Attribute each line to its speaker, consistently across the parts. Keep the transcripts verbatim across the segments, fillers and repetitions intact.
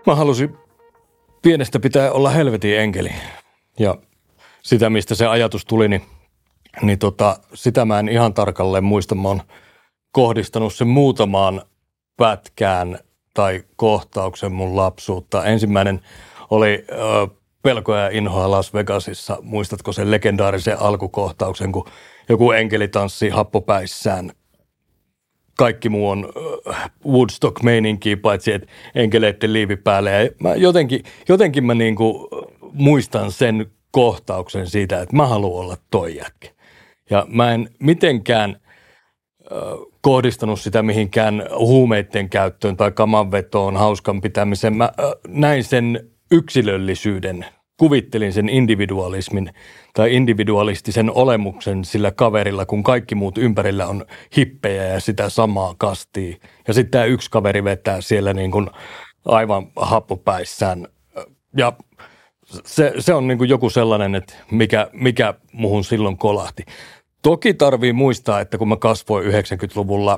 Speaker 1: Mä halusin pienestä pitää olla helvetin enkeli. Ja sitä, mistä se ajatus tuli, niin, niin tota, sitä mä en ihan tarkalleen muista. Mä oon kohdistanut sen muutamaan pätkään tai kohtauksen mun lapsuutta. Ensimmäinen oli ö, Pelkoja ja inhoa Las Vegasissa. Muistatko sen legendaarisen alkukohtauksen, kun joku enkeli tanssii happopäissään? Kaikki muu on äh, Woodstock-meininkiä, paitsi että enkeleiden liivi päälle. Ja mä jotenkin, jotenkin mä niinku muistan sen kohtauksen siitä, että mä haluan olla toi jätkä. Ja mä en mitenkään äh, kohdistanut sitä mihinkään huumeiden käyttöön tai kamanvetoon, hauskan pitämiseen. Mä äh, näin sen yksilöllisyyden, kuvittelin sen individualismin tai individualistisen olemuksen sillä kaverilla, kun kaikki muut ympärillä on hippejä ja sitä samaa kastia. Ja sitten tämä yksi kaveri vetää siellä niin kuin aivan happopäissään. Ja se, se on niin kuin joku sellainen, että mikä, mikä muhun silloin kolahti. Toki tarvii muistaa, että kun mä kasvoin yhdeksänkymmentäluvulla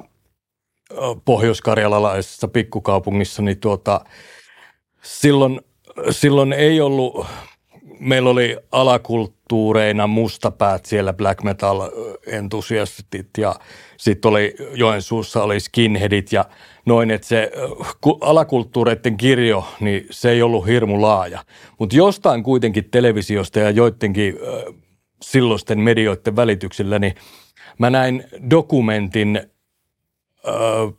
Speaker 1: pohjois-karjalalaisessa pikkukaupungissa, niin tuota, silloin, silloin ei ollut... Meillä oli alakulttuureina mustapäät siellä, black metal-entusiastit, ja sitten oli Joensuussa oli skinheadit ja noin, että se alakulttuureiden kirjo, niin se ei ollut hirmu laaja. Mutta jostain kuitenkin televisiosta ja joidenkin äh, silloisten medioiden välityksellä, niin mä näin dokumentin äh,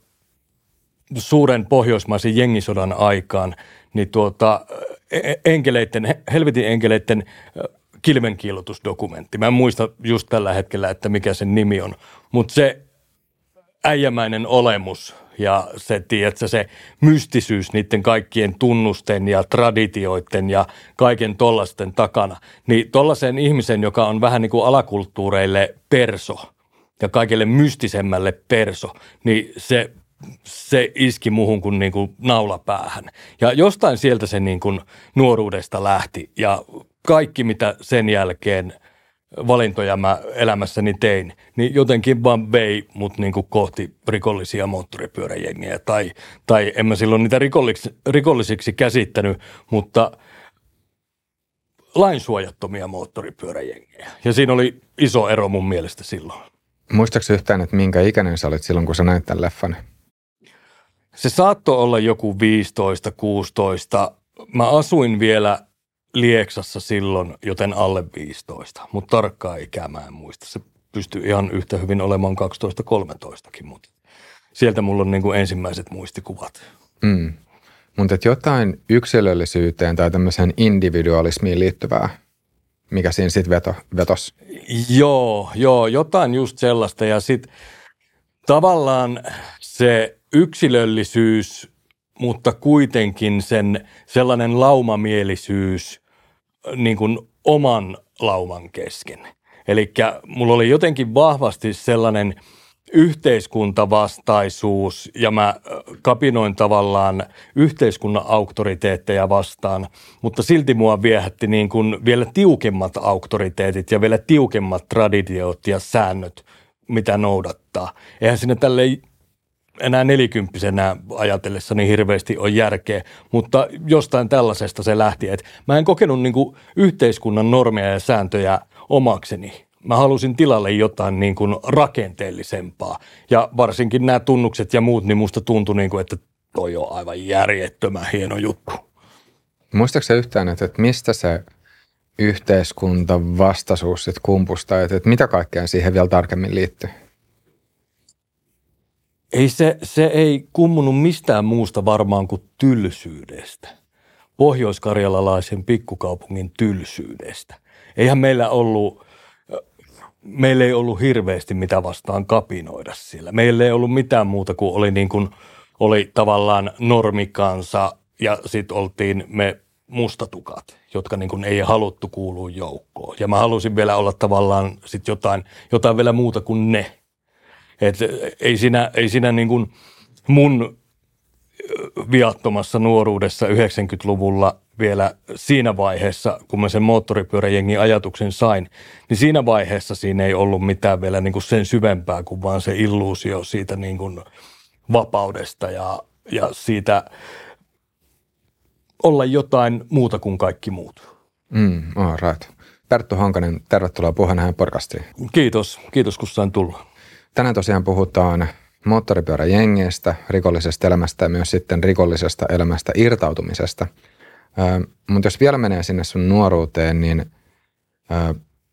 Speaker 1: suuren pohjoismaisen jengisodan aikaan, niin tuota... enkeleiden, helvetin enkeleiden kilvenkiillotusdokumentti. Mä en muista just tällä hetkellä, että mikä sen nimi on, mutta se äijämäinen olemus ja se, tiedätkö, se mystisyys niiden kaikkien tunnusten ja traditioiden ja kaiken tollasten takana, niin tollaisen ihmisen, joka on vähän niin kuin alakulttuureille perso ja kaikille mystisemmälle perso, niin se se iski muhun kuin, niin kuin naula päähän. Ja jostain sieltä se niin kuin nuoruudesta lähti. Ja kaikki, mitä sen jälkeen valintoja mä elämässäni tein, niin jotenkin vaan vei mut niin kuin kohti rikollisia moottoripyöräjengiä. Tai, tai en mä silloin niitä rikollisiksi, rikollisiksi käsittänyt, mutta lainsuojattomia moottoripyöräjengiä. Ja siinä oli iso ero mun mielestä silloin.
Speaker 2: Muistaaksä yhtään, että minkä ikäinen sä olit silloin, kun sä näit tämän leffan?
Speaker 1: Se saattoi olla joku viisitoista kuusitoista. Mä asuin vielä Lieksassa silloin, joten alle viisitoista, mutta tarkkaa ikää mä en muista. Se pystyy ihan yhtä hyvin olemaan kaksitoista kolmetoistakin, mutta sieltä mulla on niin kuin ensimmäiset muistikuvat.
Speaker 2: Mm. Mutta jotain yksilöllisyyteen tai tämmöiseen individualismiin liittyvää, mikä siinä sitten veto, vetos?
Speaker 1: Joo, joo, jotain just sellaista ja sitten tavallaan se yksilöllisyys, mutta kuitenkin sen sellainen laumamielisyys niin kuin oman lauman kesken. Eli mulla oli jotenkin vahvasti sellainen yhteiskuntavastaisuus ja mä kapinoin tavallaan yhteiskunnan auktoriteetteja vastaan, mutta silti mua viehätti niin kuin vielä tiukemmat auktoriteetit ja vielä tiukemmat traditiot ja säännöt, mitä noudattaa. Eihän siinä tälleen enää nelikymppisenä ajatellessa niin hirveästi on järkeä, mutta jostain tällaisesta se lähti, että mä en kokenut niin kuin yhteiskunnan normeja ja sääntöjä omakseni. Mä halusin tilalle jotain niin kuin rakenteellisempaa ja varsinkin nämä tunnukset ja muut, niin musta tuntui niin kuin, että toi on aivan järjettömän hieno juttu.
Speaker 2: Muistaaksä yhtään, että, että mistä se yhteiskuntavastaisuus sitten kumpustaa, että, että mitä kaikkea siihen vielä tarkemmin liittyy?
Speaker 1: Ei se, se ei kummunut mistään muusta varmaan kuin tylsyydestä. Pohjois-karjalalaisen pikkukaupungin tylsyydestä. Eihän meillä ollut, meillä ei ollut hirveästi mitä vastaan kapinoida siellä. Meillä ei ollut mitään muuta kuin oli, niin kuin, oli tavallaan normikansa ja sitten oltiin me mustatukat, jotka niin kuin ei haluttu kuulua joukkoon. Ja mä halusin vielä olla tavallaan sit jotain, jotain vielä muuta kuin ne. Että ei siinä, ei siinä niin kuin mun viattomassa nuoruudessa yhdeksänkymmentäluvulla vielä siinä vaiheessa, kun mä sen moottoripyöräjengin ajatuksen sain, niin siinä vaiheessa siinä ei ollut mitään vielä niin kuin sen syvempää kuin vaan se illuusio siitä niin kuin vapaudesta ja, ja siitä olla jotain muuta kuin kaikki muut.
Speaker 2: Mm, all right. Perttu Honkanen, tervetuloa Puheen podcastiin.
Speaker 1: Kiitos, kiitos kun sain tulla.
Speaker 2: Tänään tosiaan puhutaan moottoripyöräjengeistä, rikollisesta elämästä ja myös sitten rikollisesta elämästä irtautumisesta. Ö, mutta jos vielä menee sinne sun nuoruuteen, niin ö,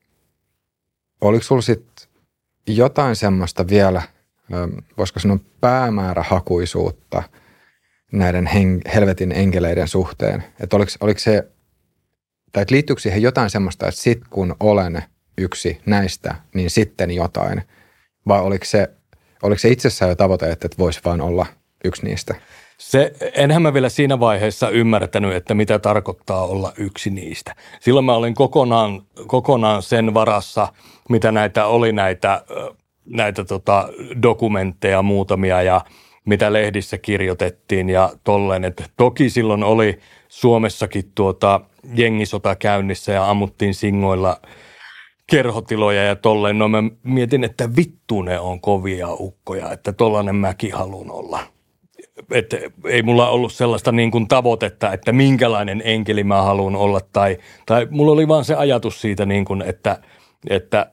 Speaker 2: oliko sulla sitten jotain semmoista vielä, ö, voisiko sanoa päämäärähakuisuutta näiden hen- helvetin enkeleiden suhteen? Että oliko, oliko se, tai että liittyykö siihen jotain semmoista, että sit kun olen yksi näistä, niin sitten jotain? Vai oliko se, oliko se itsessään jo tavoite, että voisi vaan olla yksi niistä?
Speaker 1: Se, enhän mä vielä siinä vaiheessa ymmärtänyt, että mitä tarkoittaa olla yksi niistä. Silloin mä olin kokonaan, kokonaan sen varassa, mitä näitä oli näitä, näitä tota dokumentteja muutamia ja mitä lehdissä kirjoitettiin ja tolleen. Et toki silloin oli Suomessakin tuota jengisota käynnissä ja ammuttiin singoilla kerhotiloja ja tolleen. No mä mietin, että vittu ne on kovia ukkoja, että tollainen mäkin haluan olla. Että ei mulla ollut sellaista niin kuin tavoitetta, että minkälainen enkeli mä haluan olla tai, tai mulla oli vaan se ajatus siitä niin kuin, että, että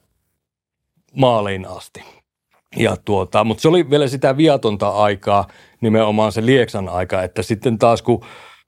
Speaker 1: maaliin asti. Ja tuota, mutta se oli vielä sitä viatonta aikaa, nimenomaan se Lieksan aika, että sitten taas kun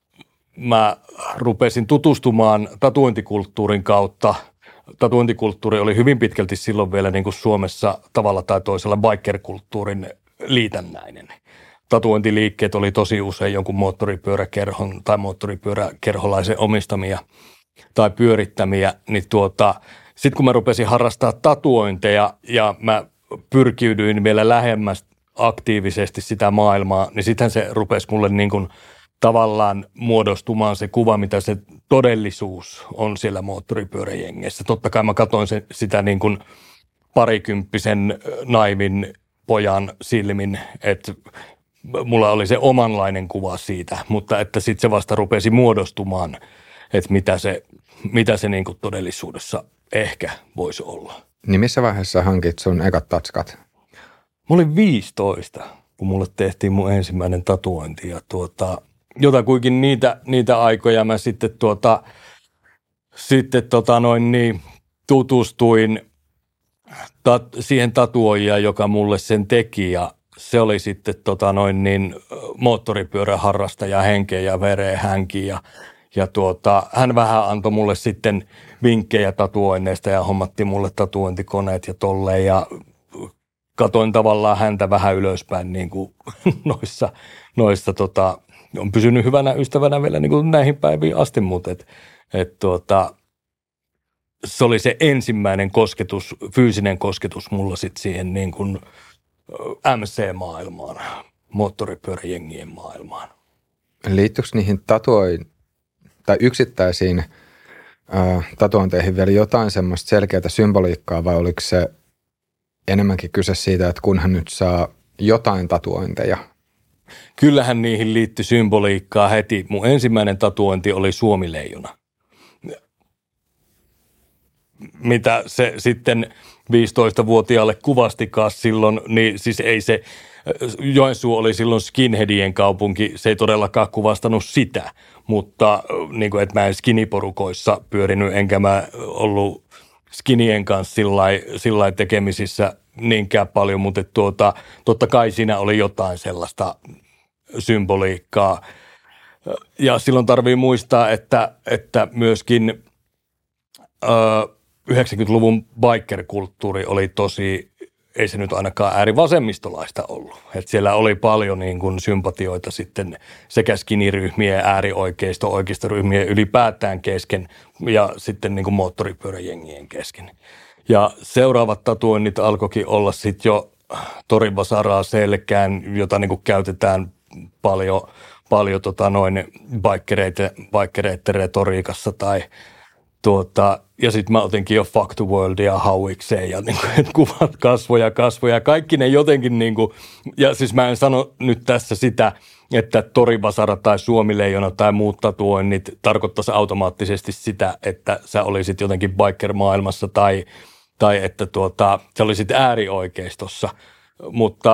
Speaker 1: mä rupesin tutustumaan tatuointikulttuurin kautta, tatuointikulttuuri oli hyvin pitkälti silloin vielä niin kuin Suomessa tavalla tai toisella biker-kulttuurin liitännäinen. Tatuointiliikkeet oli tosi usein jonkun moottoripyöräkerhon tai moottoripyöräkerholaisen omistamia tai pyörittämiä, niin tuota, sitten kun mä rupesin harrastaa tatuointeja ja mä pyrkiydyin vielä lähemmäs aktiivisesti sitä maailmaa, niin sittenhän se rupesi mulle niin kuin tavallaan muodostumaan se kuva, mitä se todellisuus on siellä moottoripyöräjengeissä. Totta kai mä katsoin se, sitä niin kuin parikymppisen naivin pojan silmin, että mulla oli se omanlainen kuva siitä, mutta että sitten se vasta rupesi muodostumaan, että mitä se, mitä se niin kuin todellisuudessa ehkä voisi olla.
Speaker 2: Niin missä vaiheessa hankit sun ekat tatskat?
Speaker 1: Mä olin viisitoista, kun mulle tehtiin mun ensimmäinen tatuointi ja tuota, jotakuinkin niitä, niitä aikoja mä sitten, tuota, sitten tota noin niin, tutustuin tat, siihen tatuoijaan, joka mulle sen teki ja se oli sitten tota noin niin, moottoripyöräharrastaja henkeä ja vereä hänkin ja Ja tuota, hän vähän antoi mulle sitten vinkkejä tatuoinneista ja hommatti mulle tatuointikoneet ja tolleen ja katoin tavallaan häntä vähän ylöspäin niin kuin noissa, noissa tota, on pysynyt hyvänä ystävänä vielä niin kuin näihin päiviin asti, mutta et, et tuota, se oli se ensimmäinen kosketus, fyysinen kosketus mulla sitten siihen niin kuin M C-maailmaan, moottoripyöräjengien maailmaan.
Speaker 2: Liittyykö niihin tatuoin tai yksittäisiin äh, tatuointeihin vielä jotain semmoista selkeää symboliikkaa vai oliko se enemmänkin kyse siitä, että kunhan nyt saa jotain tatuointeja?
Speaker 1: Kyllähän niihin liittyi symboliikkaa heti. Mun ensimmäinen tatuointi oli Suomi-leijona. Mitä se sitten viisitoistavuotiaalle kuvastikaan silloin, niin siis ei se, Joensuu oli silloin skinheadien kaupunki, se ei todellakaan kuvastanut sitä, mutta niin kuin, että mä en skiniporukoissa pyörinyt, enkä mä ollut skinien kanssa sillä tekemisissä niinkään paljon, mutta tuota, totta kai siinä oli jotain sellaista symboliikkaa. Ja silloin tarvii muistaa, että, että myöskin ö, yhdeksänkymmentäluvun biker-kulttuuri oli tosi, ei se nyt ainakaan äärivasemmistolaista ollut. Että siellä oli paljon niin kuin sympatioita sitten sekä skiniryhmien, äärioikeisto, oikeistoryhmien ylipäätään kesken ja sitten niin kuin moottoripyöräjengien kesken. Ja seuraavat tatuoinnit alkoikin olla sitten jo torivasaraa selkään, jota niin kuin käytetään paljon, paljon tota noin bikereiden, bikereiden retoriikassa tai Tuota, ja sitten mä otinkin jo Fuck the Worldia hauikseen ja niin kuin, kuvat kasvoja, kasvoja, kaikki ne jotenkin niin kuin, ja siis mä en sano nyt tässä sitä, että torivasara tai suomileijona tai muut tatuoinnit tarkoittaisi automaattisesti sitä, että sä olisit jotenkin biker-maailmassa tai, tai että tuota, sä olisit äärioikeistossa, mutta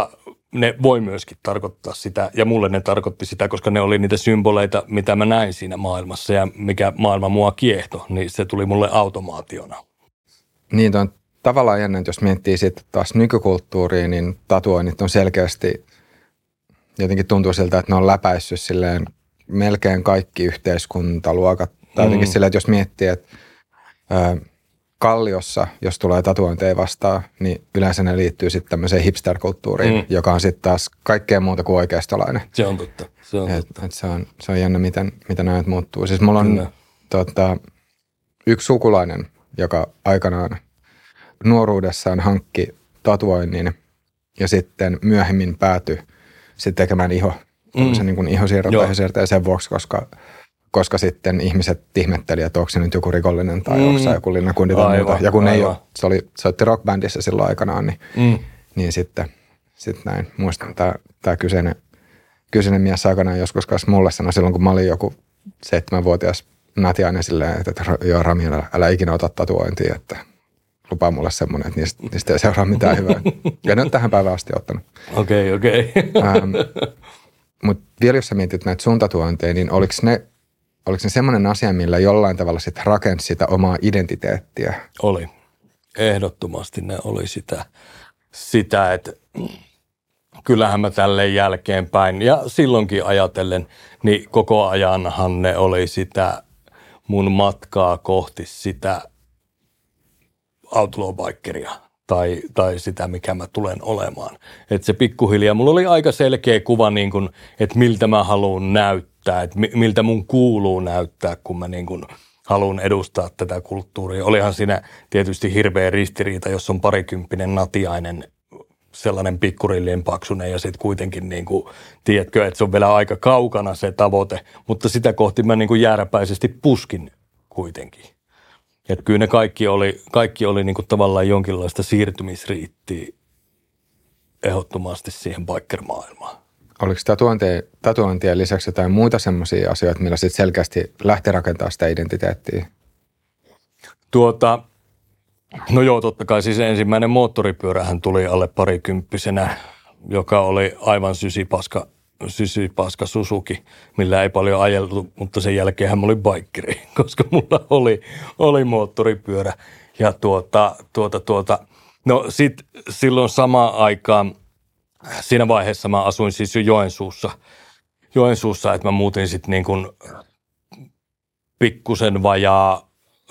Speaker 1: ne voi myöskin tarkoittaa sitä, ja mulle ne tarkoitti sitä, koska ne oli niitä symboleita, mitä mä näin siinä maailmassa ja mikä maailma mua kiehto, niin se tuli mulle automaationa.
Speaker 2: Niin, on tavallaan jännä, että jos miettii sitten taas nykykulttuuriin, niin tatuoinnit on selkeästi, jotenkin tuntuu siltä, että ne on läpäissyt silleen melkein kaikki yhteiskuntaluokat. Tai jotenkin mm. silleen, että jos miettii, että ö, Kalliossa, jos tulee tatuointeja vastaan, niin yleensä ne liittyy sitten tämmöiseen hipster-kulttuuriin, mm. joka on sitten taas kaikkea muuta kuin oikeistolainen.
Speaker 1: Se on totta. Se on,
Speaker 2: et,
Speaker 1: totta.
Speaker 2: Et se, on, se on jännä, miten, miten näet muuttuu. Siis mulla on tota, yksi sukulainen, joka aikanaan nuoruudessaan hankki tatuoinnin ja sitten myöhemmin päätyi sitten tekemään iho, tämmöisen mm. niin kuin ihosiirron tai ihosiirtoja sen vuoksi, koska koska sitten ihmiset ihmetteli, että onko se nyt joku rikollinen tai mm. onko se joku linnakundi tai muuta. Ja kun ei ole, se oli, soitti rockbändissä silloin aikanaan, niin, mm. niin sitten, sitten näin. Muistan, tämä, tämä kyseinen, kyseinen mies aikanaan joskus kanssa mulle sanoi silloin, kun mä olin joku seitsemänvuotias natiainen silleen, että, että joo Rami, älä, älä ikinä ota tatuointia, että lupaa mulle semmoinen, että niistä, niistä ei seuraa mitään hyvää. Ja ne on tähän päivään asti ottanut.
Speaker 1: Okei, okay, okei. Okay.
Speaker 2: ähm, Mutta vielä jos sä mietit näitä sun tatuointeja, niin oliko ne Oliko se semmoinen asia, millä jollain tavalla sitten rakensi sitä omaa identiteettiä?
Speaker 1: Oli. Ehdottomasti ne oli sitä, sitä että kyllähän mä tälleen jälkeenpäin ja silloinkin ajatellen, niin koko ajanhan ne oli sitä mun matkaa kohti sitä outlaw-bikeria tai, tai sitä, mikä mä tulen olemaan. Että se pikkuhiljaa, mulla oli aika selkeä kuva, niin kun, että miltä mä haluan näyttää. Että miltä mun kuuluu näyttää, kun mä niin kuin haluan edustaa tätä kulttuuria. Olihan siinä tietysti hirveä ristiriita, jos on parikymppinen natiainen, sellainen pikkurillien paksunen ja sitten kuitenkin niin kuin, tiedätkö, että se on vielä aika kaukana se tavoite, mutta sitä kohti mä niin kuin jääräpäisesti puskin kuitenkin. Että kyllä ne kaikki oli, kaikki oli niin kuin tavallaan jonkinlaista siirtymisriittiä ehdottomasti siihen biker-maailmaan.
Speaker 2: Oliko tatuointien, tatuointien lisäksi jotain muita semmoisia asioita, millä sitten selkeästi lähti rakentamaan sitä identiteettiä?
Speaker 1: Tuota, no joo, totta kai siis ensimmäinen moottoripyörähän tuli alle parikymppisenä, joka oli aivan sysipaska, sysipaska Suzuki, millä ei paljon ajeltu, mutta sen jälkeenhän mä olin bikeri, koska mulla oli, oli moottoripyörä. Ja tuota, tuota, tuota, no sit silloin samaan aikaan, siinä vaiheessa mä asuin siis jo Joensuussa, Joensuussa että mä muutin sitten niin kuin pikkusen vajaa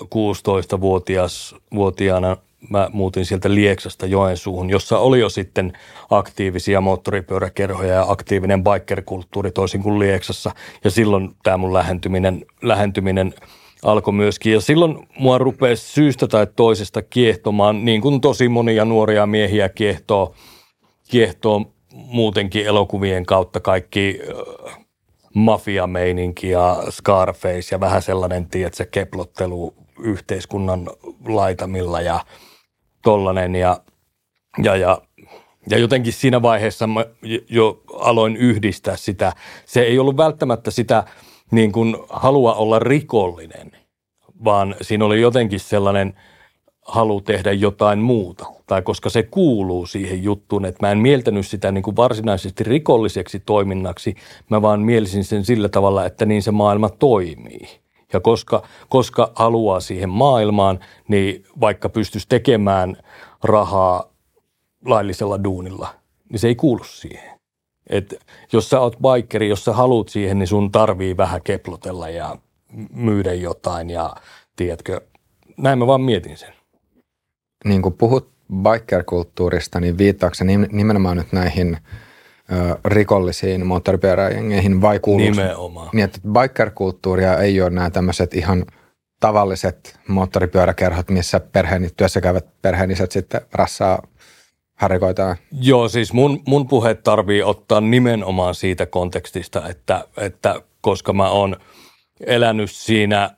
Speaker 1: kuusitoistavuotiaana mä muutin sieltä Lieksasta Joensuuhun, jossa oli jo sitten aktiivisia moottoripyöräkerhoja ja aktiivinen biker-kulttuuri toisin kuin Lieksassa. Ja silloin tämä mun lähentyminen, lähentyminen alkoi myöskin. Ja silloin mua rupesi syystä tai toisesta kiehtomaan, niin kuin tosi monia nuoria miehiä kiehtoo, kiehtoo muutenkin elokuvien kautta kaikki äh, mafiameininki ja Scarface ja vähän sellainen, tiedätkö, keplottelu yhteiskunnan laitamilla ja tollanen. Ja, ja, ja, ja jotenkin siinä vaiheessa mä jo aloin yhdistää sitä. Se ei ollut välttämättä sitä niin kuin halua olla rikollinen, vaan siinä oli jotenkin sellainen halu tehdä jotain muuta. Tai koska se kuuluu siihen juttuun, että mä en mieltänyt sitä niin kuin varsinaisesti rikolliseksi toiminnaksi, mä vaan mielisin sen sillä tavalla, että niin se maailma toimii. Ja koska, koska haluaa siihen maailmaan, niin vaikka pystyisi tekemään rahaa laillisella duunilla, niin se ei kuulu siihen. Et jos sä oot bikeri, jos sä haluat siihen, niin sun tarvii vähän keplotella ja myydä jotain ja tiedätkö, näin mä vaan mietin sen.
Speaker 2: Niin kun puhut biker-kulttuurista, niin viittaako se nimenomaan nyt näihin ö, rikollisiin moottoripyöräjengeihin vai kuuluuko?
Speaker 1: Nimenomaan.
Speaker 2: Niin, että biker-kulttuuria ei ole nämä tämmöiset ihan tavalliset moottoripyöräkerhot, missä perheen, työssä käyvät perheeniset sitten rassaa harikoitaan.
Speaker 1: Joo, siis mun, mun puheet tarvii ottaa nimenomaan siitä kontekstista, että, että koska mä oon elänyt siinä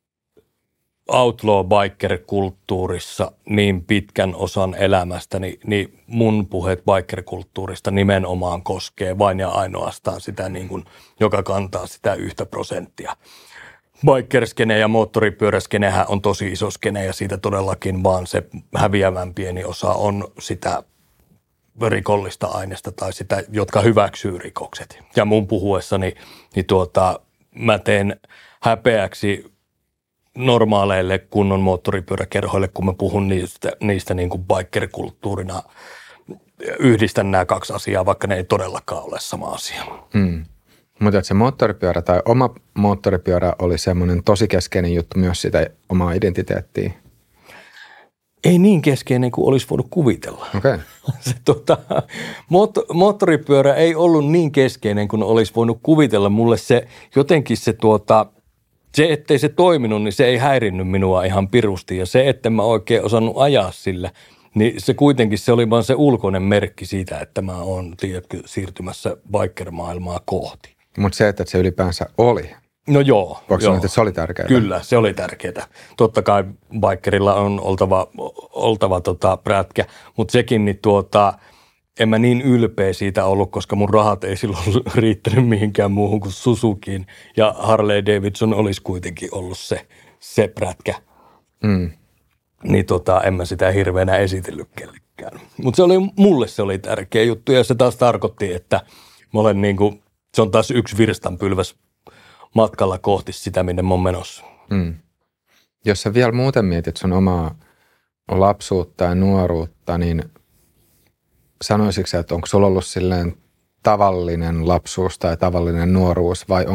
Speaker 1: outlaw-biker-kulttuurissa niin pitkän osan elämästäni, niin mun puheet biker-kulttuurista nimenomaan koskee vain ja ainoastaan sitä, niin kuin, joka kantaa sitä yhtä prosenttia. Bikerskene ja moottoripyöräskenehän on tosi iso skene ja siitä todellakin vaan se häviävän pieni osa on sitä rikollista aineesta tai sitä, jotka hyväksyy rikokset. Ja mun puhuessani niin tuota, mä teen häpeäksi normaaleille kunnon moottoripyöräkerhoille, kun mä puhun niistä, niistä niin kuin biker-kulttuurina. Yhdistän nämä kaksi asiaa, vaikka ne ei todellakaan ole sama asia.
Speaker 2: Mm. Mutta se moottoripyörä tai oma moottoripyörä oli semmoinen tosi keskeinen juttu myös sitä omaa identiteettiä.
Speaker 1: Ei niin keskeinen kuin olisi voinut kuvitella.
Speaker 2: Okay.
Speaker 1: Se, tota, moottoripyörä ei ollut niin keskeinen kuin olisi voinut kuvitella. Mulle se jotenkin se, tuota, se, ettei se toiminut, niin se ei häirinnyt minua ihan pirusti. Ja se, että mä oikein osannut ajaa sillä, niin se kuitenkin se oli vaan se ulkoinen merkki siitä, että mä oon tiedätkö, siirtymässä biker-maailmaa kohti.
Speaker 2: Mutta se, että se ylipäänsä oli.
Speaker 1: No joo.
Speaker 2: Voiko sanoa, että se oli tärkeää?
Speaker 1: Kyllä, se oli tärkeää. Totta kai bikerilla on oltava, oltava tota prätkä, mutta sekin niin tuota, en mä niin ylpeä siitä ollut, koska mun rahat ei silloin riittänyt mihinkään muuhun kuin Suzukiin. Ja Harley Davidson olisi kuitenkin ollut se, se prätkä. Mm. Niin tota, en mä sitä hirveänä esitellyt kellekään. Mutta se oli, mulle se oli tärkeä juttu ja se taas tarkoitti, että mä olen niin kuin, se on taas yksi virstanpylväs matkalla kohti sitä, minne mä oon menossa. Mm.
Speaker 2: Jos sä vielä muuten mietit sun omaa lapsuutta ja nuoruutta, niin sanoisitko sä, että onko sulla ollut silleen tavallinen lapsuus tai tavallinen nuoruus vai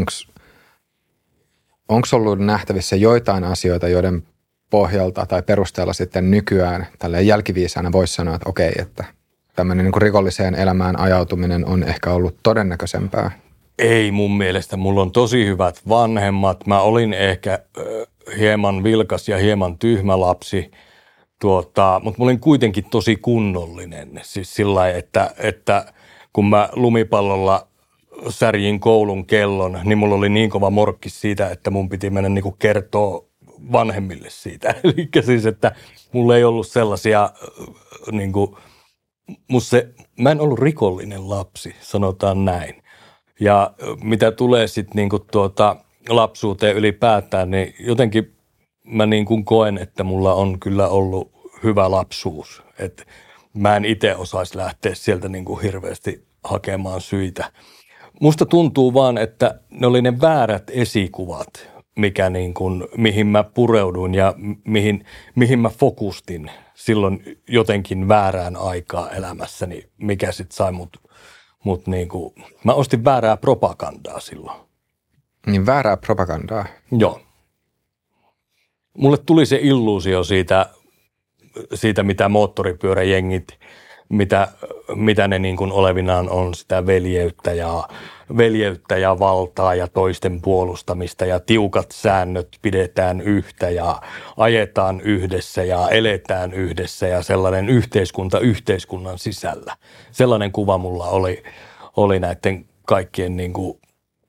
Speaker 2: onko ollut nähtävissä joitain asioita, joiden pohjalta tai perusteella sitten nykyään tälleen jälkiviisaana voisi sanoa, että okei, että tämmöinen niin kuin rikolliseen elämään ajautuminen on ehkä ollut todennäköisempää?
Speaker 1: Ei mun mielestä. Mulla on tosi hyvät vanhemmat. Mä olin ehkä äh, hieman vilkas ja hieman tyhmä lapsi, tuota, mutta mä olin kuitenkin tosi kunnollinen. Siis sillä lailla, että, että kun mä lumipallolla särjin koulun kellon, niin mulla oli niin kova morkkis siitä, että mun piti mennä niin kuin kertoa vanhemmille siitä. Eli siis, että mulla ei ollut sellaisia, niin kuin, se, mä en ollut rikollinen lapsi, sanotaan näin. Ja mitä tulee sitten niinku tuota lapsuuteen ylipäätään, niin jotenkin mä niinku koen, että mulla on kyllä ollut hyvä lapsuus. Et mä en itse osaisi lähteä sieltä niinku hirveästi hakemaan syitä. Musta tuntuu vaan, että ne oli ne väärät esikuvat, mikä niinku, mihin mä pureuduin ja mihin, mihin mä fokustin silloin jotenkin väärään aikaa elämässäni, mikä sitten sai mut Mutta niinku, mä ostin väärää propagandaa silloin.
Speaker 2: Niin väärää propagandaa?
Speaker 1: Joo. Mulle tuli se illuusio siitä, siitä mitä moottoripyöräjengit, mitä, mitä ne niin kuin olevinaan on, sitä veljeyttä ja, veljeyttä ja valtaa ja toisten puolustamista ja tiukat säännöt pidetään yhtä ja ajetaan yhdessä ja eletään yhdessä ja sellainen yhteiskunta yhteiskunnan sisällä. Sellainen kuva mulla oli, oli näiden kaikkien niin kuin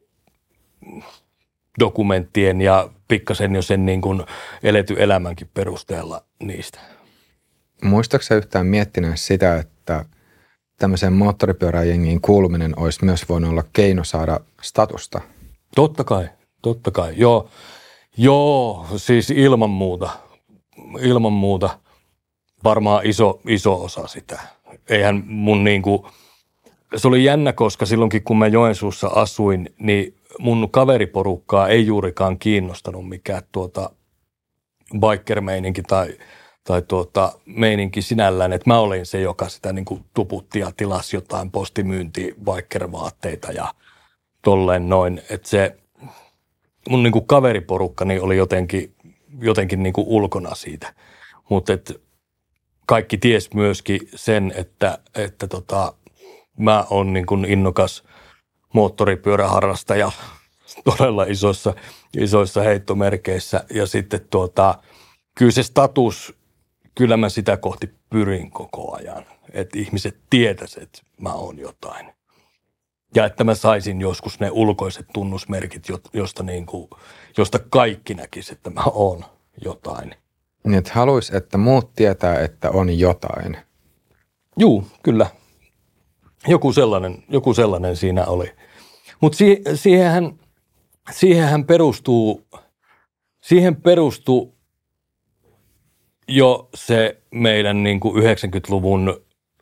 Speaker 1: dokumenttien ja pikkasen jo sen niin kuin eletty elämänkin perusteella niistä.
Speaker 2: Muistatko sä yhtään miettinyt sitä, että tämmöiseen moottoripyöräjengiin kuuluminen olisi myös voinut olla keino saada statusta?
Speaker 1: Totta kai, totta kai. Joo, joo siis ilman muuta, ilman muuta varmaan iso, iso osa sitä. Eihän mun niinku, se oli jännä, koska silloinkin kun mä Joensuussa asuin, niin mun kaveriporukkaa ei juurikaan kiinnostanut mikään tuota biker-meininki tai tai tuota, meininki sinällään, että mä olin se, joka sitä niin kuin tuputti ja tilasi jotain postimyynti biker-vaatteita ja tolleen noin. Että se mun niin kuin kaveriporukkani oli jotenkin, jotenkin niin kuin ulkona siitä. Mutta kaikki ties myöskin sen, että, että tota, mä oon niin kuin innokas moottoripyöräharrastaja todella isoissa, isoissa heittomerkeissä. Ja sitten tuota, kyllä se status, kyllä mä sitä kohti pyrin koko ajan, että ihmiset tietäisivät, että mä oon jotain. Ja että mä saisin joskus ne ulkoiset tunnusmerkit, josta, niin kuin, josta kaikki näkisivät, että mä oon jotain.
Speaker 2: Niin, että haluaisi, että muut tietää, että on jotain.
Speaker 1: Juu, kyllä. Joku sellainen, joku sellainen siinä oli. Mutta si- siihenhän, siihenhän perustuu, siihen perustuu jo se meidän niin kuin yhdeksänkymmentäluvun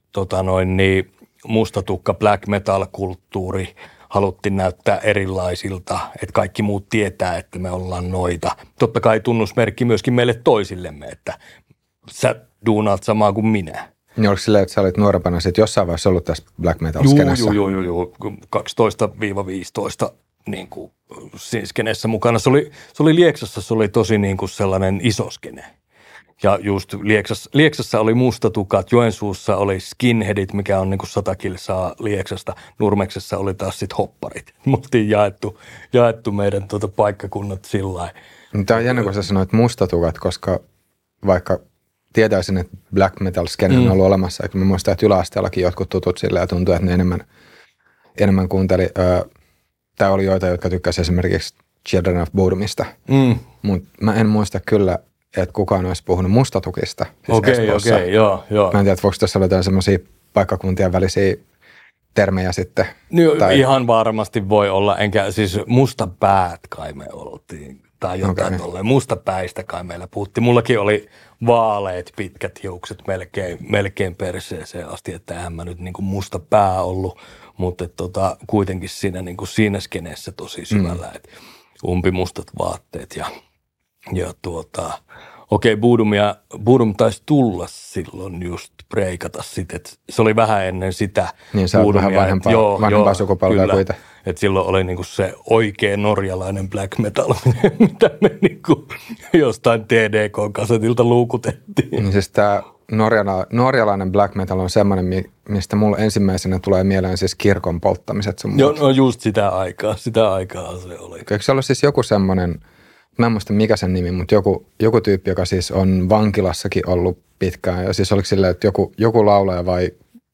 Speaker 1: tota noin, niin mustatukka black metal-kulttuuri haluttiin näyttää erilaisilta, että kaikki muut tietää, että me ollaan noita. Totta kai tunnusmerkki myöskin meille toisillemme, että sä duunaat samaa kuin minä.
Speaker 2: Niin oliko silleen, että sä olit nuorempana sitten jossain vaiheessa ollut tässä black metal-skenessä?
Speaker 1: Joo, joo, joo, joo, kaksitoista viisitoista niin kuin siinä skenessä mukana. Se oli, se oli Lieksassa, se oli tosi niin kuin sellainen iso skene. Ja just Lieksassa, Lieksassa oli mustatukat, Joensuussa oli skinheadit, mikä on niin kuin sata kilsaa Lieksasta. Nurmeksessa oli taas sitten hopparit. Me oltiin jaettu, jaettu meidän tuota paikkakunnat sillä lailla.
Speaker 2: Tämä on jännä, kun sä sanoit mustatukat, koska vaikka tietäisin, että black metal skene on mm. ollut olemassa. Mä muistan, että yläasteellakin jotkut tutut sille ja tuntuu, että ne enemmän, enemmän kuunteli. Tämä oli joita, jotka tykkäsivät esimerkiksi Children of Bodomista. Mm. Mutta mä en muista kyllä, että kukaan olisi puhunut mustatukista.
Speaker 1: Okei, siis okei, okay, okay, joo, joo.
Speaker 2: Mä en tiedä, voiko tässä olla jotain semmoisia paikkakuntien välisiä termejä sitten.
Speaker 1: No, tai... Ihan varmasti voi olla, enkä siis mustapäät kai me oltiin. Tai jotain okay. tolleen. Mustapäistä kai meillä puhuttiin. Mullakin oli vaaleet pitkät hiukset melkein, melkein perseeseen asti, että eihän mä nyt niin kuin musta pää ollut, mutta tota, kuitenkin siinä, niin kuin siinä skeneessä tosi syvällä, mm. että umpimustat vaatteet ja, ja tuota, okei, okay, Budumia, Budum taisi tulla silloin just breikata sit, että se oli vähän ennen sitä.
Speaker 2: Niin sä oot vähän vanhempaa, joo, vanhempaa sukupolvea kuin itse.
Speaker 1: Että silloin oli niinku se oikea norjalainen black metal, mitä me niinku jostain T D K-kasetilta luukutettiin.
Speaker 2: Niin siis tämä norjala, norjalainen black metal on semmoinen, mistä mulle ensimmäisenä tulee mieleen siis kirkon polttamiset.
Speaker 1: Joo, no just sitä aikaa, sitä aikaa se oli.
Speaker 2: Eikö se ollut siis joku semmoinen, mä en muista mikä sen nimi, mutta joku, joku tyyppi, joka siis on vankilassakin ollut pitkään. Ja siis oliko silleen, että joku, joku laulaja vai...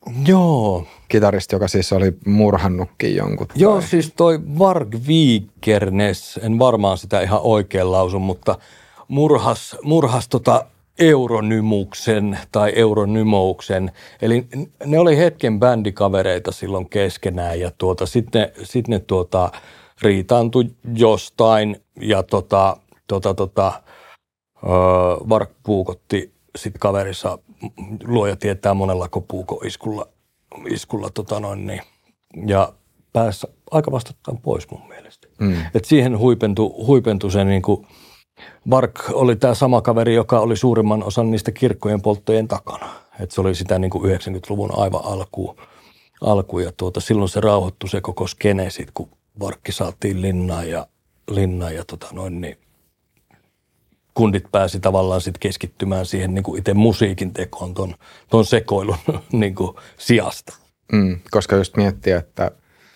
Speaker 1: Joo.
Speaker 2: Kitaristi, joka siis oli murhannutkin jonkun. Tai...
Speaker 1: Joo, siis toi Varg Vikernes, en varmaan sitä ihan oikein lausu, mutta murhas, murhas tota Euronymuksen tai Euronymouksen. Eli ne oli hetken bändikavereita silloin keskenään ja tuota, sitten sit ne tuota, riitaantui jostain ja tota, tota, tota, öö, Varg puukotti sitten kaverissa, luoja tietää monella puukoiskulla iskulla tota noin niin, ja päässä aika vastakkain pois mun mielestä. Mm. Et siihen huipentui, huipentui se niinku, Varg oli tämä sama kaveri, joka oli suurimman osan niistä kirkkojen polttojen takana. Et se oli sitä niinku yhdeksänkymmentäluvun aivan alkuun, alku, ja tuota, silloin se rauhoittui se koko skene sit, kun Vargki saatiin linnaan ja, linnaan ja tota noin niin, kundit pääsi tavallaan sit keskittymään siihen niin kuin itse musiikin tekoon ton, ton sekoilun niin kuin sijasta.
Speaker 2: Mm, koska just miettii, että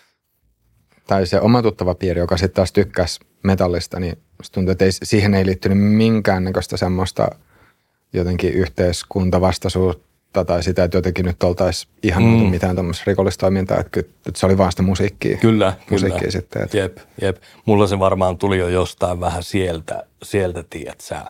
Speaker 2: tai se oma tuttava piiri, joka sitten taas tykkäsi metallista, niin tuntuu, että ei, siihen ei liittynyt minkäännäköistä semmoista jotenkin yhteiskuntavastaisuutta tai sitä, että jotenkin nyt oltaisiin ihan mm. mitään tämmöistä rikollistoimintaa, että, että se oli vaan sitä musiikkia.
Speaker 1: Kyllä,
Speaker 2: musiikkia
Speaker 1: kyllä.
Speaker 2: Sitten, että...
Speaker 1: Jep, jep. Mulla se varmaan tuli jo jostain vähän sieltä, sieltä tiedät sä,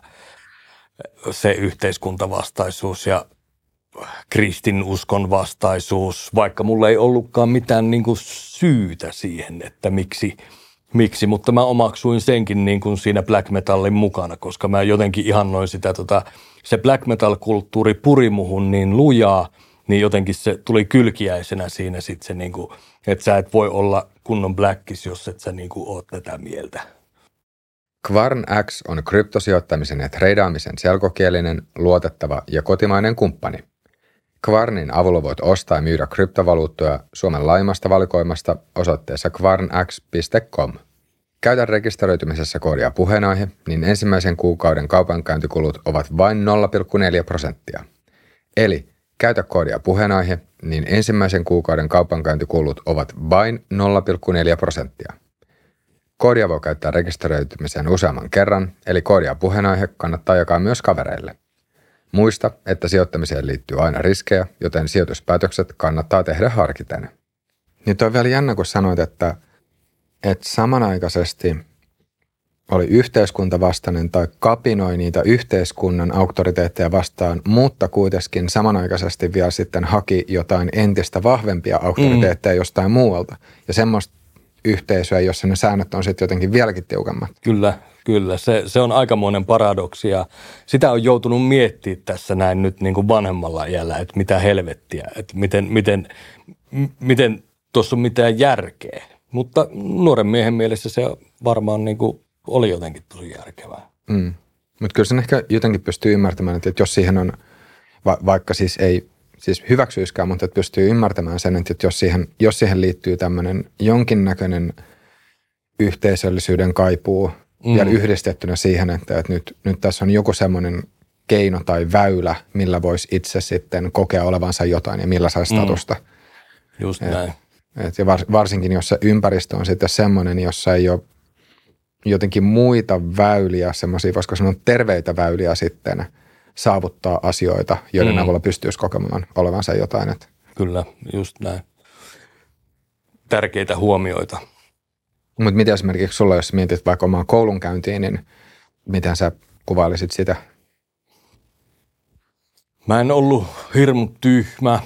Speaker 1: se yhteiskuntavastaisuus ja kristinuskon vastaisuus, vaikka mulla ei ollutkaan mitään niin kuin syytä siihen, että miksi, miksi, mutta mä omaksuin senkin niin kuin siinä black metallin mukana, koska mä jotenkin ihannoin sitä, tota, se black metal-kulttuuri puri muhun niin lujaa, niin jotenkin se tuli kylkiäisenä siinä sitten se, niin kuin, että sä et voi olla kunnon blackis, jos et sä niin kuin oot tätä mieltä.
Speaker 2: Kvarn X on kryptosijoittamisen ja treidaamisen selkokielinen, luotettava ja kotimainen kumppani. Kvarnin avulla voit ostaa ja myydä kryptovaluuttoja Suomen laajemmasta valikoimasta osoitteessa kvarnx piste com. Käytä rekisteröitymisessä koodia puheenaihe, niin ensimmäisen kuukauden kaupankäyntikulut ovat vain nolla pilkku neljä prosenttia. Eli käytä koodia puheenaihe, niin ensimmäisen kuukauden kaupankäyntikulut ovat vain nolla pilkku neljä prosenttia. Koodia voi käyttää rekisteröitymiseen useamman kerran, eli koodia puheenaihe kannattaa jakaa myös kavereille. Muista, että sijoittamiseen liittyy aina riskejä, joten sijoituspäätökset kannattaa tehdä harkiten. Niin toi vielä jännä, kun sanoit, että, että samanaikaisesti oli yhteiskuntavastainen tai kapinoi niitä yhteiskunnan auktoriteetteja vastaan, mutta kuitenkin samanaikaisesti vielä sitten haki jotain entistä vahvempia auktoriteetteja mm. jostain muualta. Ja semmoista yhteisöä, jossa ne säännöt on sitten jotenkin vieläkin tiukemmat.
Speaker 1: Kyllä, kyllä. Se, se on aikamoinen paradoksi ja sitä on joutunut miettimään tässä näin nyt niin kuin vanhemmalla iällä, että mitä helvettiä, että miten, miten, m- miten tuossa on mitään järkeä. Mutta nuoren miehen mielessä se varmaan niin kuin oli jotenkin tosi järkevää.
Speaker 2: Mm. Mutta kyllä sen ehkä jotenkin pystyy ymmärtämään, että jos siihen on, va- vaikka siis ei siis hyväksyiskään, mutta että pystyy ymmärtämään sen, että jos siihen, jos siihen liittyy tämmöinen jonkinnäköinen yhteisöllisyyden kaipuu mm. vielä yhdistettynä siihen, että, että nyt, nyt tässä on joku semmoinen keino tai väylä, millä voisi itse sitten kokea olevansa jotain ja millä saisi statusta. Mm.
Speaker 1: Just
Speaker 2: et,
Speaker 1: näin.
Speaker 2: Et ja varsinkin, jos se ympäristö on sitten semmoinen, jossa ei ole jotenkin muita väyliä, semmoisia, voisiko sanoa terveitä väyliä sitten saavuttaa asioita, joiden mm. avulla pystyisi kokemaan olevansa jotain. Että.
Speaker 1: Kyllä, just näin. Tärkeitä huomioita.
Speaker 2: Mutta mitä esimerkiksi sulla, jos mietit vaikka omaa koulunkäyntiin, niin miten sä kuvailisit sitä?
Speaker 1: Mä en ollut hirmu tyhmä,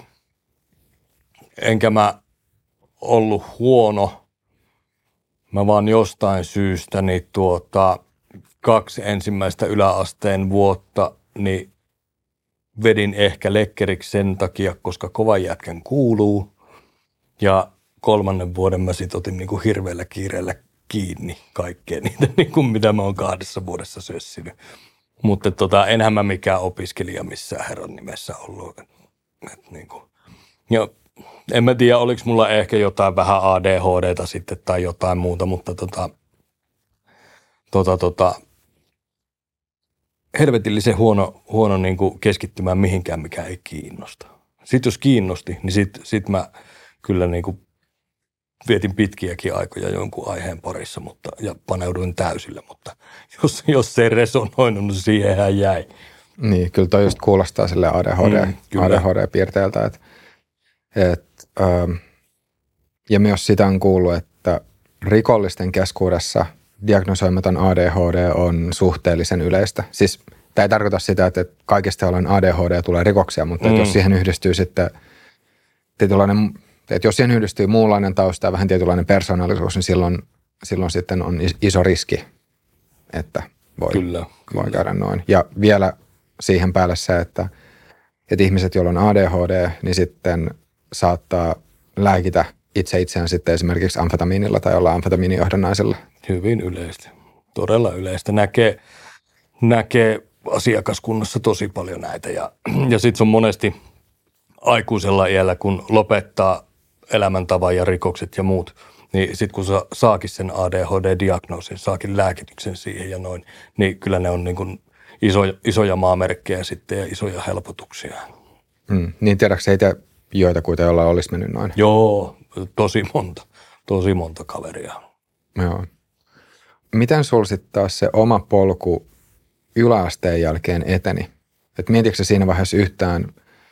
Speaker 1: enkä mä ollut huono. Mä vaan jostain syystä niin tuota, kaksi ensimmäistä yläasteen vuotta niin vedin ehkä lekkeriksi sen takia, koska kovan jätkän kuuluu. Ja kolmannen vuoden mä sit otin niinku hirveällä kiireellä kiinni kaikkea niitä, niinku, mitä mä oon kahdessa vuodessa sössinyt. Mutta tota, enhän mä mikään opiskelija missään herran nimessä ollut. Et, et, niinku. Ja en mä tiedä, oliko mulla ehkä jotain vähän A D H D:ta sitten tai jotain muuta, mutta tota, tota, tota, helvetillisen huono, huono niin kuin keskittymään mihinkään, mikä ei kiinnosta. Sitten jos kiinnosti, niin sitten sit mä kyllä niin kuin vietin pitkiäkin aikoja jonkun aiheen parissa mutta, ja paneuduin täysille, mutta jos, jos se ei resonoinut, niin siihenhän jäi.
Speaker 2: Niin, kyllä toi just kuulostaa sille A D H D, mm, A D H D-piirteeltä. Et, et, ähm, ja myös sitä on kuullut, että rikollisten keskuudessa diagnosoimaton A D H D on suhteellisen yleistä. Siis tämä ei tarkoita sitä, että kaikista, joilla on A D H D, tulee rikoksia, mutta mm. jos siihen yhdistyy sitten tietynlainen, että jos siihen yhdistyy muunlainen tausta ja vähän tietynlainen persoonallisuus, niin silloin, silloin sitten on iso riski, että voi,
Speaker 1: kyllä,
Speaker 2: voi
Speaker 1: kyllä.
Speaker 2: käydä noin. Ja vielä siihen päälle se, että, että ihmiset, joilla on A D H D, niin sitten saattaa lääkitä itse itseään sitten esimerkiksi amfetamiinilla tai olla amfetamiinijohdannaisella.
Speaker 1: Hyvin yleistä, todella yleistä. Näkee, näkee asiakaskunnassa tosi paljon näitä ja, ja sitten se on monesti aikuisella iällä, kun lopettaa elämäntavan ja rikokset ja muut, niin sitten kun sa, saakin sen A D H D-diagnoosin, saakin lääkityksen siihen ja noin, niin kyllä ne on niin kuin isoja, isoja maamerkkejä sitten ja isoja helpotuksia.
Speaker 2: Mm, niin tiedätkö itse joitakuita, joilla olisi mennyt noin?
Speaker 1: Joo, tosi monta, tosi monta kaveria.
Speaker 2: Joo. Miten sulla sitten taas se oma polku yläasteen jälkeen eteni? Et mietitkö sä siinä vaiheessa yhtään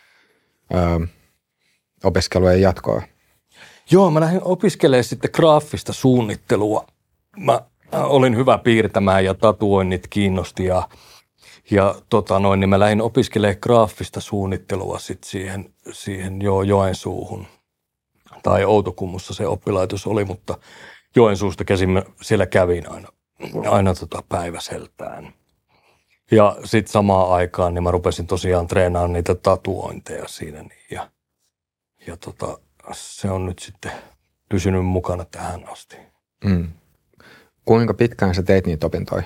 Speaker 2: ö, opiskelujen jatkoa?
Speaker 1: Joo, mä lähdin opiskelemaan sitten graafista suunnittelua. Mä olin hyvä piirtämään ja tatuoinnit kiinnosti ja, ja tota noin, niin mä lähdin opiskelemaan graafista suunnittelua sitten siihen, siihen jo Joensuuhun. Tai Outokummussa se oppilaitos oli, mutta Joensuusta käsin mä siellä kävin aina, aina tota päiväseltään. Ja sitten samaan aikaan niin mä rupesin tosiaan treenaamaan niitä tatuointeja siinä. Niin ja, ja tota, se on nyt sitten pysynyt mukana tähän asti.
Speaker 2: Mm. Kuinka pitkään sä teit niitä opintoja?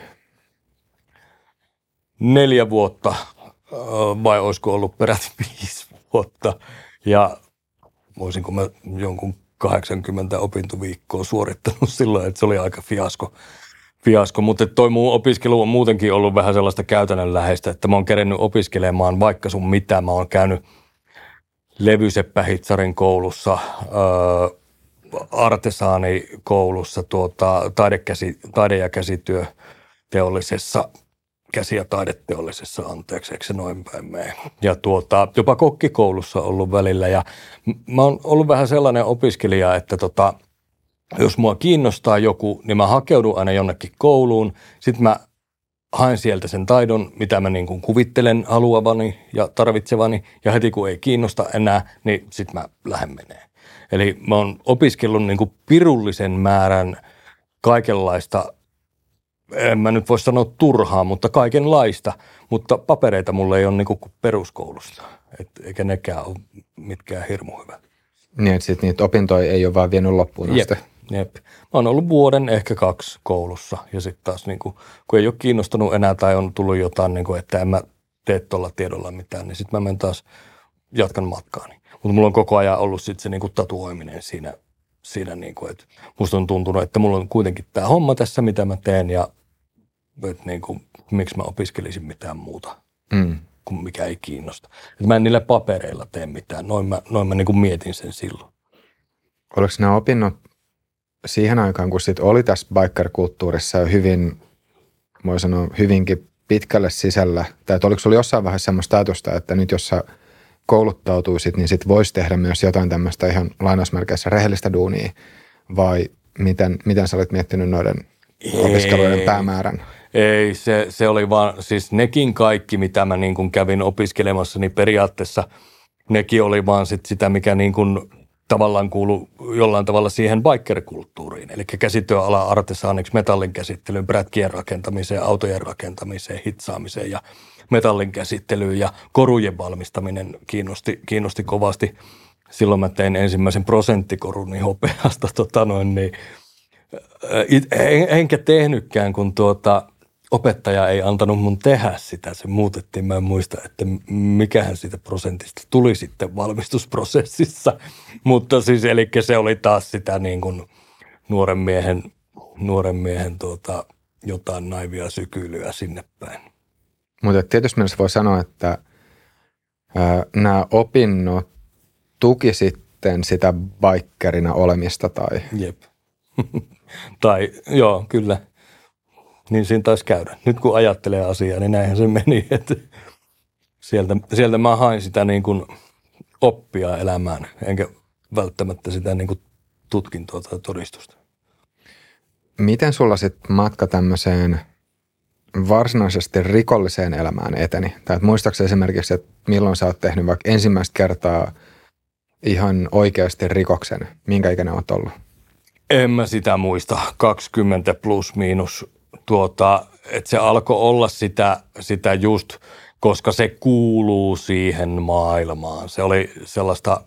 Speaker 1: Neljä vuotta, vai olisiko ollut peräti viisi vuotta. Ja voisinko mä jonkun kahdeksankymmentä opintoviikkoa suorittanut silloin, että se oli aika fiasko. fiasko. Mutta toi mun opiskelu on muutenkin ollut vähän sellaista käytännönläheistä, että mä oon kerennyt opiskelemaan vaikka sun mitä. Mä oon käynyt Levyseppä Hitsarin koulussa, äh, artesaanikoulussa, tuota, taidekäsi, taide- ja käsityöteollisessa, käsi- ja taideteollisessa, anteeksi, eikö se noin päin mene. Ja tuota, jopa kokkikoulussa ollut välillä. Ja mä oon ollut vähän sellainen opiskelija, että tota, jos mua kiinnostaa joku, niin mä hakeudun aina jonnekin kouluun. Sitten mä haen sieltä sen taidon, mitä mä niin kuin kuvittelen haluavani ja tarvitsevani. Ja heti kun ei kiinnosta enää, niin sitten mä lähden menee. Eli mä oon opiskellut niin kuin pirullisen määrän kaikenlaista, en mä nyt voi sanoa turhaa, mutta kaikenlaista, mutta papereita mulle ei ole niin kuin peruskoulusta, et, eikä nekään ole mitkään hirmu hyvä.
Speaker 2: Niin, että sitten niitä opintoja ei ole vaan vienyt loppuun asti.
Speaker 1: Jep, jep. Mä oon ollut vuoden, ehkä kaksi koulussa ja sitten taas niin kuin, kun ei ole kiinnostunut enää tai on tullut jotain, niin kuin, että en mä tee tuolla tiedolla mitään, niin sitten mä menen taas, jatkan matkaani. Mutta mulla on koko ajan ollut sitten se niin kuin tatuoiminen siinä, siinä niin kuin, että musta on tuntunut, että mulla on kuitenkin tämä homma tässä, mitä mä teen ja että niin kuin, miksi mä opiskelisin mitään muuta. Mm. Kun mikä ei kiinnosta. Et mä en niillä papereilla tee mitään. Noin mä, noin mä niin kuin mietin sen silloin.
Speaker 2: Oliko nämä opinnot siihen aikaan, kun sit oli tässä biker-kulttuurissa hyvin, voi sanoa, hyvinkin pitkälle sisällä, tai oliko sulla jossain vaiheessa semmoista ajatusta, että nyt jos sä kouluttautuisit, niin sit voisi tehdä myös jotain tämmöistä ihan lainausmerkeissä rehellistä duunia, vai miten, miten sä olit miettinyt noiden opiskeluiden päämäärän?
Speaker 1: Ei, se, se oli vaan, siis nekin kaikki, mitä mä niin kuin kävin opiskelemassa, niin periaatteessa nekin oli vaan sit sitä, mikä niin kuin tavallaan kuului jollain tavalla siihen biker-kulttuuriin. Eli käsityöala artesaaniksi metallin käsittelyyn, prätkien rakentamiseen, autojen rakentamiseen, hitsaamiseen ja metallin käsittelyyn ja korujen valmistaminen kiinnosti, kiinnosti kovasti. Silloin mä tein ensimmäisen prosenttikorun niin hopeasta, tota noin, niin, en, enkä tehnytkään, kun tuota, opettaja ei antanut mun tehdä sitä. Se muutettiin, mä en muista, että mikähän siitä prosentista tuli sitten valmistusprosessissa. Mutta siis, eli se oli taas sitä niin kuin nuoren miehen, nuoren miehen tuota, jotain naivia sykyilyä sinne päin.
Speaker 2: Mutta tietysti mielessä voi sanoa, että ää, nämä opinnot tuki sitten sitä bikerina olemista tai...
Speaker 1: Jep. tai joo, kyllä. Niin siinä taisi käydä. Nyt kun ajattelee asiaa, niin näinhän se meni, että sieltä, sieltä mä hain sitä niin kuin oppia elämään, enkä välttämättä sitä niin kuin tutkintoa tai todistusta.
Speaker 2: Miten sulla sitten matka tämmöiseen varsinaisesti rikolliseen elämään eteni? Tai muistaakseni esimerkiksi, että milloin sä oot tehnyt vaikka ensimmäistä kertaa ihan oikeasti rikoksen? Minkä ikäinen oot ollut?
Speaker 1: En mä sitä muista. kaksikymmentä plus miinus. Tuota, että se alkoi olla sitä, sitä just, koska se kuuluu siihen maailmaan. Se oli sellaista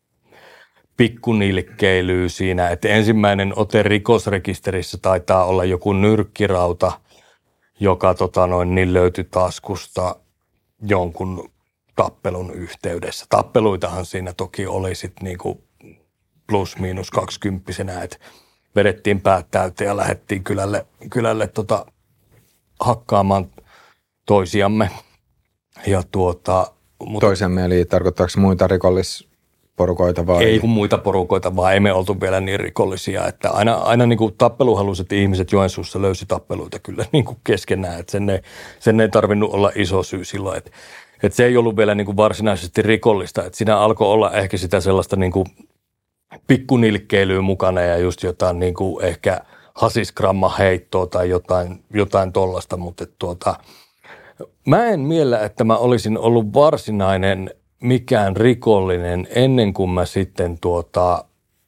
Speaker 1: pikkunilkkeilyä siinä, että ensimmäinen ote rikosrekisterissä taitaa olla joku nyrkkirauta, joka tota noin, niin löytyi taskusta jonkun tappelun yhteydessä. Tappeluitahan siinä toki oli sitten niinku plus miinus kaksikymppisenä, että vedettiin päät täyteen ja lähdettiin kylälle, kylälle tota, hakkaamaan toisiamme. Ja tuota,
Speaker 2: mutta toisiamme eli tarkoittaako muita rikollisporukoita vai?
Speaker 1: Ei kun muita porukoita, vaan ei me oltu vielä niin rikollisia. Että aina aina niin kuin tappeluhaluiset ihmiset Joensuussa löysi tappeluita kyllä niin kuin keskenään. Että sen, ei, sen ei tarvinnut olla iso syy silloin. Että, että se ei ollut vielä niin kuin varsinaisesti rikollista. Että siinä alkoi olla ehkä sitä sellaista niin kuin pikkunilkkeilyä mukana ja just jotain niin kuin ehkä hasisgramma heittoa tai jotain, jotain tollasta, mutta tuota, mä en miellä, että mä olisin ollut varsinainen mikään rikollinen ennen kuin mä sitten tuota,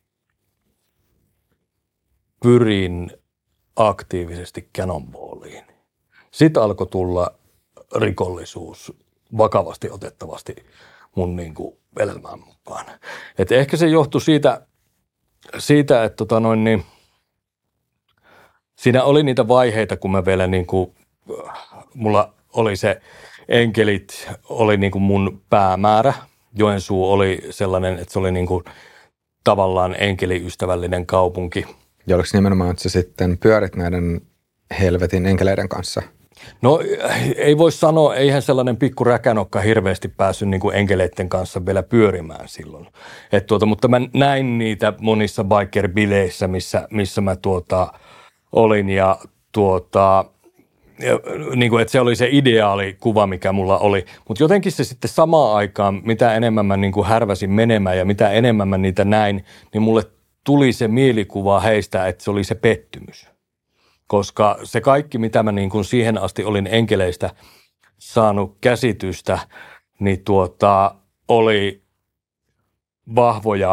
Speaker 1: pyrin aktiivisesti cannonballiin. Sitten alkoi tulla rikollisuus vakavasti otettavasti mun niin kuin elämään mukaan. Et ehkä se johtui siitä, siitä että tota noin, niin, siinä oli niitä vaiheita, kun mä vielä niin kuin, mulla oli se enkelit, oli niin kuin mun päämäärä. Joensuu oli sellainen, että se oli niin kuin tavallaan enkeliystävällinen kaupunki.
Speaker 2: Ja oliko nimenomaan, että sä sitten pyörit näiden helvetin enkeleiden kanssa?
Speaker 1: No ei voi sanoa, eihän sellainen pikku räkänokka hirveästi päässyt niin kuin enkeleiden kanssa vielä pyörimään silloin. Et tuota, mutta mä näin niitä monissa biker-bileissä, missä, missä mä tuota, olin ja tuota, ja, niin kuin, että se oli se ideaali kuva, mikä mulla oli. Mutta jotenkin se sitten samaan aikaan, mitä enemmän mä niin kuin härväsin menemään ja mitä enemmän mä niitä näin, niin mulle tuli se mielikuva heistä, että se oli se pettymys. Koska se kaikki, mitä mä niin kuin siihen asti olin enkeleistä saanut käsitystä, niin tuota, oli vahvoja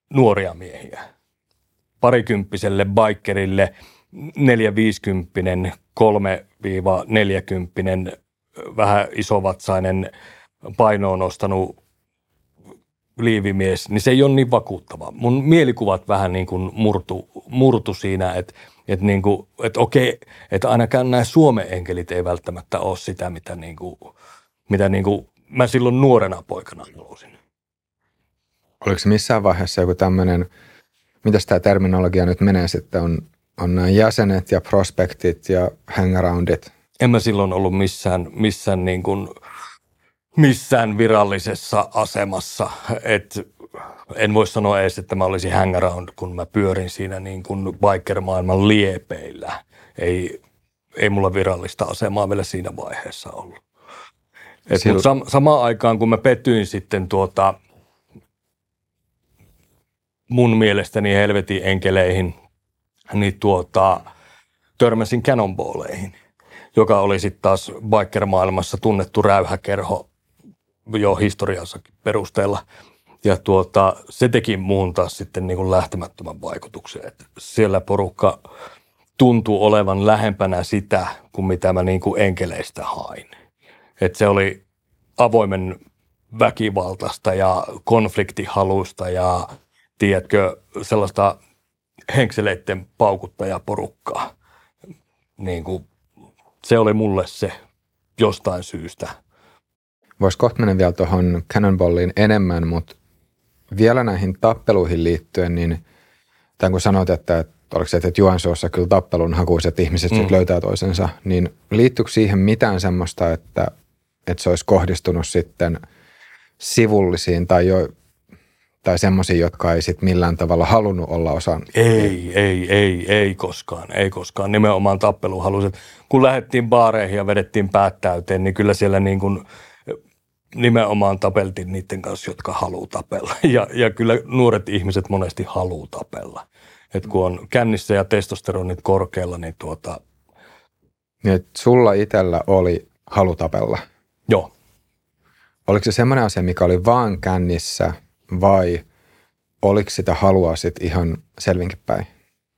Speaker 1: nuoria miehiä. Parikymppiselle bikerille neljä-viisikymppinen, kolme-neljäkymppinen, vähän isovatsainen, painoon nostanut liivimies, niin se ei ole niin vakuuttava. Mun mielikuvat vähän niin kuin murtu, murtu siinä, että että niin kuin, että okei, että ainakaan nämä Suomen enkelit ei välttämättä ole sitä, mitä, niin kuin, mitä niin kuin mä silloin nuorena poikana halusin.
Speaker 2: Oliko missään vaiheessa joku tämmöinen, mitäs tämä terminologia nyt menee sitten, on, on nämä jäsenet ja prospektit ja hangaroundit?
Speaker 1: En mä silloin ollut missään, missään, niin kuin, missään virallisessa asemassa, että en voi sanoa edes, että mä olisin hangaround, kun mä pyörin siinä niin kuin biker-maailman liepeillä. Ei, ei mulla virallista asemaa vielä siinä vaiheessa ollut. Et Sil- sam- samaan aikaan, kun mä petyin sitten tuota mun mielestäni helvetin enkeleihin, niin tuota, törmäsin Cannonballeihin, joka oli sitten taas biker-maailmassa tunnettu räyhäkerho jo historiansakin perusteella. Ja tuota, se teki muun taas sitten niin kuin lähtemättömän vaikutuksen. Että siellä porukka tuntui olevan lähempänä sitä, kuin mitä mä niin kuin enkeleistä hain. Että se oli avoimen väkivaltaista ja konfliktihalusta ja tiedätkö, sellaista henkseleiden paukuttajaporukkaa. Niin kuin, se oli mulle se jostain syystä.
Speaker 2: Voisi kohta mennä vielä tuohon Cannonballiin enemmän, mutta vielä näihin tappeluihin liittyen, niin tämän kun sanoit, että, että oliko se, että Joensuussa kyllä tappelun hakuiset ihmiset mm. löytää toisensa, niin liittyykö siihen mitään semmoista, että, että se olisi kohdistunut sitten sivullisiin tai, jo, tai semmoisiin, jotka ei sitten millään tavalla halunnut olla osa?
Speaker 1: Ei, ei, ei, ei koskaan, ei koskaan. Nimenomaan tappeluhaluiset. Kun lähdettiin baareihin ja vedettiin päät täyteen, niin kyllä siellä niin kuin nimenomaan tapeltiin niiden kanssa, jotka haluaa tapella. Ja, ja kyllä nuoret ihmiset monesti haluaa tapella. Et kun on kännissä ja testosteronit korkealla, niin tuota...
Speaker 2: Niin, että sulla itsellä oli halu tapella?
Speaker 1: Joo.
Speaker 2: Oliko se semmoinen asia, mikä oli vaan kännissä vai oliko sitä halua sitten ihan selvinkin päin?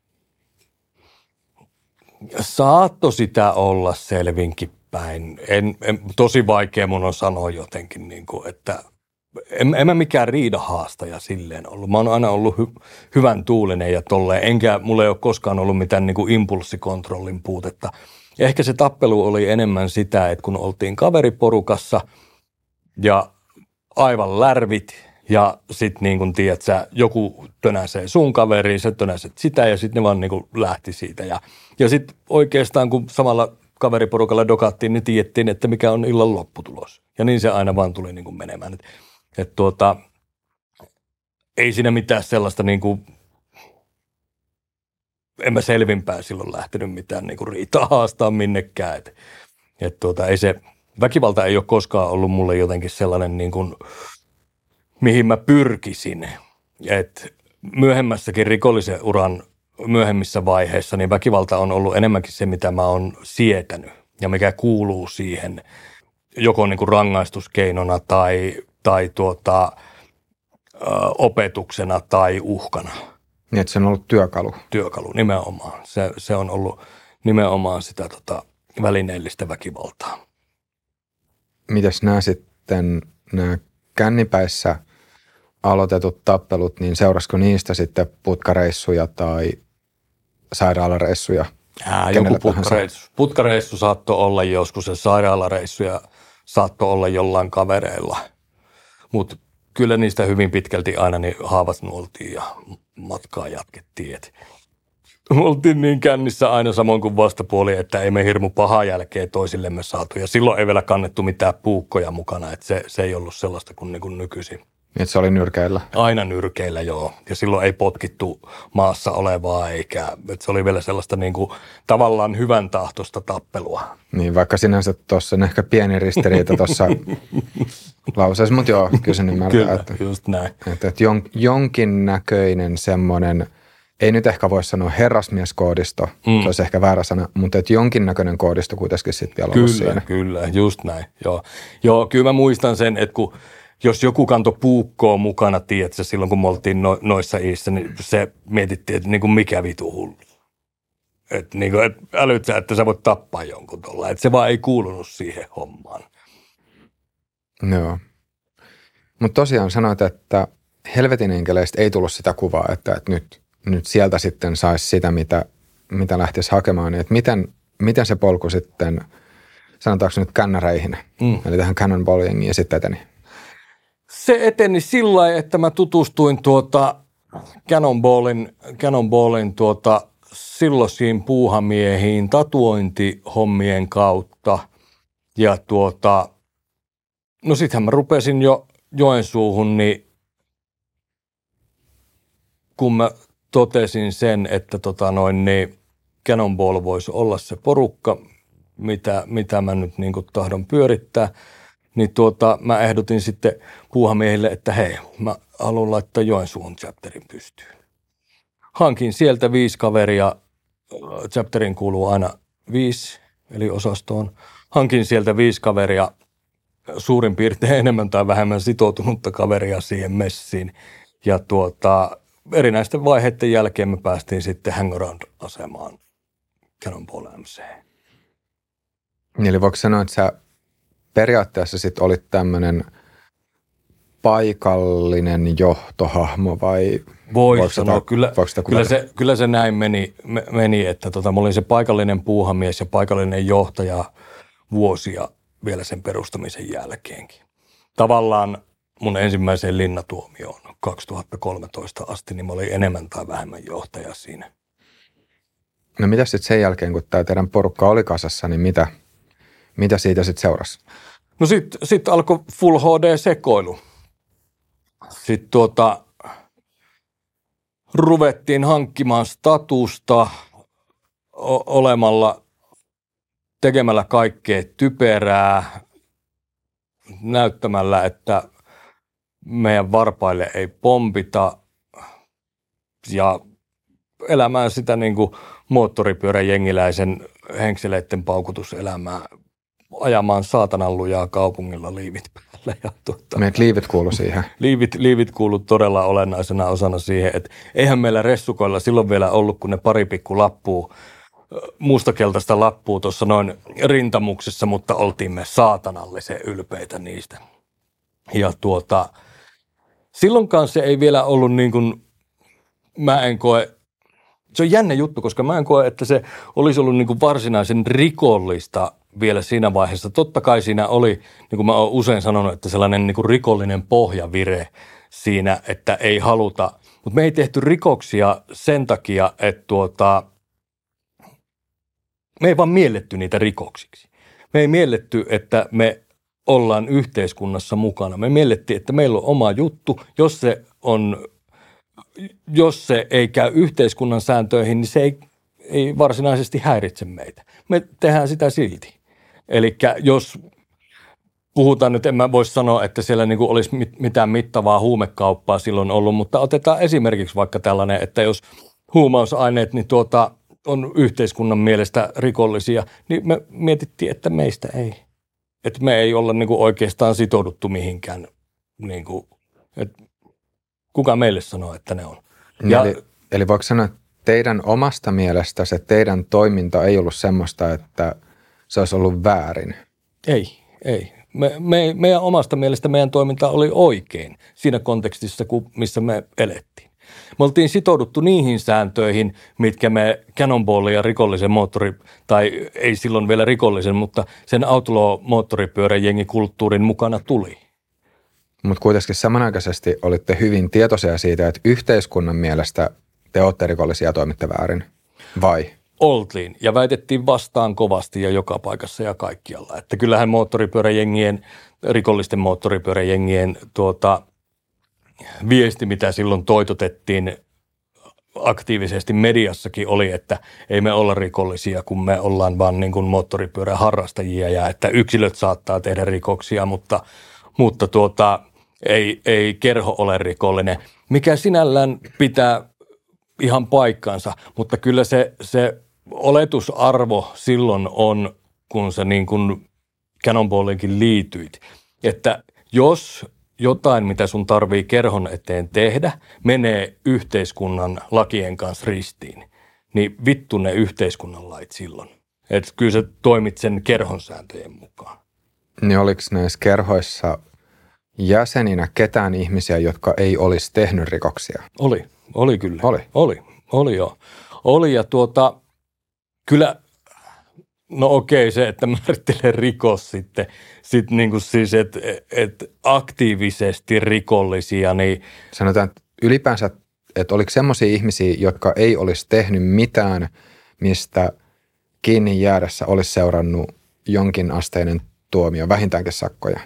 Speaker 1: Saatto sitä olla selvinkin päin. En, en, tosi vaikea mun on sanoa jotenkin, niin kuin, että en, en mä mikään riidahaastaja silleen ollut. Mä oon aina ollut hy, hyvän tuulinen ja tolleen, enkä mulla ei ole koskaan ollut mitään niin kuin impulssikontrollin puutetta. Ja ehkä se tappelu oli enemmän sitä, että kun oltiin kaveriporukassa ja aivan lärvit ja sitten niin kuin tiedät sä, joku tönäsee sun kaveriin, sä tönäset sitä ja sitten ne vaan niin kuin lähti siitä. Ja, ja sitten oikeastaan kun samalla kaveriporukalla dokattiin, niin tiedettiin, että mikä on illan lopputulos. Ja niin se aina vaan tuli niin kuin menemään. Et, et tuota, ei siinä mitään sellaista, niin kuin, en mä selvinpäin silloin lähtenyt mitään niin kuin riitaa haastaa minnekään. Et, et tuota, ei se, väkivalta ei ole koskaan ollut mulle jotenkin sellainen, niin kuin, mihin mä pyrkisin. Et myöhemmässäkin rikollisen uran myöhemmissä vaiheissa, niin väkivalta on ollut enemmänkin se, mitä mä oon sietänyt ja mikä kuuluu siihen joko niin kuin rangaistuskeinona tai, tai tuota, ö, opetuksena tai uhkana.
Speaker 2: Niin, että se on ollut työkalu.
Speaker 1: Työkalu, nimenomaan. Se, se on ollut nimenomaan sitä tota, välineellistä väkivaltaa.
Speaker 2: Mitäs nämä sitten, nämä kännipäissä aloitetut tappelut, niin seurasko niistä sitten putkareissuja tai sairaalareissuja?
Speaker 1: Ää, joku putkareissu. Putkareissu saattoi olla joskus ja sairaalareissuja saattoi olla jollain kavereilla. Mutta kyllä niistä hyvin pitkälti aina niin haavat nuoltiin ja matkaa jatkettiin. Et oltiin niin kännissä aina samoin kuin vastapuoli, että ei me hirmu pahaa jälkeä toisillemme saatu. Ja silloin ei vielä kannettu mitään puukkoja mukana, että se, se ei ollut sellaista kuin, niin kuin nykyisin.
Speaker 2: Että se oli nyrkeillä?
Speaker 1: Aina nyrkeillä, joo. Ja silloin ei potkittu maassa olevaa, eikä, että se oli vielä sellaista niin kuin, tavallaan hyvän tahtoista tappelua.
Speaker 2: Niin, vaikka sinänsä tuossa on ehkä pieni ristiriita tuossa lauseessa, mutta joo, kyllä sen ymmärtää.
Speaker 1: Kyllä,
Speaker 2: että,
Speaker 1: just näin.
Speaker 2: Että, että jon, jonkinnäköinen semmoinen, ei nyt ehkä voi sanoa herrasmieskoodisto, mm. se olisi ehkä väärä sana, mutta että jonkinnäköinen koodisto kuitenkin sitten vielä ollut
Speaker 1: Kyllä,
Speaker 2: siinä.
Speaker 1: kyllä, just näin, joo. Joo, kyllä mä muistan sen, että kun jos joku kanto puukkoa mukana, tiedätkö, silloin kun me oltiin no, noissa iissä, niin se mietittiin, että niin kuin mikä vitu hullu. Että niin et älyt sä, että sä voit tappaa jonkun tuolla. Että se vaan ei kuulunut siihen hommaan.
Speaker 2: Joo. Mutta tosiaan sanoit, että helvetin enkeleistä ei tullut sitä kuvaa, että, että nyt, nyt sieltä sitten saisi sitä, mitä, mitä lähtisi hakemaan. Että miten, miten se polku sitten, sanotaanko nyt kännäreihin, mm. eli tähän Cannonball-jengiin ja sitten eteni?
Speaker 1: Se eteni sillä lailla, että mä tutustuin tuota Cannonballin, Cannonballin tuota silloisiin puuhamiehiin tatuointihommien kautta. Ja tuota, no sittenhän mä rupesin jo Joensuuhun, niin kun mä totesin sen, että tota noin, niin Cannonball voisi olla se porukka, mitä, mitä mä nyt niin kuin tahdon pyörittää, niin tuota, mä ehdotin sitten puuhamiehille, että hei, mä haluan laittaa Joensuun chapterin pystyyn. Hankin sieltä viisi kaveria, chapterin kuuluu aina viisi, eli osastoon. Hankin sieltä viisi kaveria, suurin piirtein enemmän tai vähemmän sitoutunutta kaveria siihen messiin. Ja tuota, erinäisten vaiheiden jälkeen me päästiin sitten hangaround-asemaan Cannonball M C.
Speaker 2: Eli voiko sanoa, että sä periaatteessa sitten olit tämmöinen paikallinen johtohahmo vai?
Speaker 1: Voi sanoa, kyllä, kyllä, se, kyllä se näin meni, meni että tota, mä olin se paikallinen puuhamies ja paikallinen johtaja vuosia vielä sen perustamisen jälkeenkin. Tavallaan mun ensimmäiseen linnatuomioon kaksituhattakolmetoista asti, niin mä olin enemmän tai vähemmän johtaja siinä.
Speaker 2: No mitä sitten sen jälkeen, kun tämä teidän porukka oli kasassa, niin mitä, mitä siitä sitten seurasi?
Speaker 1: No sitten sit alkoi Full H D-sekoilu. Sitten tuota, ruvettiin hankkimaan statusta o- olemalla, tekemällä kaikkea typerää, näyttämällä, että meidän varpaille ei pompita ja elämään sitä niin kuin moottoripyöräjengiläisen henkseleiden paukutuselämää, ajamaan saatanan lujaa kaupungilla liivit päällä. Ja tuota,
Speaker 2: meidät liivit kuului siihen.
Speaker 1: Liivit, liivit kuului todella olennaisena osana siihen, että eihän meillä ressukoilla silloin vielä ollut, kun ne pari pikku lappuu, mustakeltaista lappuu tuossa noin rintamuksessa, mutta oltiin me saatanallisen ylpeitä niistä. Ja tuota, silloinkaan se ei vielä ollut niin kuin, mä en koe, se on jännä juttu, koska mä en koe, että se olisi ollut niin kuin varsinaisen rikollista vielä siinä vaiheessa. Totta kai siinä oli, niin kuin mä oon usein sanonut, että sellainen niin kuin rikollinen pohjavire siinä, että ei haluta. Mutta me ei tehty rikoksia sen takia, että tuota, me ei vaan mielletty niitä rikoksiksi. Me ei mielletty, että me ollaan yhteiskunnassa mukana. Me miellettiin, että meillä on oma juttu. Jos se, on, jos se ei käy yhteiskunnan sääntöihin, niin se ei, ei varsinaisesti häiritse meitä. Me tehdään sitä silti. Eli jos puhutaan nyt, en mä voi sanoa, että siellä niinku olisi mitään mittavaa huumekauppaa silloin ollut, mutta otetaan esimerkiksi vaikka tällainen, että jos huumausaineet niin tuota, on yhteiskunnan mielestä rikollisia, niin me mietittiin, että meistä ei. Että me ei olla niinku oikeastaan sitouduttu mihinkään. Niinku, että kuka meille sanoo, että ne on. Ja,
Speaker 2: eli, eli voiko sanoa, että teidän omasta mielestä se teidän toiminta ei ollut semmoista, että se olisi ollut väärin?
Speaker 1: Ei, ei. Me, me, meidän omasta mielestä meidän toiminta oli oikein siinä kontekstissa, missä me elettiin. Me oltiin sitouduttu niihin sääntöihin, mitkä me Cannonballin ja rikollisen moottori, tai ei silloin vielä rikollisen, mutta sen outlaw-moottoripyöräjengikulttuurin mukana tuli.
Speaker 2: Mutta kuitenkin samanaikaisesti olitte hyvin tietoisia siitä, että yhteiskunnan mielestä te olette rikollisia ja toimitte väärin, vai?
Speaker 1: Oltiin ja väitettiin vastaan kovasti ja joka paikassa ja kaikkialla. Että kyllähän moottoripyöräjengien, rikollisten moottoripyöräjengien tuota, viesti, mitä silloin toitotettiin aktiivisesti mediassakin oli, että ei me olla rikollisia, kun me ollaan vaan niin kuin moottoripyöräharrastajia ja että yksilöt saattaa tehdä rikoksia, mutta, mutta tuota, ei, ei kerho ole rikollinen, mikä sinällään pitää ihan paikkansa, mutta kyllä se, se oletusarvo silloin on, kun sä niin kuin Cannonballinkin liityit, että jos jotain, mitä sun tarvii kerhon eteen tehdä, menee yhteiskunnan lakien kanssa ristiin, niin vittu ne yhteiskunnan lait silloin. Että kyllä sä toimit sen kerhon sääntöjen mukaan.
Speaker 2: Niin oliko näissä kerhoissa jäseninä ketään ihmisiä, jotka ei olisi tehnyt rikoksia?
Speaker 1: Oli, oli kyllä.
Speaker 2: Oli?
Speaker 1: Oli, oli joo. Oli ja tuota, kyllä, no okei se, että määrittelee rikos sitten, sit niin kuin siis, että et aktiivisesti rikollisia, niin.
Speaker 2: Sanotaan, että ylipäänsä, että oliko semmoisia ihmisiä, jotka ei olisi tehnyt mitään, mistä kiinni jäädessä olisi seurannut jonkinasteinen tuomio, vähintäänkin sakkoja?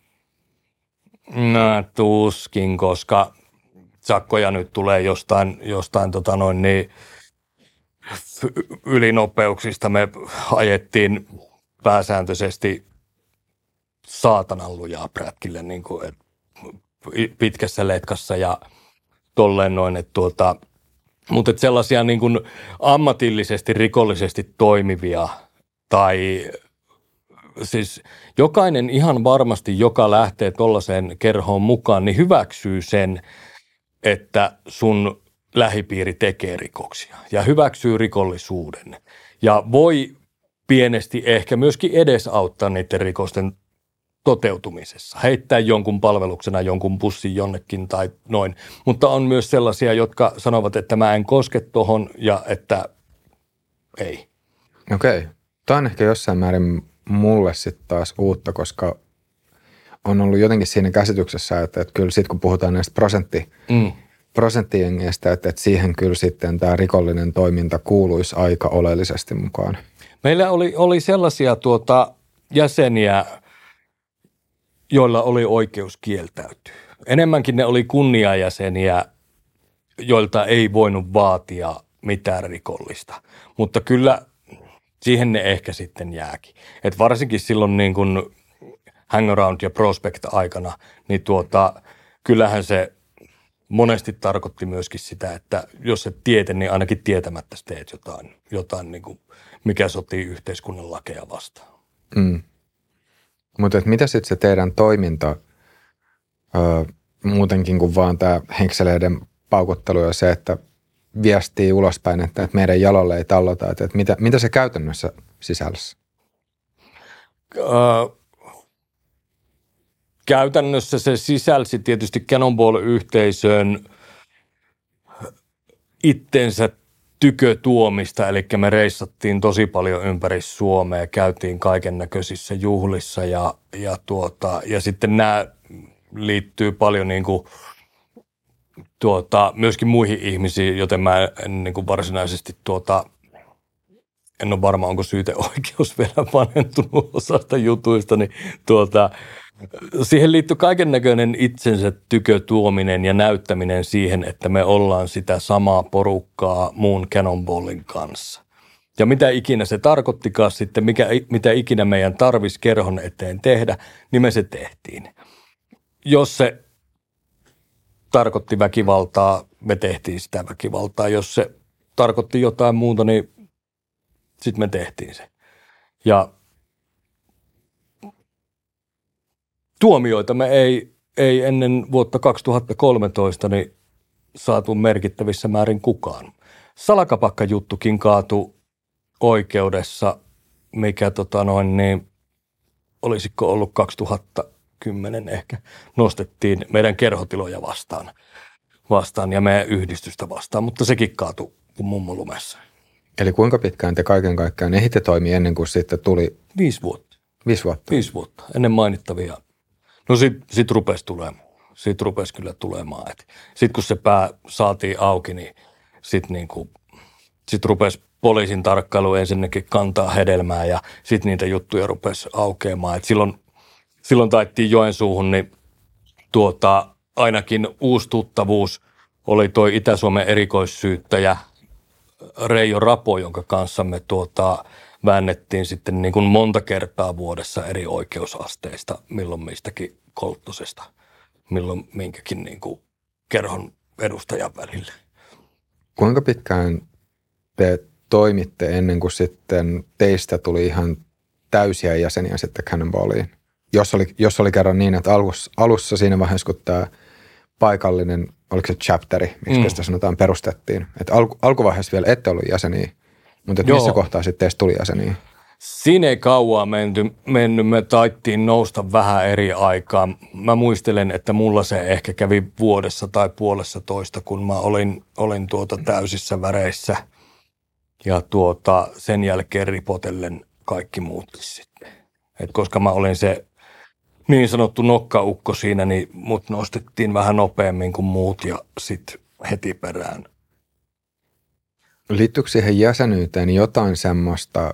Speaker 1: No tuskin, koska sakkoja nyt tulee jostain, jostain tota noin niin ylinopeuksista. Me ajettiin pääsääntöisesti saatanan lujaa prätkille niin kuin, et, pitkässä letkassa ja tolleen noin, että tuota, mutta et sellaisia niin kuin ammatillisesti, rikollisesti toimivia tai siis jokainen ihan varmasti, joka lähtee tollaiseen kerhoon mukaan, niin hyväksyy sen, että sun lähipiiri tekee rikoksia ja hyväksyy rikollisuuden ja voi pienesti ehkä myöskin edesauttaa niiden rikosten toteutumisessa, heittää jonkun palveluksena jonkun bussin jonnekin tai noin, mutta on myös sellaisia, jotka sanovat, että mä en koske tohon ja että ei.
Speaker 2: Okei. Tämä on ehkä jossain määrin mulle sitten taas uutta, koska on ollut jotenkin siinä käsityksessä, että, että kyllä sitten kun puhutaan näistä prosentti, mm. prosenttijengeistä, että, että siihen kyllä sitten tämä rikollinen toiminta kuuluisi aika oleellisesti mukaan.
Speaker 1: Meillä oli, oli sellaisia tuota, jäseniä, joilla oli oikeus kieltäytyä. Enemmänkin ne oli kunniajäseniä, joilta ei voinut vaatia mitään rikollista, mutta kyllä siihen ne ehkä sitten jääkin. Et varsinkin silloin niin kuin hangaround ja prospect aikana, niin tuota, kyllähän se monesti tarkoitti myöskin sitä, että jos et tiedä, niin ainakin tietämättä teet jotain, jotain niin kuin, mikä sotii yhteiskunnan lakeja vastaan.
Speaker 2: Mm. Mutta mitä sitten se teidän toiminta öö, muutenkin kuin vaan tämä henkseleiden paukuttelu ja se, että viestii ulospäin, että, että meidän jalolle ei tallota, että, että mitä, mitä se käytännössä sisällössä?
Speaker 1: Öö, käytännössä se sisälsi tietysti Cannonball-yhteisöön itsensä tykötuomista, eli me reissattiin tosi paljon ympäri Suomea, käytiin kaiken näköisissä juhlissa ja, ja, tuota, ja sitten nämä liittyy paljon niin kuin, tuota, myöskin muihin ihmisiin, joten mä en niin kuin varsinaisesti tuota, en ole varma, onko syyteoikeus vielä vanhentunut osasta jutuista, niin tuota, siihen liittyy kaiken näköinen itsensä tykötuominen ja näyttäminen siihen, että me ollaan sitä samaa porukkaa muun Cannonballin kanssa. Ja mitä ikinä se tarkoittikaan sitten, mikä, mitä ikinä meidän tarvisi kerhon eteen tehdä, niin me se tehtiin. Jos se tarkoitti väkivaltaa, me tehtiin sitä väkivaltaa. Jos se tarkoitti jotain muuta, niin sitten me tehtiin se. Ja tuomioita me ei, ei ennen vuotta kaksituhattakolmetoista niin saatu merkittävissä määrin kukaan. Salakapakkajuttukin kaatui oikeudessa, mikä tota noin niin, olisiko ollut kaksituhattakymmenen ehkä, nostettiin meidän kerhotiloja vastaan, vastaan ja meidän yhdistystä vastaan, mutta sekin kaatui kuin mummo lumessa.
Speaker 2: Eli kuinka pitkään te kaiken kaikkiaan ehditte toimia ennen kuin sitten tuli?
Speaker 1: Viisi vuotta.
Speaker 2: Viisi vuotta?
Speaker 1: Viisi vuotta, ennen mainittavia. No sit, sit rupesi tulemaan. Sit rupesi kyllä tulemaan. Sitten kun se pää saatiin auki, niin sit niinku, sit rupesi poliisin tarkkailu ensinnäkin kantaa hedelmää ja sit niitä juttuja rupesi aukeamaan. Et silloin, silloin taittiin Joensuuhun, niin tuota, ainakin uusi tuttavuus oli toi Itä-Suomen erikoissyyttäjä Reijo Rapo, jonka kanssa me tuota, väännettiin sitten niin kuin monta kertaa vuodessa eri oikeusasteista, milloin mistäkin kolttosesta, milloin minkäkin niin kuin kerhon edustajan välille.
Speaker 2: Kuinka pitkään te toimitte ennen kuin sitten teistä tuli ihan täysiä jäseniä sitten Cannonballiin? jos oli, jos oli kerran niin, että alussa, alussa siinä vaiheessa, kun tämä paikallinen, oliko se chapteri, miksi mm. sitä sanotaan, perustettiin. Että alku, alkuvaiheessa vielä ette ollut jäseniä, mutta että missä kohtaa sitten teistä tuli jäseniä?
Speaker 1: Siinä ei kauan menty, mennyt, me taittiin nousta vähän eri aikaa. Mä muistelen, että mulla se ehkä kävi vuodessa tai puolessa toista, kun mä olin, olin tuota täysissä väreissä. Ja tuota, sen jälkeen ripotellen kaikki muutti sitten. Et koska mä olin se niin sanottu nokkaukko siinä, niin mut nostettiin vähän nopeammin kuin muut ja sitten heti perään.
Speaker 2: Liittyykö siihen jäsenyyteen jotain semmoista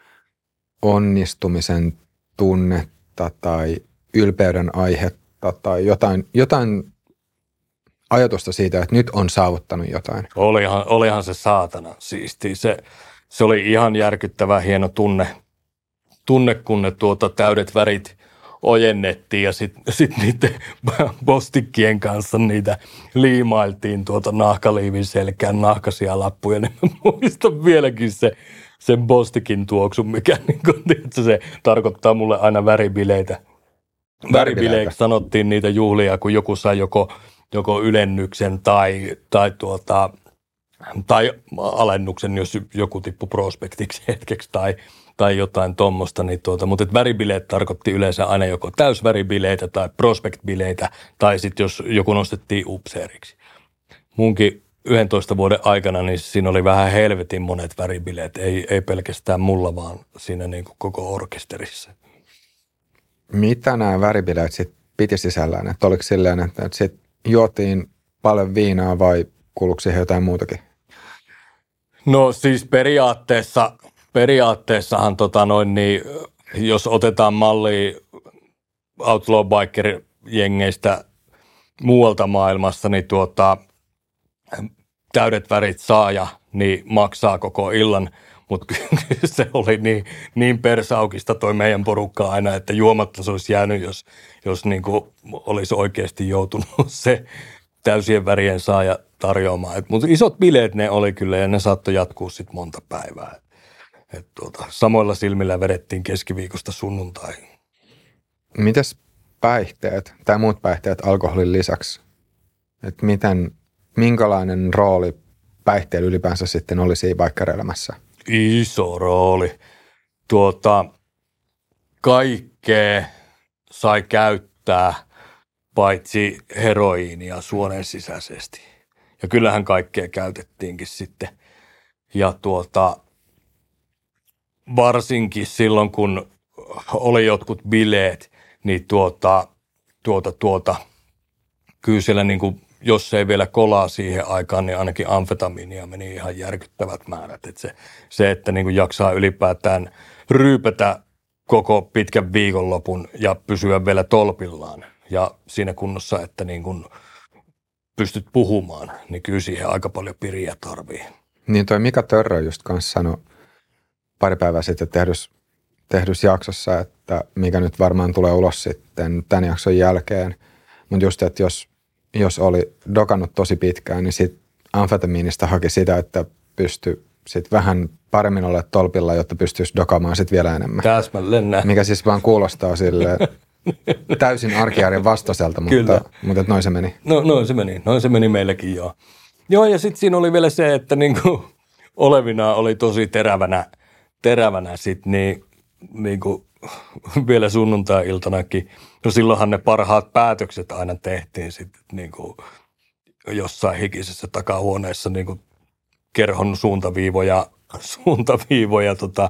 Speaker 2: onnistumisen tunnetta tai ylpeyden aihetta tai jotain, jotain ajatusta siitä, että nyt on saavuttanut jotain?
Speaker 1: Olihan, olihan se saatana siisti. Se, se oli ihan järkyttävä hieno tunne, tunne kun ne tuota täydet värit ojennettiin ja sitten sit niiden postikkien kanssa niitä liimailtiin tuota nahkaliivin selkään nahkaisia lappuja. Niin mä muistan vieläkin se, sen postikin tuoksun, mikä niin kun, tiedätkö, se tarkoittaa mulle aina väribileitä. Väribileiksi sanottiin niitä juhlia, kun joku sai joko, joko ylennyksen tai, tai, tuota, tai alennuksen, jos joku tippui prospektiksi hetkeksi tai tai jotain tuommoista, niin tuota, mutta väribileet tarkoitti yleensä aina joko täysväribileitä tai prospect-bileitä, tai sitten jos joku nostettiin upseeriksi. Munkin yhdentoista vuoden aikana, niin siinä oli vähän helvetin monet väribileet, ei, ei pelkästään mulla, vaan siinä niin kuin koko orkesterissa.
Speaker 2: Mitä nämä väribileet sitten piti sisällään? Että oliko silleen, että sitten juotiin paljon viinaa vai kuuluuko siihen jotain muutakin?
Speaker 1: No siis periaatteessa... Periaatteessahan, tota noin, niin, jos otetaan mallia outlaw biker-jengeistä muualta maailmasta, niin tuota, täydet värit saaja niin maksaa koko illan, mutta se oli niin, niin persaukista toi meidän porukka aina, että juomatta se olisi jäänyt, jos, jos niin kuin olisi oikeasti joutunut se täysien värien saaja tarjoamaan. Mutta isot bileet ne oli kyllä ja ne saattoi jatkuu sitten monta päivää. Et tuota, samoilla silmillä vedettiin keskiviikosta sunnuntaihin.
Speaker 2: Mitäs päihteet tai muut päihteet alkoholin lisäksi? Et miten, minkälainen rooli päihteellä ylipäänsä sitten oli siinä biker-elämässä?
Speaker 1: Iso rooli. Tuota, kaikkea sai käyttää paitsi heroiinia suonen sisäisesti. Ja kyllähän kaikkea käytettiinkin sitten. Ja tuota... Varsinkin silloin, kun oli jotkut bileet, niin tuota, tuota, tuota, kyllä siellä niin kuin, jos ei vielä kolaa siihen aikaan, niin ainakin amfetamiinia meni ihan järkyttävät määrät. Että se, se, että niin kuin jaksaa ylipäätään ryypätä koko pitkän viikonlopun ja pysyä vielä tolpillaan ja siinä kunnossa, että niin kuin pystyt puhumaan, niin kyllä siihen aika paljon piriä tarvii.
Speaker 2: Niin toi Mika Törrö just kanssa sanoi pari päivää sitten tehdys, tehdys jaksossa, että mikä nyt varmaan tulee ulos sitten tämän jakson jälkeen. Mutta just, että jos, jos oli dokannut tosi pitkään, niin sitten amfetamiinista haki sitä, että pystyi sitten vähän paremmin olla tolpilla, jotta pystyisi dokamaan sitten vielä enemmän.
Speaker 1: Täsmälleen näin.
Speaker 2: Mikä siis vaan kuulostaa sille täysin arkiarjen vastaiselta, mutta, mutta noin se meni.
Speaker 1: No noin se meni, noin se meni meilläkin joo. Joo ja sitten siinä oli vielä se, että niinku olevinaan oli tosi terävänä, terävänä sitten niin, niinku vielä sunnuntai-iltanakin. No silloinhan ne parhaat päätökset aina tehtiin sitten niinku jossain hikisessä takahuoneessa niinku kerhon suuntaviivoja, suuntaviivoja tota,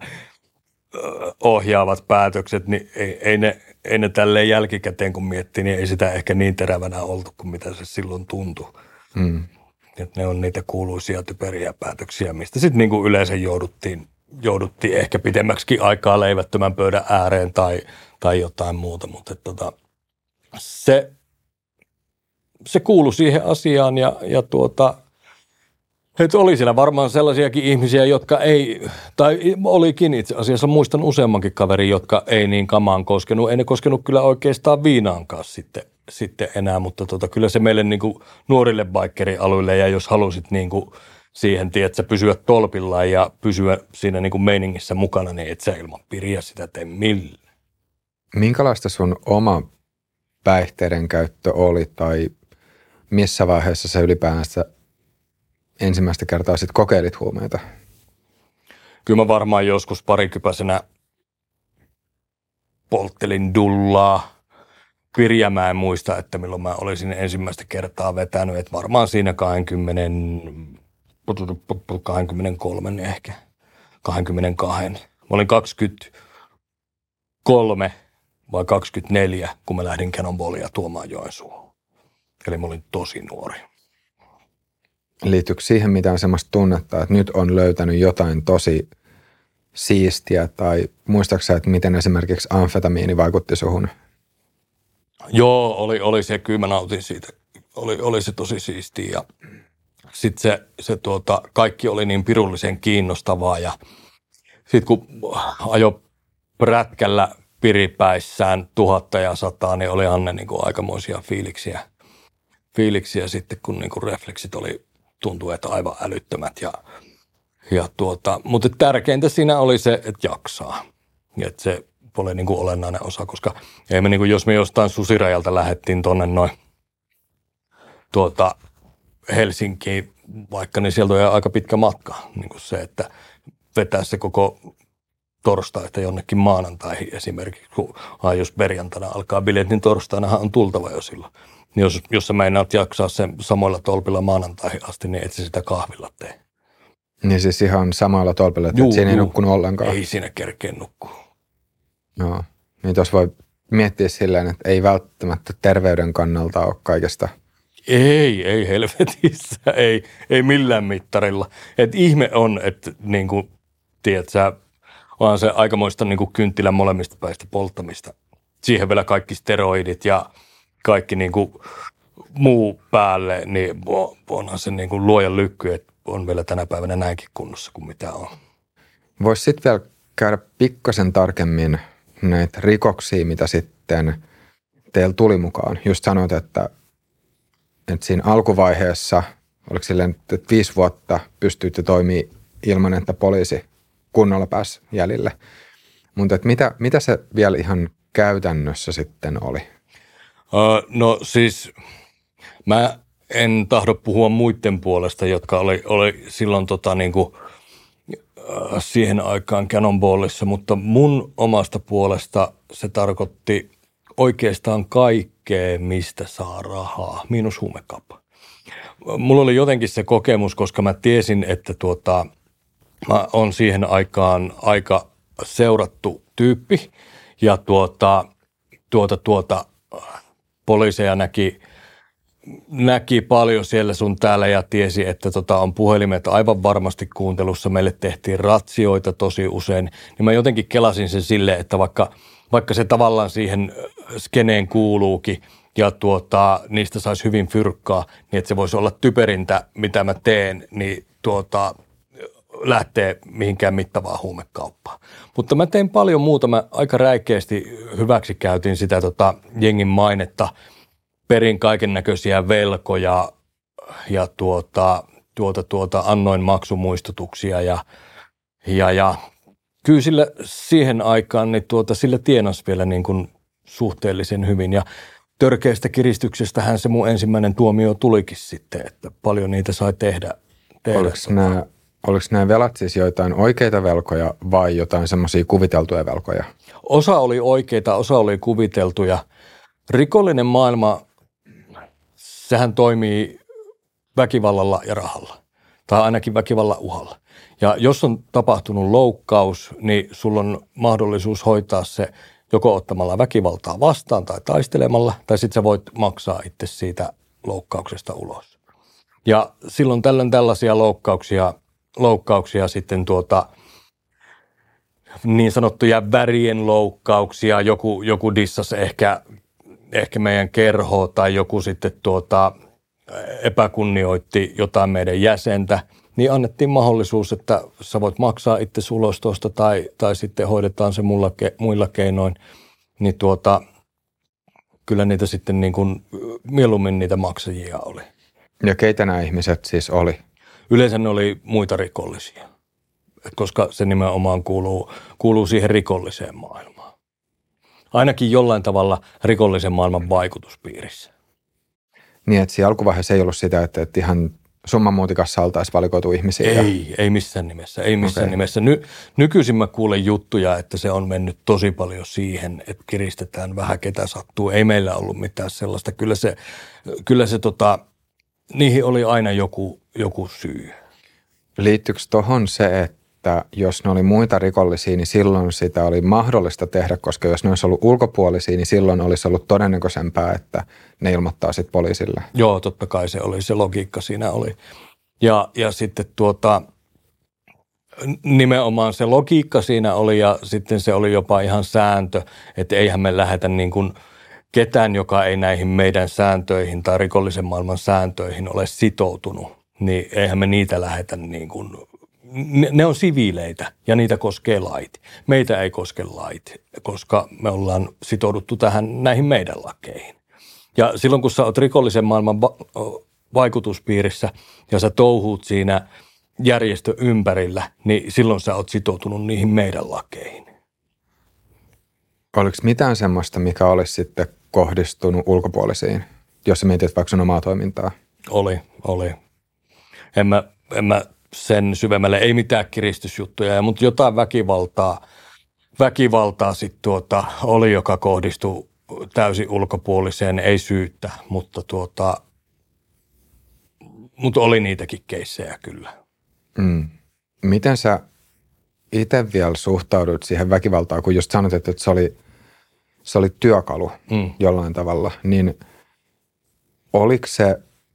Speaker 1: ohjaavat päätökset, niin ei, ei, ne, ei ne tälleen jälkikäteen kun miettii, niin ei sitä ehkä niin terävänä oltu kuin mitä se silloin tuntui. Hmm. Et ne on niitä kuuluisia typeriä päätöksiä, mistä sitten niinku yleensä jouduttiin, jouduttiin ehkä pidemmäksikin aikaa leivättömän pöydän ääreen tai, tai jotain muuta, mutta tota, se, se kuului siihen asiaan ja, ja tuota, että oli siellä varmaan sellaisiakin ihmisiä, jotka ei, tai olikin itse asiassa, muistan useammankin kaverin, jotka ei niin kamaan koskenut. Ei ne koskenut kyllä oikeastaan viinaankaan sitten, sitten enää, mutta tota, kyllä se meille niin kuin nuorille bikerialueille ja jos halusit niin kuin siihen, tiedätkö, pysyä tolpillaan ja pysyä siinä niin kuin meiningissä mukana, niin et sä ilman piriä sitä tee millään.
Speaker 2: Minkälaista sun oma päihteiden käyttö oli tai missä vaiheessa sä ylipäänsä ensimmäistä kertaa sit kokeilit huumeita?
Speaker 1: Kyllä mä varmaan joskus parikypäisenä polttelin dullaa. Pirjä mä en muista, että milloin mä olisin ensimmäistä kertaa vetänyt, että varmaan siinä kaksikymmentä, kaksikymmentäkolme ehkä, kaksikymmentäkaksi. Mä olin kaksikymmentäkolme vai kaksikymmentäneljä, kun mä lähdin Cannonballia tuomaan Joensuuhun. Eli mä olin tosi nuori.
Speaker 2: Liittyykö siihen mitään semmoista tunnetta, että nyt on löytänyt jotain tosi siistiä, tai muistaaksä sä, että miten esimerkiksi amfetamiini vaikutti suhun?
Speaker 1: Joo, oli, oli se, kyllä mä nautin siitä. Oli, oli se tosi siistiä ja sitten se, se tuota, kaikki oli niin pirullisen kiinnostavaa ja sitten kun ajo prätkällä piripäissään tuhatta ja sataa, niin olihan ne niin kuin aikamoisia fiiliksiä, fiiliksiä sitten, kun niin kuin refleksit oli, tuntui, että aivan älyttömät. Ja, ja tuota, mutta tärkeintä siinä oli se, että jaksaa. Että se oli niin kuin olennainen osa, koska ei me niin kuin, jos me jostain susirajalta lähdettiin tuonne noin tuota, Helsinkiin, vaikka niin sieltä on aika pitkä matka. Niin kuin se, että vetää se koko torstaita jonnekin maanantaihin esimerkiksi, kun jos perjantaina alkaa bileet, niin torstainahan on tultava jo silloin. Niin jos, jos sä meinaat jaksaa sen samoilla tolpilla maanantaihin asti, niin et sä sitä kahvilla tee.
Speaker 2: Niin siis ihan samoilla tolpilla, että
Speaker 1: juu,
Speaker 2: siinä ei
Speaker 1: juu.
Speaker 2: nukkunut ollenkaan?
Speaker 1: Ei siinä kerkeä nukkua.
Speaker 2: Joo. Niin tuossa voi miettiä silleen, että ei välttämättä terveyden kannalta ole kaikesta.
Speaker 1: Ei, ei helvetissä, ei, ei millään mittarilla. Et ihme on, että niin kuin, tiedät sä, vaan se aikamoista niin kuin kynttilän molemmista päistä polttamista. Siihen vielä kaikki steroidit ja kaikki niin kuin muu päälle, niin onhan se niin kuin luojan lykky, että on vielä tänä päivänä näinkin kunnossa kuin mitä on.
Speaker 2: Voisi sitten vielä käydä pikkasen tarkemmin näitä rikoksia, mitä sitten teillä tuli mukaan. Just sanoit, että, että siinä alkuvaiheessa, oliko silleen, että viisi vuotta pystyitte toimimaan ilman, että poliisi kunnolla pääsi jäljille. Mutta mitä, mitä se vielä ihan käytännössä sitten oli?
Speaker 1: Uh, no siis mä en tahdo puhua muiden puolesta, jotka oli, oli silloin tota niinku, uh, siihen aikaan Cannonballissa, mutta mun omasta puolesta se tarkoitti oikeastaan kaikkea, mistä saa rahaa, miinus huumekauppa. Mulla oli jotenkin se kokemus, koska mä tiesin, että tuota, mä oon siihen aikaan aika seurattu tyyppi ja tuota, tuota, tuota, poliiseja näki, näki paljon siellä sun täällä ja tiesi, että tota on puhelimet aivan varmasti kuuntelussa. Meille tehtiin ratsioita tosi usein. Niin mä jotenkin kelasin sen silleen, että vaikka, vaikka se tavallaan siihen skeneen kuuluukin ja tuota, niistä saisi hyvin fyrkkaa, niin että se voisi olla typerintä, mitä mä teen, niin tuota, lähtee mihinkään mittavaa huumekauppaan. Mutta mä tein paljon muuta. Mä aika räikeästi hyväksi käytin sitä tota, jengin mainetta. Perin kaiken näköisiä velkoja ja tuota, tuota, tuota, annoin maksumuistutuksia ja, ja, ja kyllä sillä siihen aikaan niin tuota, sillä tienasi vielä niin kuin suhteellisen hyvin ja törkeästä kiristyksestähän se mun ensimmäinen tuomio tulikin sitten, että paljon niitä sai tehdä. tehdä
Speaker 2: Oliko nämä, oliko nämä velat siis joitain oikeita velkoja vai jotain semmoisia kuviteltuja velkoja?
Speaker 1: Osa oli oikeita, osa oli kuviteltuja. Rikollinen maailma, sehän toimii väkivallalla ja rahalla, tai ainakin väkivallan uhalla. Ja jos on tapahtunut loukkaus, niin sulla on mahdollisuus hoitaa se joko ottamalla väkivaltaa vastaan tai taistelemalla, tai sitten sä voit maksaa itse siitä loukkauksesta ulos. Ja silloin tällöin tällaisia loukkauksia, loukkauksia sitten tuota, niin sanottuja värien loukkauksia, joku, joku dissasi ehkä, ehkä meidän kerhoa tai joku sitten tuota, epäkunnioitti jotain meidän jäsentä, niin annettiin mahdollisuus, että sä voit maksaa itse ulos tuosta tai, tai sitten hoidetaan se muilla, muilla keinoin, niin tuota, kyllä niitä sitten niin kuin, mieluummin niitä maksajia oli.
Speaker 2: Ja keitä nämä ihmiset siis oli?
Speaker 1: Yleensä ne oli muita rikollisia, koska se nimenomaan kuuluu, kuuluu siihen rikolliseen maailmaan. ainakin jollain tavalla rikollisen maailman vaikutuspiirissä.
Speaker 2: Niin, että siinä alkuvaiheessa ei ollut sitä, että, että ihan summan muutikassa oltaisiin valikoitu ihmisiä?
Speaker 1: Ei, ja... ei missään nimessä, ei missään okay. nimessä. Ny, nykyisin mä kuulen juttuja, että se on mennyt tosi paljon siihen, että kiristetään vähän ketä sattuu. Ei meillä ollut mitään sellaista. Kyllä se, kyllä se tota, niihin oli aina joku, joku syy.
Speaker 2: Liittyykö tuohon se, että jos ne oli muita rikollisia, niin silloin sitä oli mahdollista tehdä, koska jos ne olisi ollut ulkopuolisia, niin silloin olisi ollut todennäköisempää, että ne ilmoittaa sitten poliisille.
Speaker 1: Joo, totta kai se oli, se logiikka siinä oli. Ja, ja sitten tuota, nimenomaan se logiikka siinä oli ja sitten se oli jopa ihan sääntö, että eihän me lähetä niin kuin ketään, joka ei näihin meidän sääntöihin tai rikollisen maailman sääntöihin ole sitoutunut, niin eihän me niitä lähetä niin kuin, ne, ne on siviileitä ja niitä koskee lait. Meitä ei koske lait, koska me ollaan sitouduttu tähän näihin meidän lakeihin. Ja silloin kun sä oot rikollisen maailman va- vaikutuspiirissä ja sä touhuut siinä järjestön ympärillä, niin silloin sä oot sitoutunut niihin meidän lakeihin.
Speaker 2: Oliko mitään semmoista, mikä olisi sitten kohdistunut ulkopuolisiin, jos sä mietit vaikka sun omaa toimintaa?
Speaker 1: Oli, oli. En mä, en mä sen syvemmälle, ei mitään kiristysjuttuja, mutta jotain väkivaltaa, väkivaltaa sitten tuota, oli, joka kohdistui täysin ulkopuoliseen, ei syyttä, mutta, tuota, mutta oli niitäkin keissejä kyllä.
Speaker 2: Mm. Miten sä itse vielä suhtaudut siihen väkivaltaan, kun just sanot, että se oli, se oli työkalu mm. jollain tavalla, niin oliko se,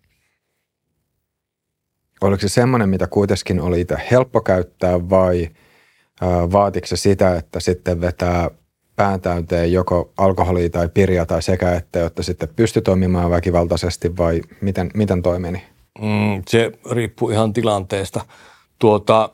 Speaker 2: oliko se semmoinen, mitä kuitenkin oli itse helppo käyttää vai ää, vaatiko se sitä, että sitten vetää pään täyteen joko alkoholia tai pirja tai sekä, että jotta sitten pystyi toimimaan väkivaltaisesti vai miten, miten toi meni?
Speaker 1: Mm, se riippuu ihan tilanteesta. Tuota,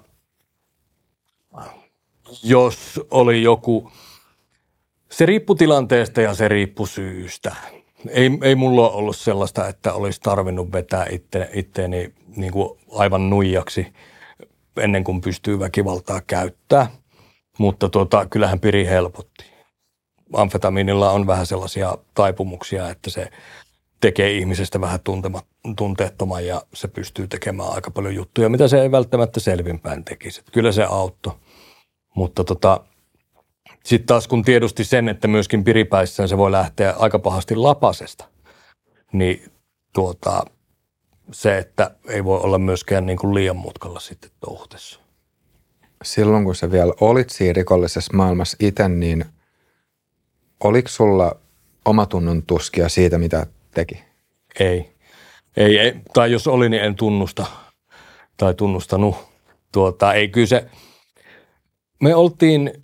Speaker 1: jos oli joku, se riippui tilanteesta ja se riippui syystä. Ei, ei mulla ole ollut sellaista, että olisi tarvinnut vetää itte, itteeni niin kuin aivan nuijaksi ennen kuin pystyy väkivaltaa käyttää, mutta tuota, kyllähän piri helpotti. Amfetamiinilla on vähän sellaisia taipumuksia, että se tekee ihmisestä vähän tuntema, tunteettoman ja se pystyy tekemään aika paljon juttuja, mitä se ei välttämättä selvinpäin tekisi. Kyllä se auttoi, mutta tota, sitten taas kun tiedosti sen, että myöskin piripäissään se voi lähteä aika pahasti lapasesta, niin tuota, se, että ei voi olla myöskään niin kuin liian mutkalla sitten touhutessa.
Speaker 2: Silloin kun sä vielä olit siinä rikollisessa maailmassa itse, niin oliko sulla omatunnon tuskia siitä, mitä teki?
Speaker 1: Ei. ei. Ei. Tai jos oli, niin en tunnusta tai tunnustanut. Tuota, ei kyllä se. Me oltiin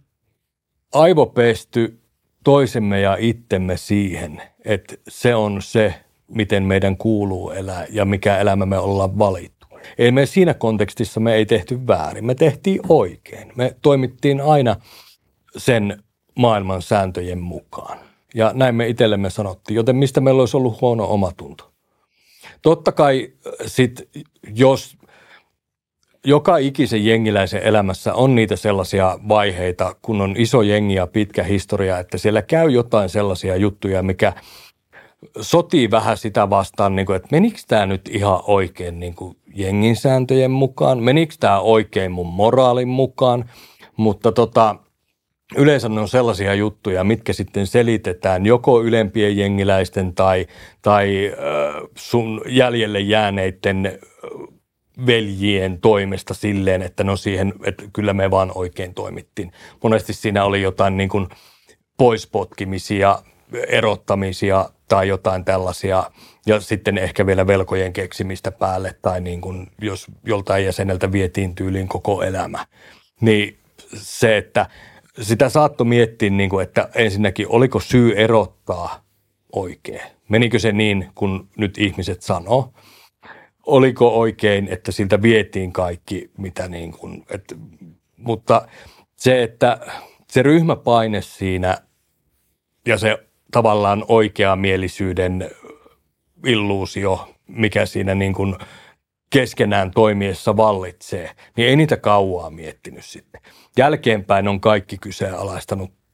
Speaker 1: aivopesty toisemme ja itsemme siihen, että se on se, miten meidän kuuluu elää ja mikä elämä me ollaan valittu. Ei me siinä kontekstissa me ei tehty väärin, me tehtiin oikein. Me toimittiin aina sen maailman sääntöjen mukaan. Ja näin me itsellemme sanottiin, joten mistä meillä olisi ollut huono omatunto. Totta kai sit, jos joka ikisen jengiläisen elämässä on niitä sellaisia vaiheita, kun on iso jengi ja pitkä historia, että siellä käy jotain sellaisia juttuja, mikä sotii vähän sitä vastaan, niin kuin, että menikö tämä nyt ihan oikein niin kuin jengin sääntöjen mukaan, menikö tämä oikein mun moraalin mukaan, mutta tota, yleensä ne on sellaisia juttuja, mitkä sitten selitetään joko ylempien jengiläisten tai, tai äh, sun jäljelle jääneiden veljien toimesta silleen, että no siihen, että kyllä me vaan oikein toimittiin. Monesti siinä oli jotain niin kuin poispotkimisia, erottamisia tai jotain tällaisia ja sitten ehkä vielä velkojen keksimistä päälle tai niin kuin jos joltain jäseneltä vietiin tyyliin koko elämä. Niin se, että sitä saattoi miettiä, niin kuin, että ensinnäkin oliko syy erottaa oikein. Menikö se niin, kun nyt ihmiset sanoo? Oliko oikein, että siltä vietiin kaikki, mitä niin kuin, että, mutta se, että se ryhmäpaine siinä ja se tavallaan oikeamielisyyden illuusio, mikä siinä niin kuin keskenään toimiessa vallitsee, niin ei niitä kauaa miettinyt sitten. Jälkeenpäin on kaikki kyseenalaistanut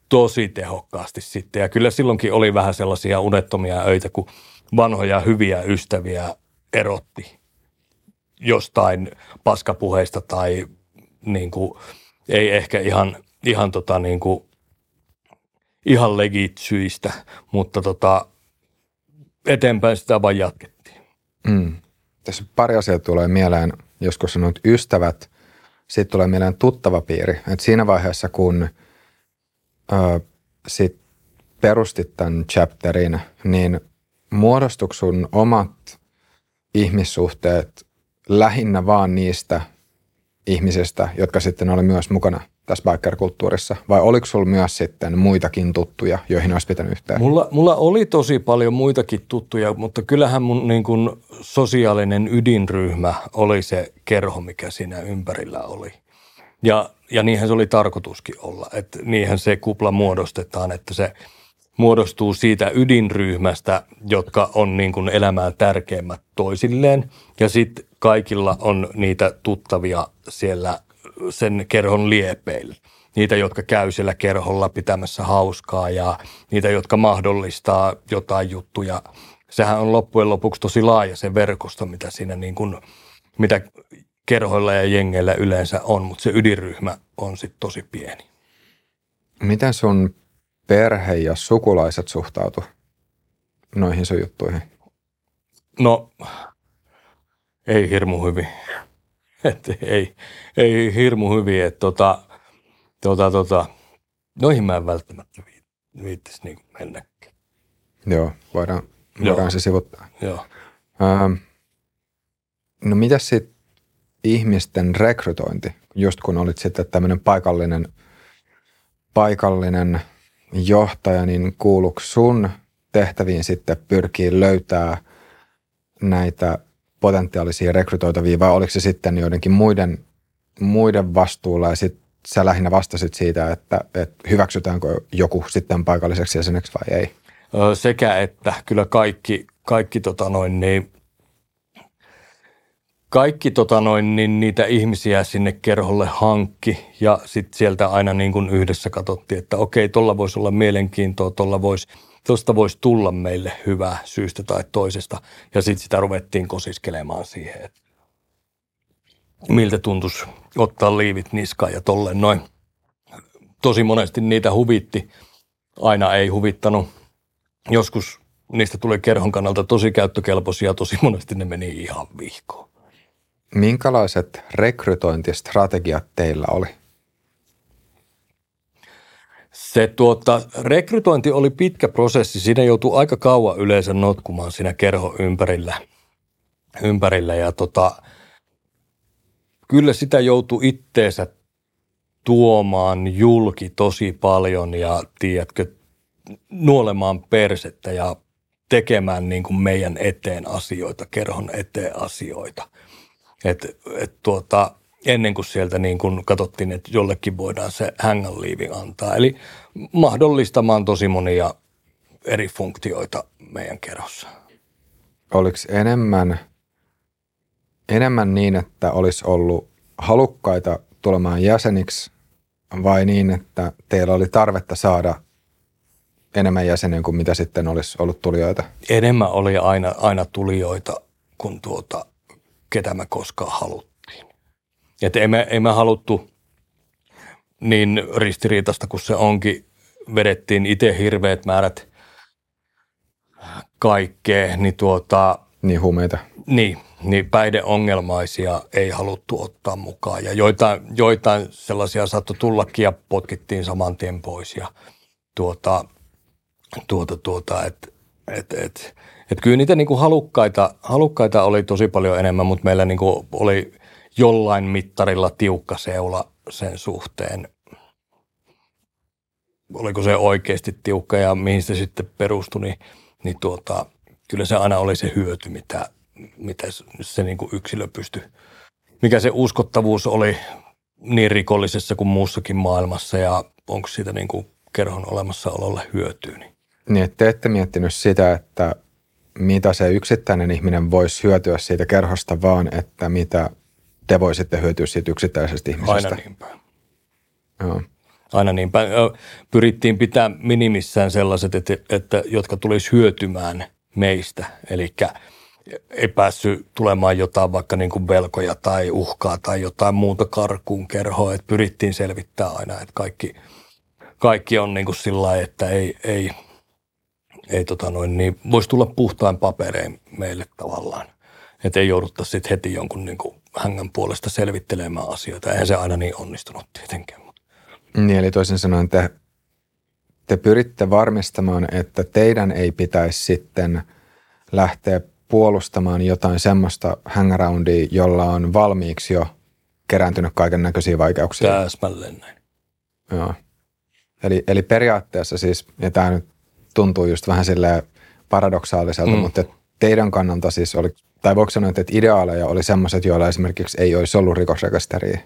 Speaker 1: tosi tehokkaasti sitten. Ja kyllä silloinkin oli vähän sellaisia unettomia öitä, kun vanhoja hyviä ystäviä erotti jostain paskapuheista tai niin kuin, ei ehkä ihan, ihan, tota, niin kuin, ihan legit syistä, mutta tota, eteenpäin sitä vaan jatkettiin.
Speaker 2: Mm. Tässä pari asiaa tulee mieleen, joskus sanoit ystävät, sitten tulee mieleen tuttava piiri. Et siinä vaiheessa, kun ö, sit perustit tämän chapterin, niin muodostuiko sun omat ihmissuhteet lähinnä vaan niistä ihmisistä, jotka sitten oli myös mukana tässä biker-kulttuurissa? Vai oliko sulla myös sitten muitakin tuttuja, joihin olisi pitänyt yhteen?
Speaker 1: Mulla, mulla oli tosi paljon muitakin tuttuja, mutta kyllähän mun niin kuin sosiaalinen ydinryhmä oli se kerho, mikä siinä ympärillä oli. Ja, ja niinhän se oli tarkoituskin olla, että niinhän se kupla muodostetaan, että se muodostuu siitä ydinryhmästä, jotka on niin kuin elämään tärkeimmät toisilleen. Ja sitten kaikilla on niitä tuttavia siellä sen kerhon liepeillä. Niitä, jotka käy siellä kerholla pitämässä hauskaa ja niitä, jotka mahdollistaa jotain juttuja. Sehän on loppujen lopuksi tosi laaja se verkosto, mitä siinä niin kuin, mitä kerhoilla ja jengeillä yleensä on, mutta se ydinryhmä on sitten tosi pieni.
Speaker 2: Miten sun perhe ja sukulaiset suhtautu noihin sun juttuihin?
Speaker 1: No, ei hirmu hyvin. Et ei, ei hirmu hyvin, että tota, tota, tota, noihin mä en välttämättä viittisi niin mennäkin.
Speaker 2: Joo, voidaan, voidaan Joo. se sivuttaa.
Speaker 1: Joo.
Speaker 2: Ähm, no mitäs sitten ihmisten rekrytointi, just kun olit sitten tämmöinen paikallinen, paikallinen johtaja, niin kuuluuko sun tehtäviin sitten pyrkii löytää näitä potentiaalisia rekrytoitavia, vai oliko se sitten joidenkin muiden, muiden vastuulla, ja sitten sä lähinnä vastasit siitä, että, että hyväksytäänkö joku sitten paikalliseksi jäseneksi vai ei?
Speaker 1: Sekä että kyllä kaikki, kaikki, tota noin, niin, kaikki tota noin, niin niitä ihmisiä sinne kerholle hankki, ja sitten sieltä aina niin kuin yhdessä katsottiin, että okei, tuolla voisi olla mielenkiintoa, tuolla voisi Tuosta voisi tulla meille hyvää syystä tai toisesta, ja sitten sitä ruvettiin kosiskelemaan siihen, että miltä tuntuisi ottaa liivit niskaan ja tolleen noin. Tosi monesti niitä huvitti, aina ei huvittanut. Joskus niistä tuli kerhon kannalta tosi käyttökelpoisia, tosi monesti ne meni ihan vihkoon.
Speaker 2: Minkälaiset rekrytointistrategiat teillä oli?
Speaker 1: Se tuota, rekrytointi oli pitkä prosessi. Siinä joutui aika kauan yleensä notkumaan siinä kerhon ympärillä. ympärillä ja tota, kyllä sitä joutui itteensä tuomaan julki tosi paljon ja tiedätkö, nuolemaan persettä ja tekemään niin kuin meidän eteen asioita, kerhon eteen asioita. Et, et tuota, ennen kuin sieltä niin kuin katsottiin, että jollekin voidaan se hang'an-liivi antaa. Eli mahdollistamaan tosi monia eri funktioita meidän kerhossa.
Speaker 2: Oliko enemmän, enemmän niin, että olisi ollut halukkaita tulemaan jäseniksi, vai niin, että teillä oli tarvetta saada enemmän jäseniä kuin mitä sitten olisi ollut tulijoita?
Speaker 1: Enemmän oli aina, aina tulijoita kuin tuota, ketä me koskaan haluttiin. Että ei me, ei me haluttu niin ristiriitasta kuin se onkin. Vedettiin itse hirveät määrät kaikkea, niin tuota...
Speaker 2: Niin huumeita.
Speaker 1: Niin, niin päihdeongelmaisia ei haluttu ottaa mukaan. Ja joitain, joitain sellaisia saattoi tullakin ja potkittiin saman tien pois. Ja tuota, tuota, tuota, että et, et, et kyllä niitä niinku halukkaita, halukkaita oli tosi paljon enemmän, mutta meillä niinku oli jollain mittarilla tiukka seula sen suhteen. Oliko se oikeasti tiukka ja mihin se sitten perustui, niin, niin tuota, kyllä se aina oli se hyöty, mitä, mitä se niin kuin yksilö pystyi, mikä se uskottavuus oli niin rikollisessa kuin muussakin maailmassa ja onko siitä niin kuin kerhon olemassaololle hyötyä. Niin.
Speaker 2: Niin, että te ette miettinyt sitä, että mitä se yksittäinen ihminen voisi hyötyä siitä kerhosta, vaan että mitä te voisitte hyötyä siitä yksittäisestä ihmisestä.
Speaker 1: Aina niin päin.
Speaker 2: Joo.
Speaker 1: Aina niin päin. Pyrittiin pitää minimissään sellaiset, että, että, jotka tulisi hyötymään meistä. Eli ei päässyt tulemaan jotain vaikka niin kuin velkoja tai uhkaa tai jotain muuta karkuun kerhoa. Että pyrittiin selvittämään aina, että kaikki, kaikki on niin kuin sillä lailla, että ei, ei, ei tota noin, niin voisi tulla puhtain paperein meille tavallaan. Että ei jouduttaisi sitten heti jonkun niin kuin hängän puolesta selvittelemään asioita. Eihän se aina niin onnistunut tietenkään.
Speaker 2: Niin, eli toisin sanoen te, te pyritte varmistamaan, että teidän ei pitäisi sitten lähteä puolustamaan jotain semmoista hangaroundia, jolla on valmiiksi jo kerääntynyt kaiken näköisiä vaikeuksia.
Speaker 1: Täsmälleen näin.
Speaker 2: Joo. Eli, eli periaatteessa siis, ja tämä nyt tuntuu just vähän silleen paradoksaaliselta, mm. mutta teidän kannalta siis oli, tai voiko sanoa, että ideaaleja oli semmoiset, joilla esimerkiksi ei olisi ollut rikosrekisteriä?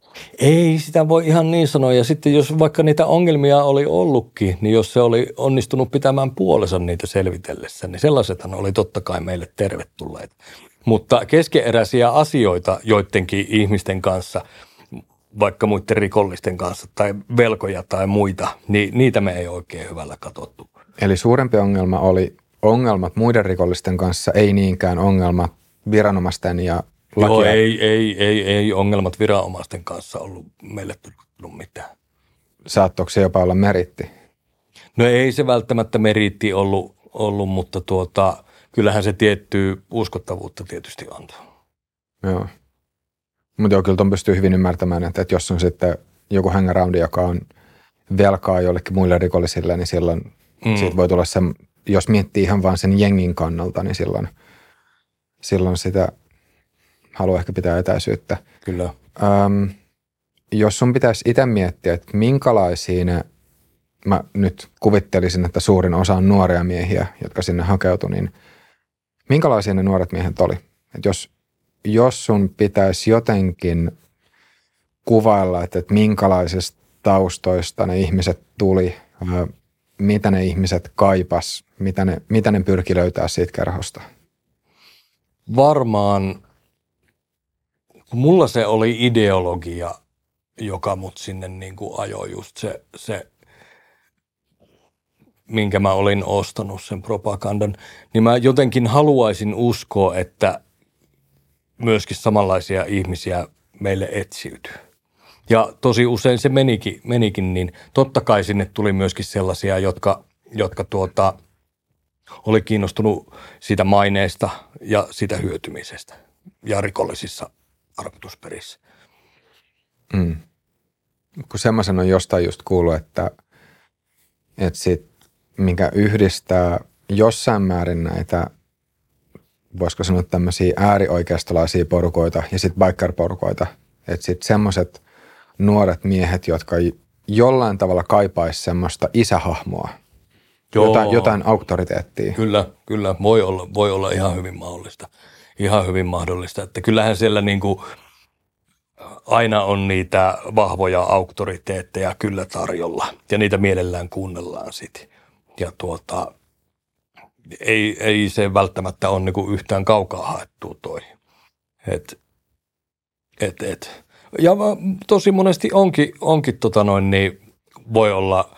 Speaker 1: Ei sitä voi ihan niin sanoa. Ja sitten jos vaikka niitä ongelmia oli ollutkin, niin jos se oli onnistunut pitämään puolensa niitä selvitellessä, niin sellaisethan oli totta kai meille tervetulleet. Mutta keskeeräisiä asioita joidenkin ihmisten kanssa, vaikka muiden rikollisten kanssa tai velkoja tai muita, niin niitä me ei oikein hyvällä katsottu.
Speaker 2: Eli suurempi ongelma oli ongelmat muiden rikollisten kanssa, ei niinkään ongelmat viranomaisten ja lakia.
Speaker 1: Joo, ei, ei, ei, ei ongelmat viranomaisten kanssa ollut meille tullut mitään.
Speaker 2: Saattoiko se jopa olla meritti?
Speaker 1: No ei se välttämättä meritti ollut, ollut mutta tuota, kyllähän se tiettyä uskottavuutta tietysti antoi. Joo.
Speaker 2: Mutta joo, kyllä ton pystyy hyvin ymmärtämään, että, että jos on sitten joku hangaroundi, joka on velkaa jollekin muille rikollisille, niin silloin mm. siitä voi tulla se, jos miettii ihan vaan sen jengin kannalta, niin silloin, silloin sitä haluaa ehkä pitää etäisyyttä.
Speaker 1: Kyllä.
Speaker 2: Öm, jos sun pitäisi itse miettiä, että minkälaisia ne, mä nyt kuvittelisin, että suurin osa on nuoria miehiä, jotka sinne hakeutui, niin minkälaisia ne nuoret miehet oli? Että jos, jos sun pitäisi jotenkin kuvailla, että, että minkälaisista taustoista ne ihmiset tuli, ää, mitä ne ihmiset kaipas, mitä ne, mitä ne pyrki löytää siitä kerhosta?
Speaker 1: Varmaan mulla se oli ideologia, joka mut sinne niin kuin ajoi just se, se, minkä mä olin ostanut sen propagandan, niin mä jotenkin haluaisin uskoa, että myöskin samanlaisia ihmisiä meille etsiytyy. Ja tosi usein se menikin, menikin niin totta kai sinne tuli myöskin sellaisia, jotka, jotka tuota, oli kiinnostunut siitä maineesta ja siitä hyötymisestä ja rikollisissa tarkoitusperissä.
Speaker 2: Mm. Kun semmoisen on jostain just kuullut, että, että sit, mikä yhdistää jossain määrin näitä, voisiko sanoa tämmöisiä äärioikeistolaisia porukoita ja sitten biker-porukoita, että sitten semmoiset nuoret miehet, jotka jollain tavalla kaipaisi semmoista isähahmoa, jotain, jotain auktoriteettia.
Speaker 1: Kyllä, kyllä. Voi olla, voi olla ihan hyvin mahdollista. Ihan hyvin mahdollista. Että kyllähän siellä niin kuin aina on niitä vahvoja auktoriteetteja kyllä tarjolla ja niitä mielellään kuunnellaan sitten. Ja tuota, ei, ei se välttämättä ole niin kuin yhtään kaukaa haettua toi. Et, et, et. Ja tosi monesti onkin, onkin tota noin, niin voi olla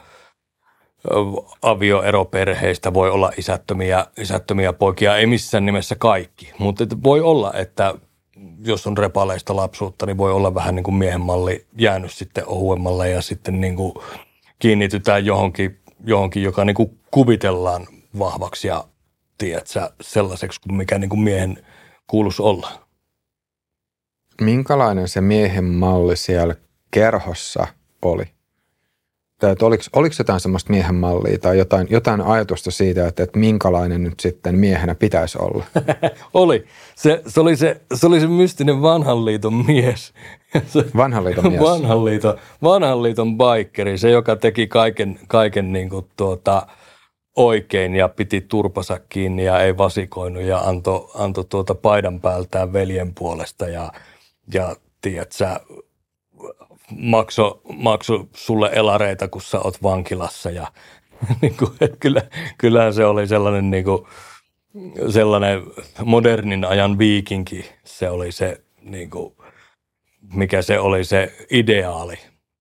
Speaker 1: avioeroperheistä, voi olla isättömiä, isättömiä poikia, ei missään nimessä kaikki, mutta voi olla, että jos on repaleista lapsuutta, niin voi olla vähän niin kuin miehen malli jäänyt sitten ohuemmalle ja sitten niin kuin kiinnitytään johonkin, johonkin joka niin kuin kuvitellaan vahvaksi ja tiedätkö, sellaiseksi kuin mikä niin kuin miehen kuuluisi olla.
Speaker 2: Minkälainen se miehen malli siellä kerhossa oli? Tai että oliko, oliko jotain semmoista miehen mallia tai jotain, jotain ajatusta siitä, että, että minkälainen nyt sitten miehenä pitäisi olla?
Speaker 1: Oli. Se, se, oli se, se oli se mystinen vanhan liiton mies. Se,
Speaker 2: vanhan liiton mies?
Speaker 1: Vanhan liiton, vanhan liiton bikeri, se joka teki kaiken, kaiken niin kuin tuota, oikein ja piti turpansa kiinni ja ei vasikoinut ja antoi anto tuota paidan päältään veljen puolesta ja, ja tiedät sä, makso, makso sulle elareita, kun sä oot vankilassa ja niin kuin, kyllä, kyllähän se oli sellainen, niin kuin, sellainen modernin ajan viikinki, se oli se, niin kuin, mikä se oli se ideaali.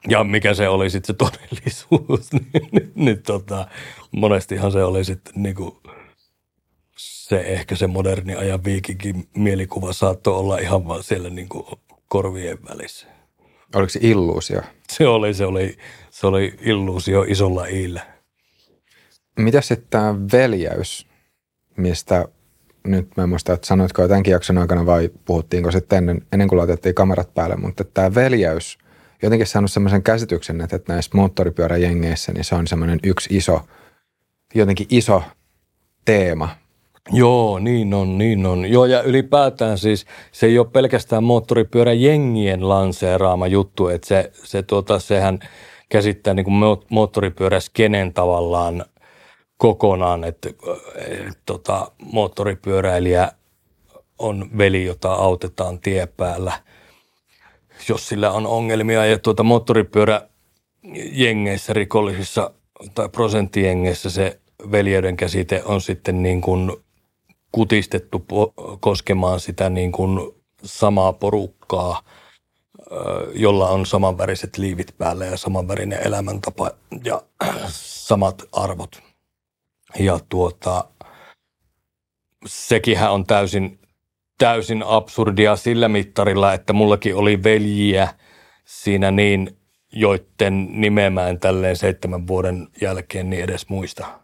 Speaker 1: Ja mikä se oli sitten se todellisuus, niin, niin, niin tota, monestihan se oli sitten niinku se ehkä se moderni ajan viikinkin mielikuva saattoi olla ihan vaan siellä niinku korvien välissä.
Speaker 2: Oliko se illuusio?
Speaker 1: Se oli, se oli, se oli illuusio isolla iillä.
Speaker 2: Mitä sitten tämä veljäys, mistä nyt mä en muista, että sanoitko jo tämänkin jakson aikana vai puhuttiinko sitten ennen, ennen kuin laitettiin kamerat päälle, mutta tämä veljäys, jotenkin saanut semmoisen käsityksen, että näissä moottoripyöräjengeissä niin se on semmoinen yksi iso, jotenkin iso teema.
Speaker 1: Joo, niin on, niin on. Joo, ja ylipäätään siis se ei ole pelkästään moottoripyöräjengien lanseeraama juttu, että se, se tuota, sehän käsittää niin kuin moottoripyöräskenen tavallaan kokonaan, että et, tota, moottoripyöräilijä on veli, jota autetaan tie päällä, jos sillä on ongelmia. Ja tuota, moottoripyöräjengeissä, rikollisissa tai prosenttijengeissä se veljeyden käsite on sitten niin kuin kutistettu po- koskemaan sitä niin kuin samaa porukkaa, jolla on samanväriset liivit päällä ja samanvärinen elämäntapa ja samat arvot. Ja tuota, sekinhän on täysin, täysin absurdia sillä mittarilla, että mullakin oli veljiä siinä niin, joiden nimeä mä en tälleen seitsemän vuoden jälkeen niin edes muista.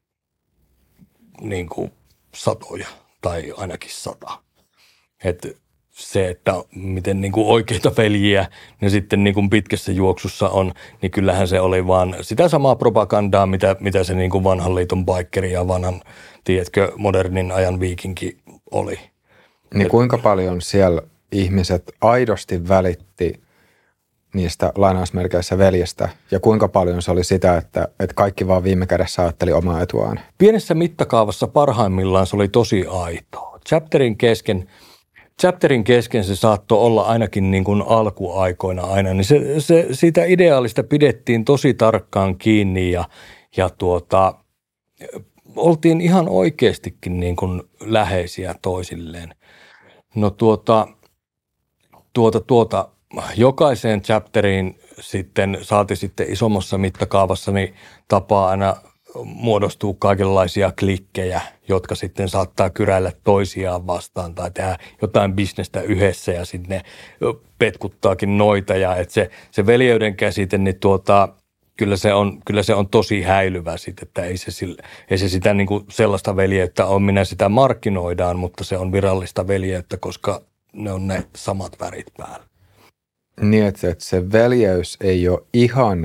Speaker 1: Niin kuin satoja tai ainakin sata. Että se, että miten niin kuin oikeita veljiä ne sitten niin kuin pitkässä juoksussa on, niin kyllähän se oli vaan sitä samaa propagandaa, mitä, mitä se niin kuin vanhan liiton bikeri ja vanhan, tiedätkö, modernin ajan viikinki oli.
Speaker 2: Niin
Speaker 1: Et,
Speaker 2: kuinka paljon siellä ihmiset aidosti välitti niistä lainausmerkeissä veljestä ja kuinka paljon se oli sitä, että, että kaikki vaan viime kädessä ajatteli omaa etuaan?
Speaker 1: Pienessä mittakaavassa parhaimmillaan se oli tosi aitoa. Chapterin kesken Chapterin kesken se saattoi olla ainakin niin kuin alkuaikoina aina, niin se, se, siitä ideaalista pidettiin tosi tarkkaan kiinni ja, ja tuota, oltiin ihan oikeastikin niin kuin läheisiä toisilleen. No tuota, tuota, tuota, jokaiseen chapteriin sitten saati sitten isommassa mittakaavassa niin tapaa aina muodostuu kaikenlaisia klikkejä, jotka sitten saattaa kyräillä toisiaan vastaan tai tehdä jotain bisnestä yhdessä ja sitten ne petkuttaakin noita. Ja että se, se veljeyden käsite, niin tuota, kyllä, se on, kyllä se on tosi häilyvä sitten, että ei se, ei se sitä niin kuin sellaista veljeyttä ole, minä sitä markkinoidaan, mutta se on virallista veljeyttä, koska ne on ne samat värit päällä.
Speaker 2: Niin, että se veljeys ei ole ihan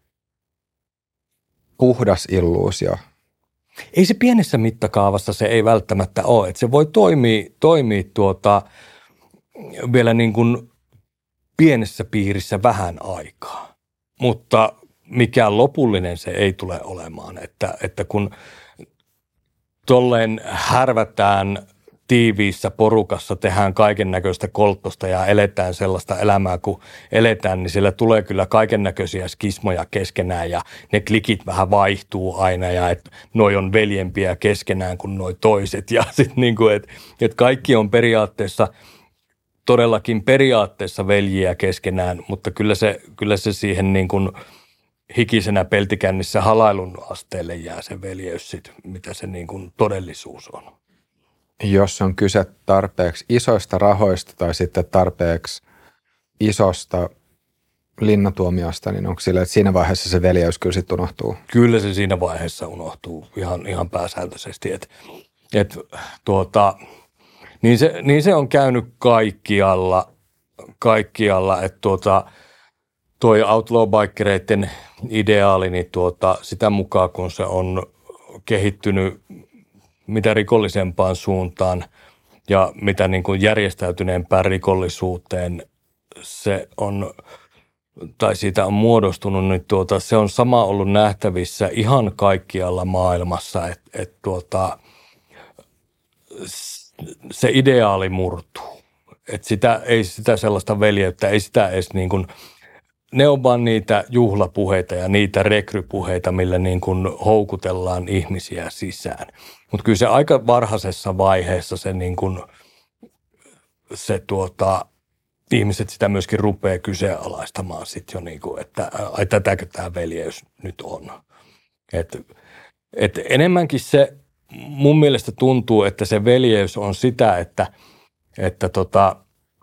Speaker 2: puhdas illuusio.
Speaker 1: Ei se pienessä mittakaavassa se ei välttämättä ole. Että se voi toimia, toimia tuota, vielä niin kuin pienessä piirissä vähän aikaa, mutta mikään lopullinen se ei tule olemaan. Että, että kun tolleen härvätään tiiviissä porukassa, tehdään kaiken näköistä kolttosta ja eletään sellaista elämää, kun eletään, niin siellä tulee kyllä kaiken näköisiä skismoja keskenään ja ne klikit vähän vaihtuu aina ja että noi on veljempiä keskenään kuin noi toiset ja sitten niin kuin, että, että kaikki on periaatteessa, todellakin periaatteessa veljiä keskenään, mutta kyllä se, kyllä se siihen niin kuin hikisenä peltikännissä halailun asteelle jää se veljeys sit, mitä se niin kuin todellisuus on.
Speaker 2: Jos on kyse tarpeeksi isoista rahoista tai sitten tarpeeksi isosta linnatuomiosta, niin onko sille, että siinä vaiheessa se veljeys kyllä sitten unohtuu?
Speaker 1: Kyllä se siinä vaiheessa unohtuu ihan, ihan pääsääntöisesti. Et, et, tuota, niin, se, niin se on käynyt kaikkialla, kaikkialla että tuota, toi outlaw-bikereiden ideaali, niin tuota, sitä mukaan kun se on kehittynyt mitä rikollisempaan suuntaan ja mitä niin kuin järjestäytyneempään rikollisuuteen se on, tai siitä on muodostunut, niin tuota, se on sama ollut nähtävissä ihan kaikkialla maailmassa, että et tuota, se ideaali murtuu. Että sitä, ei sitä sellaista veljeyttä, ei sitä edes niin kuin, ne on vaan niitä juhlapuheita ja niitä rekrypuheita, millä niin kuin houkutellaan ihmisiä sisään. Mutta kyllä se aika varhaisessa vaiheessa se, niin kuin, se tuota, ihmiset sitä myöskin rupeaa kyseenalaistamaan sitten jo niin kuin, että ai tätäkö tämä veljeys nyt on. Että et enemmänkin se mun mielestä tuntuu, että se veljeys on sitä, että, että tota,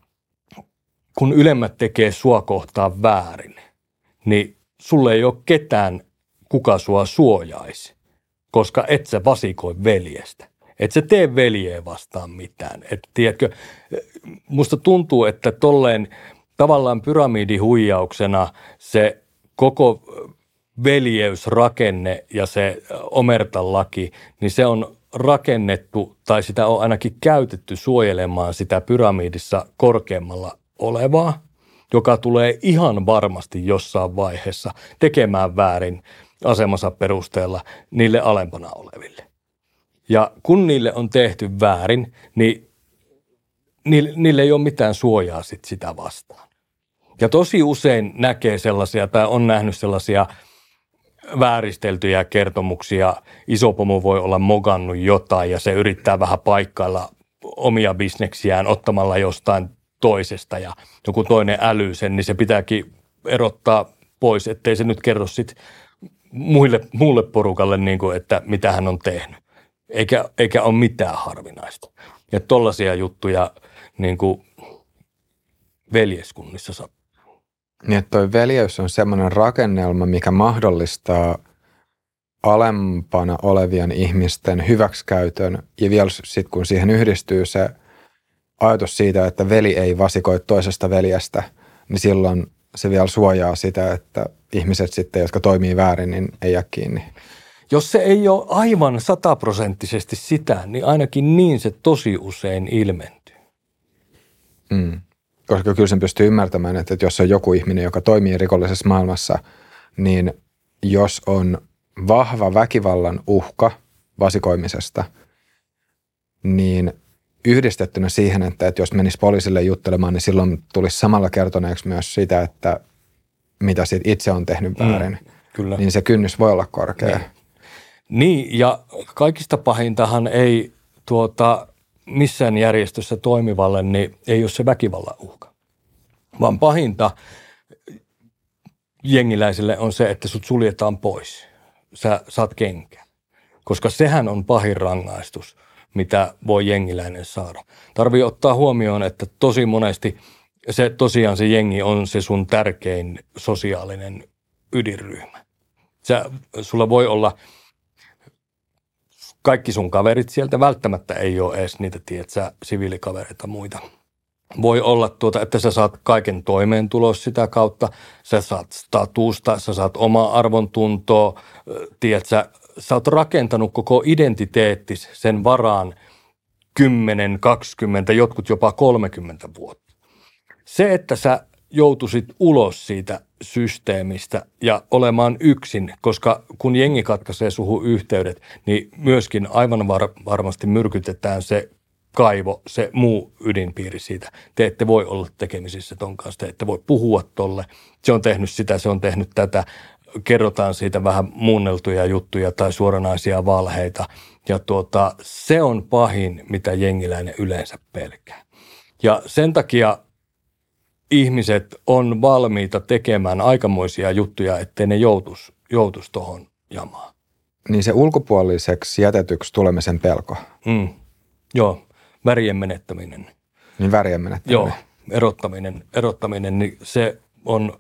Speaker 1: kun ylemmät tekee sua kohtaan väärin, niin sulle ei ole ketään, kuka sua suojaisi, koska et sä vasikoi veljestä. Et sä tee veljeä vastaan mitään. Et tiedätkö, musta tuntuu, että tolleen tavallaan pyramidihuijauksena se koko veljeysrakenne ja se omertan laki, niin se on rakennettu tai sitä on ainakin käytetty suojelemaan sitä pyramidissa korkeammalla olevaa, joka tulee ihan varmasti jossain vaiheessa tekemään väärin asemansa perusteella niille alempana oleville. Ja kun niille on tehty väärin, niin niille, niille ei ole mitään suojaa sit sitä vastaan. Ja tosi usein näkee sellaisia tai on nähnyt sellaisia vääristeltyjä kertomuksia. Isopomo voi olla mogannut jotain ja se yrittää vähän paikkailla omia bisneksiään ottamalla jostain toisesta ja joku toinen älyy sen, niin se pitääkin erottaa pois, ettei se nyt kerro sit muille, muulle porukalle, niin kuin, että mitä hän on tehnyt. Eikä, eikä ole mitään harvinaista. Ja tollaisia juttuja niin kuin veljeskunnissa saa.
Speaker 2: Niin, että toi veljeys on semmoinen rakennelma, mikä mahdollistaa alempana olevien ihmisten hyväksikäytön. Ja vielä sitten kun siihen yhdistyy se ajatus siitä, että veli ei vasikoi toisesta veljestä, niin silloin se vielä suojaa sitä, että ihmiset sitten, jotka toimii väärin, niin ei jää kiinni.
Speaker 1: Jos se ei ole aivan sataprosenttisesti sitä, niin ainakin niin se tosi usein ilmentyy.
Speaker 2: Mm. Koska kyllä sen pystyy ymmärtämään, että jos on joku ihminen, joka toimii rikollisessa maailmassa, niin jos on vahva väkivallan uhka vasikoimisesta, niin yhdistettynä siihen, että, että jos menisi poliisille juttelemaan, niin silloin tulisi samalla kertoneeksi myös sitä, että mitä sit itse on tehnyt väärin. Mm,
Speaker 1: kyllä.
Speaker 2: Niin se kynnys voi olla korkea.
Speaker 1: Niin, niin ja kaikista pahintahan ei tuota, missään järjestössä toimivalle, niin ei ole se väkivallan uhka. Vaan pahinta jengiläisille on se, että sut suljetaan pois. Sä saat kenkään. Koska sehän on pahin rangaistus, mitä voi jengiläinen saada. Tarvii ottaa huomioon, että tosi monesti se tosiaan se jengi on se sun tärkein sosiaalinen ydinryhmä. Sä, sulla voi olla kaikki sun kaverit sieltä, välttämättä ei ole edes niitä, tiedät sä, siviilikavereita muita. Voi olla tuota, että sä saat kaiken toimeentulos sitä kautta, sä saat statusta, sä saat omaa arvontuntoa, tiedät sä, sä oot rakentanut koko identiteettis sen varaan kymmenen, kaksikymmentä, jotkut jopa kolmekymmentä vuotta. Se, että sä joutuisit ulos siitä systeemistä ja olemaan yksin, koska kun jengi katkaisee suhun yhteydet, niin myöskin aivan var- varmasti myrkytetään se kaivo, se muu ydinpiiri siitä. Te ette voi olla tekemisissä ton kanssa, te ette voi puhua tolle. Se on tehnyt sitä, se on tehnyt tätä. Kerrotaan siitä vähän muunneltuja juttuja tai suoranaisia valheita. Ja tuota, se on pahin, mitä jengiläinen yleensä pelkää. Ja sen takia ihmiset on valmiita tekemään aikamoisia juttuja, ettei ne joutuisi joutuis tuohon jamaan.
Speaker 2: Niin se ulkopuoliseksi jätetyksi tulemisen pelko.
Speaker 1: Mm. Joo, värien menettäminen.
Speaker 2: Niin värien menettäminen.
Speaker 1: Joo, erottaminen, erottaminen niin se on,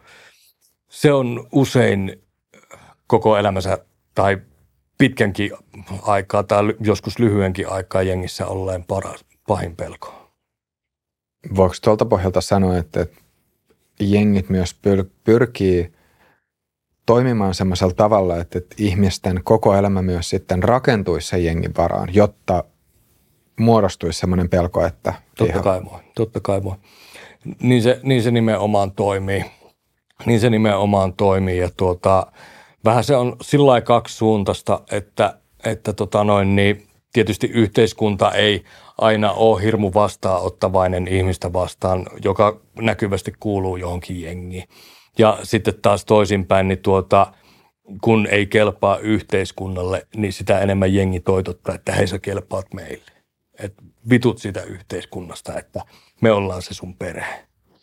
Speaker 1: se on usein koko elämänsä tai pitkänkin aikaa tai joskus lyhyenkin aikaa jengissä olleen paras, pahin pelko.
Speaker 2: Voiko tuolta pohjalta sanoa, että jengit myös pyr- pyrkii toimimaan semmoisella tavalla, että ihmisten koko elämä myös sitten rakentuisi sen jengin varaan, jotta muodostuisi semmoinen pelko, että...
Speaker 1: Totta ihan... kai voi, totta kai voi. Niin se, niin se nimenomaan toimii. Niin se nimenomaan toimii ja tuota, vähän se on sillä lailla kaksisuuntaista, että, että tota noin, niin tietysti yhteiskunta ei aina ole hirmu vastaanottavainen ihmistä vastaan, joka näkyvästi kuuluu johonkin jengiin. Ja sitten taas toisinpäin, niin tuota, kun ei kelpaa yhteiskunnalle, niin sitä enemmän jengi toitottaa, että hei sä kelpaat meille. Et vitut sitä yhteiskunnasta, että me ollaan se sun perhe.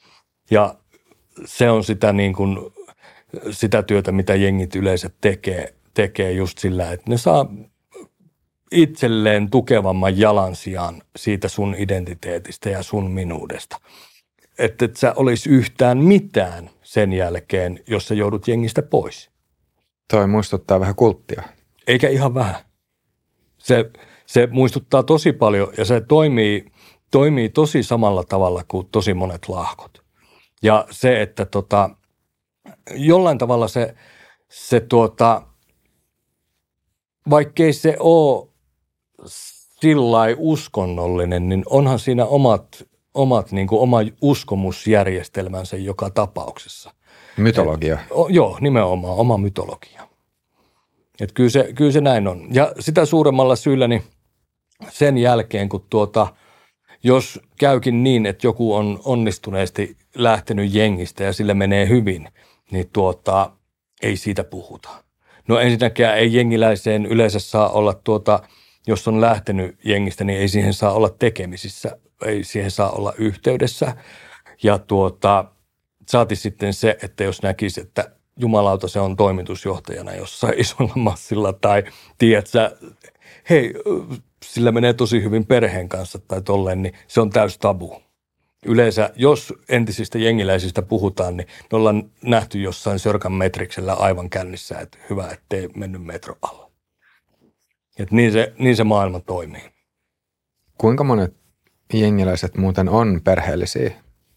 Speaker 1: Ja se on sitä, niin kuin, sitä työtä, mitä jengit yleensä tekee, tekee just sillä, että ne saa itselleen tukevamman jalansijan siitä sun identiteetistä ja sun minuudesta. Että et sä olisi yhtään mitään sen jälkeen, jos sä joudut jengistä pois.
Speaker 2: Toi muistuttaa vähän kulttia.
Speaker 1: Eikä ihan vähän. Se, se muistuttaa tosi paljon ja se toimii, toimii tosi samalla tavalla kuin tosi monet lahkot. Ja se, että tota, jollain tavalla se, se tuota, vaikkei se ole sillai uskonnollinen, niin onhan siinä omat, omat niin kuin oma uskomusjärjestelmänsä joka tapauksessa.
Speaker 2: Mytologia.
Speaker 1: Et, o, joo, nimenomaan oma mytologia. Et kyllä, se, kyllä se näin on. Ja sitä suuremmalla syyllä niin sen jälkeen, kun tuota, jos käykin niin, että joku on onnistuneesti lähtenyt jengistä ja sille menee hyvin, niin tuota, ei siitä puhuta. No ensinnäkään ei jengiläiseen yleensä saa olla, tuota, jos on lähtenyt jengistä, niin ei siihen saa olla tekemisissä, ei siihen saa olla yhteydessä. Ja tuota, saati sitten se, että jos näkisi, että jumalauta se on toimitusjohtajana jossain isolla massilla tai tiedät sä, hei, sillä menee tosi hyvin perheen kanssa tai tolleen, niin se on täys tabu. Yleensä, jos entisistä jengiläisistä puhutaan, niin ne ollaan nähty jossain Sörkän metriksellä aivan kännissä, että hyvä, ettei mennyt metro alla. Et niin, se, niin se maailma toimii.
Speaker 2: Kuinka monet jengiläiset muuten on perheellisiä?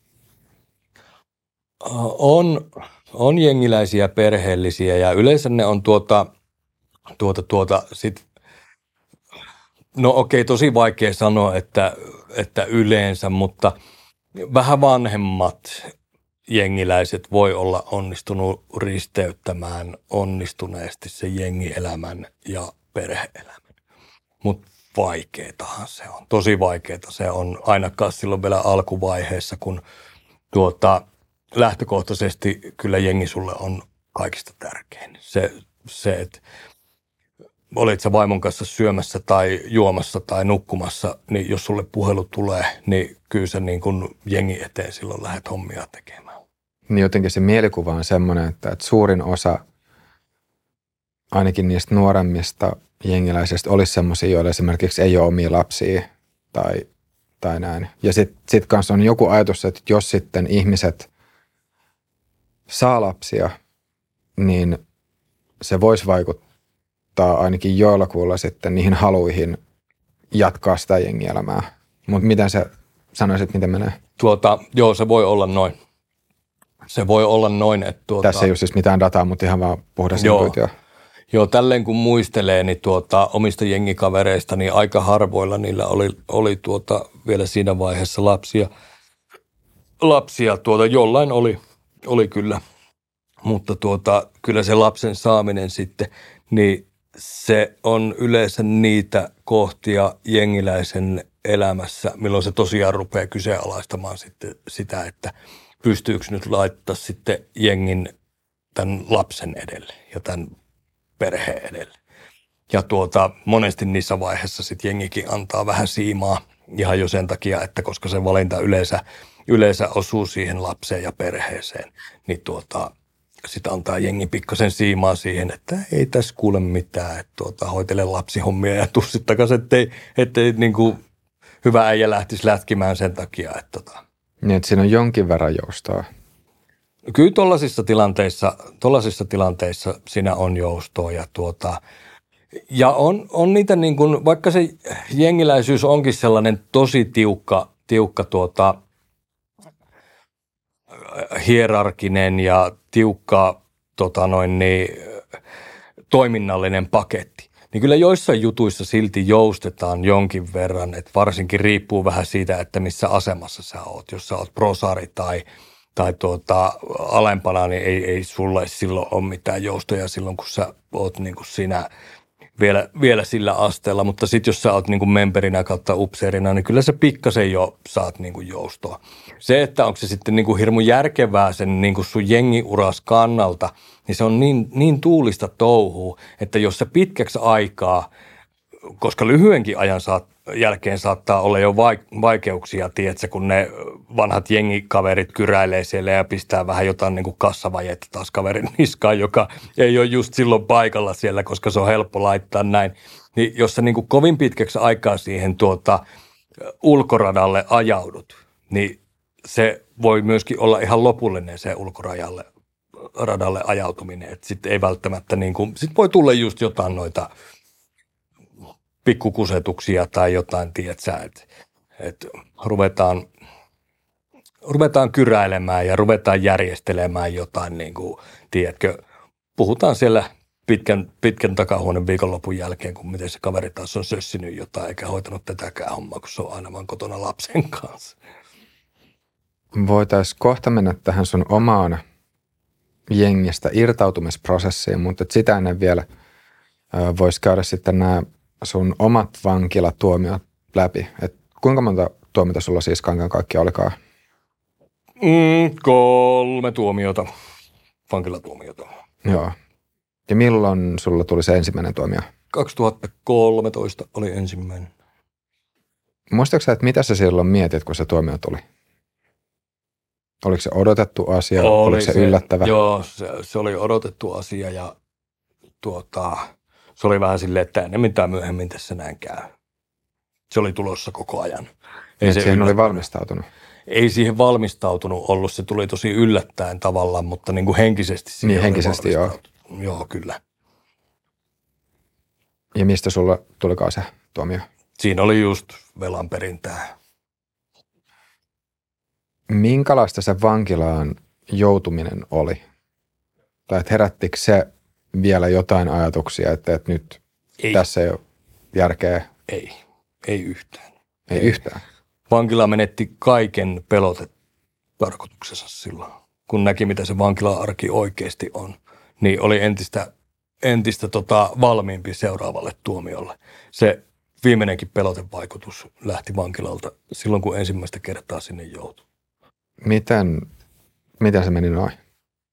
Speaker 1: On, on jengiläisiä perheellisiä ja yleensä ne on tuota, tuota, tuota sit, no okei, tosi vaikea sanoa, että, että yleensä, mutta vähän vanhemmat jengiläiset voi olla onnistunut risteyttämään onnistuneesti sen jengielämän ja perhe-elämän. Mutta vaikeetahan se on. Tosi vaikeeta se on ainakaan silloin vielä alkuvaiheessa, kun tuota, lähtökohtaisesti kyllä jengi sulle on kaikista tärkein. Se, se että olit sä vaimon kanssa syömässä tai juomassa tai nukkumassa, niin jos sulle puhelu tulee, niin kyllä sä niin kuin jengi eteen silloin lähdet hommia tekemään.
Speaker 2: Niin jotenkin se mielikuva on semmoinen, että, että suurin osa ainakin niistä nuoremmista jengiläisistä olisi semmoisia, joilla esimerkiksi ei ole omia lapsia tai, tai näin. Ja sitten sit kanssa on joku ajatus, että jos sitten ihmiset saa lapsia, niin se voisi vaikuttaa ainakin joillakuilla sitten niihin haluihin jatkaa sitä jengielämää. Mutta miten sä sanoisit, miten menee?
Speaker 1: Tuota, joo, se voi olla noin. Se voi olla noin, että tuota...
Speaker 2: Tässä ei ole siis mitään dataa, mutta ihan vaan puhdas intuitio.
Speaker 1: Joo, tälleen kun muistelee, niin tuota, omista jengikavereista, niin aika harvoilla niillä oli, oli tuota, vielä siinä vaiheessa lapsia. Lapsia tuota, jollain oli, oli kyllä, mutta tuota, kyllä se lapsen saaminen sitten, niin se on yleensä niitä kohtia jengiläisen elämässä, milloin se tosiaan rupeaa kyseenalaistamaan sitten sitä, että pystyykö nyt laittaa sitten jengin tämän lapsen edelle ja tämän perheen edelle. Ja tuota, monesti niissä vaiheissa sitten jengikin antaa vähän siimaa ihan jo sen takia, että koska se valinta yleensä, yleensä osuu siihen lapseen ja perheeseen, niin tuota, sitten antaa jengi pikkasen siimaa siihen, että ei tässä kuule mitään, että tuota, hoitele lapsihommia ja tuu sitten takaisin, ettei, ettei niin kuin hyvä äijä lähtisi lätkimään sen takia, että tota.
Speaker 2: Niin, että siinä on jonkin verran joustoa.
Speaker 1: Kyllä tuollaisissa tilanteissa, tuollaisissa tilanteissa siinä on joustoa ja tuota, ja on, on niitä niin kuin, vaikka se jengiläisyys onkin sellainen tosi tiukka, tiukka tuota, hierarkinen ja tiukka tota noin niin, toiminnallinen paketti, niin kyllä joissain jutuissa silti joustetaan jonkin verran, että varsinkin riippuu vähän siitä, että missä asemassa sä oot. Jos sä oot prosari tai, tai tuota, alempana, niin ei, ei sulla silloin ole mitään joustoja silloin, kun sä oot niin kuin siinä vielä, vielä sillä asteella. Mutta sitten jos sä oot niin kuin memberinä kautta upseerina, niin kyllä sä pikkasen jo saat niin kuin joustoa. Se, että onko se sitten niin kuin hirmu järkevää sen niin kuin sun jengiuras kannalta, niin se on niin, niin tuulista touhua, että jos sä pitkäksi aikaa, koska lyhyenkin ajan saat jälkeen saattaa olla jo vaikeuksia, tiedätkö, kun ne vanhat jengikaverit kyräilee siellä ja pistää vähän jotain niin kuin kassavajetta taas kaverin niskaan, joka ei ole just silloin paikalla siellä, koska se on helppo laittaa näin. Niin jos sä niin kuin kovin pitkäksi aikaa siihen tuota ulkoradalle ajaudut, niin se voi myöskin olla ihan lopullinen se ulkorajalle radalle ajautuminen. Sitten ei välttämättä niin kuin, sit voi tulla just jotain noita pikkukusetuksia tai jotain, tiedätkö, että et ruvetaan, ruvetaan kyräilemään ja ruvetaan järjestelemään jotain, niin kuin, tiedätkö, puhutaan siellä pitkän, pitkän takahuoneen viikonlopun jälkeen, kun miten se kaveri taas on sössinyt jotain eikä hoitanut tätäkään hommaa, kun se on aina vaan kotona lapsen kanssa.
Speaker 2: Voitaisiin kohta mennä tähän sun omaan jengistä irtautumisprosessiin, mutta sitä ennen vielä voisi käydä sitten nämä sun omat vankilatuomiot läpi. Et kuinka monta tuomiota sulla siis kaiken kaikkiaan olikaan?
Speaker 1: Mm, kolme tuomiota, vankilatuomiota.
Speaker 2: Joo. Ja milloin sulla tuli se ensimmäinen tuomio?
Speaker 1: kaksituhattakolmetoista oli ensimmäinen.
Speaker 2: Muistatko sä, että mitä sä silloin mietit, kun se tuomio tuli? Oliko se odotettu asia?
Speaker 1: Oli
Speaker 2: Oliko se, se yllättävä?
Speaker 1: Joo, se, se oli odotettu asia ja tuota, se oli vähän silleen, että enemmän tai myöhemmin tässä näin käy. Se oli tulossa koko ajan.
Speaker 2: Ei se siihen oli valmistautunut?
Speaker 1: Ei siihen valmistautunut ollut. Se tuli tosi yllättäen tavallaan, mutta niin kuin henkisesti siihen
Speaker 2: Niin, henkisesti joo.
Speaker 1: Joo, kyllä.
Speaker 2: Ja mistä sulla tulikaan se tuomio?
Speaker 1: Siinä oli just velan perintää.
Speaker 2: Minkälaista se vankilaan joutuminen oli? Tai että herättikö se vielä jotain ajatuksia, että, että nyt ei. Tässä ei ole järkeä?
Speaker 1: Ei, ei yhtään.
Speaker 2: Ei, ei. yhtään?
Speaker 1: Vankila menetti kaiken pelotetarkoituksensa silloin, kun näki, mitä se vankila-arki oikeasti on. Niin oli entistä, entistä tota valmiimpi seuraavalle tuomiolle. Se viimeinenkin pelotevaikutus lähti vankilalta silloin, kun ensimmäistä kertaa sinne joutui.
Speaker 2: Miten, miten se meni noin?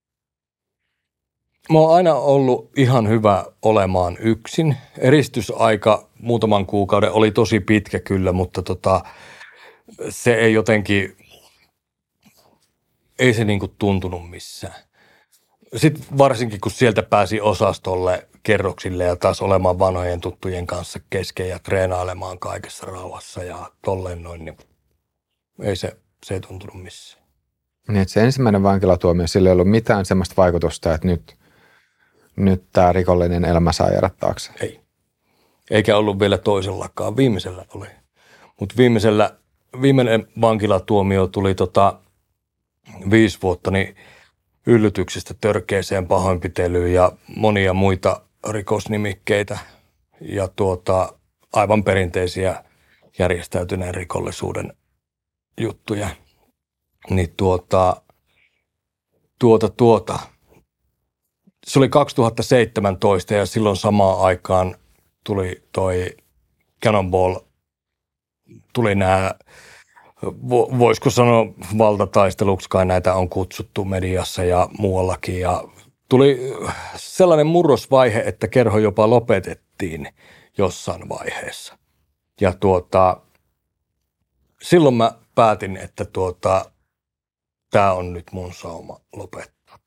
Speaker 1: Mä oon aina ollut ihan hyvä olemaan yksin. Eristysaika muutaman kuukauden oli tosi pitkä kyllä, mutta tota, se ei jotenkin, ei se niinku tuntunut missään. Sitten varsinkin, kun sieltä pääsi osastolle kerroksille ja taas olemaan vanhojen tuttujen kanssa kesken ja treenailemaan kaikessa rauhassa ja tolleen noin, niin ei se, se ei tuntunut missään.
Speaker 2: Niin, että se ensimmäinen vankilatuomio, sillä ei ollut mitään semmoista vaikutusta, että nyt, nyt tämä rikollinen elämä saa jäädä taakse.
Speaker 1: Ei. Eikä ollut vielä toisellakaan. Viimeisellä oli. Mutta viimeisellä, viimeinen vankilatuomio tuli tota viisi vuotta niin yllytyksestä törkeeseen pahoinpitelyyn ja monia muita rikosnimikkeitä ja tuota, aivan perinteisiä järjestäytyneen rikollisuuden juttuja. Niin tuota, tuota, tuota. Se oli kaksituhattaseitsemäntoista ja silloin samaan aikaan tuli toi Cannonball, tuli nämä, voisiko sanoa valtataisteluksi, kai näitä on kutsuttu mediassa ja muuallakin. Ja tuli sellainen murrosvaihe, että kerho jopa lopetettiin jossain vaiheessa. Ja tuota, silloin mä päätin, että tuota, tämä on nyt mun sauma lopettaa.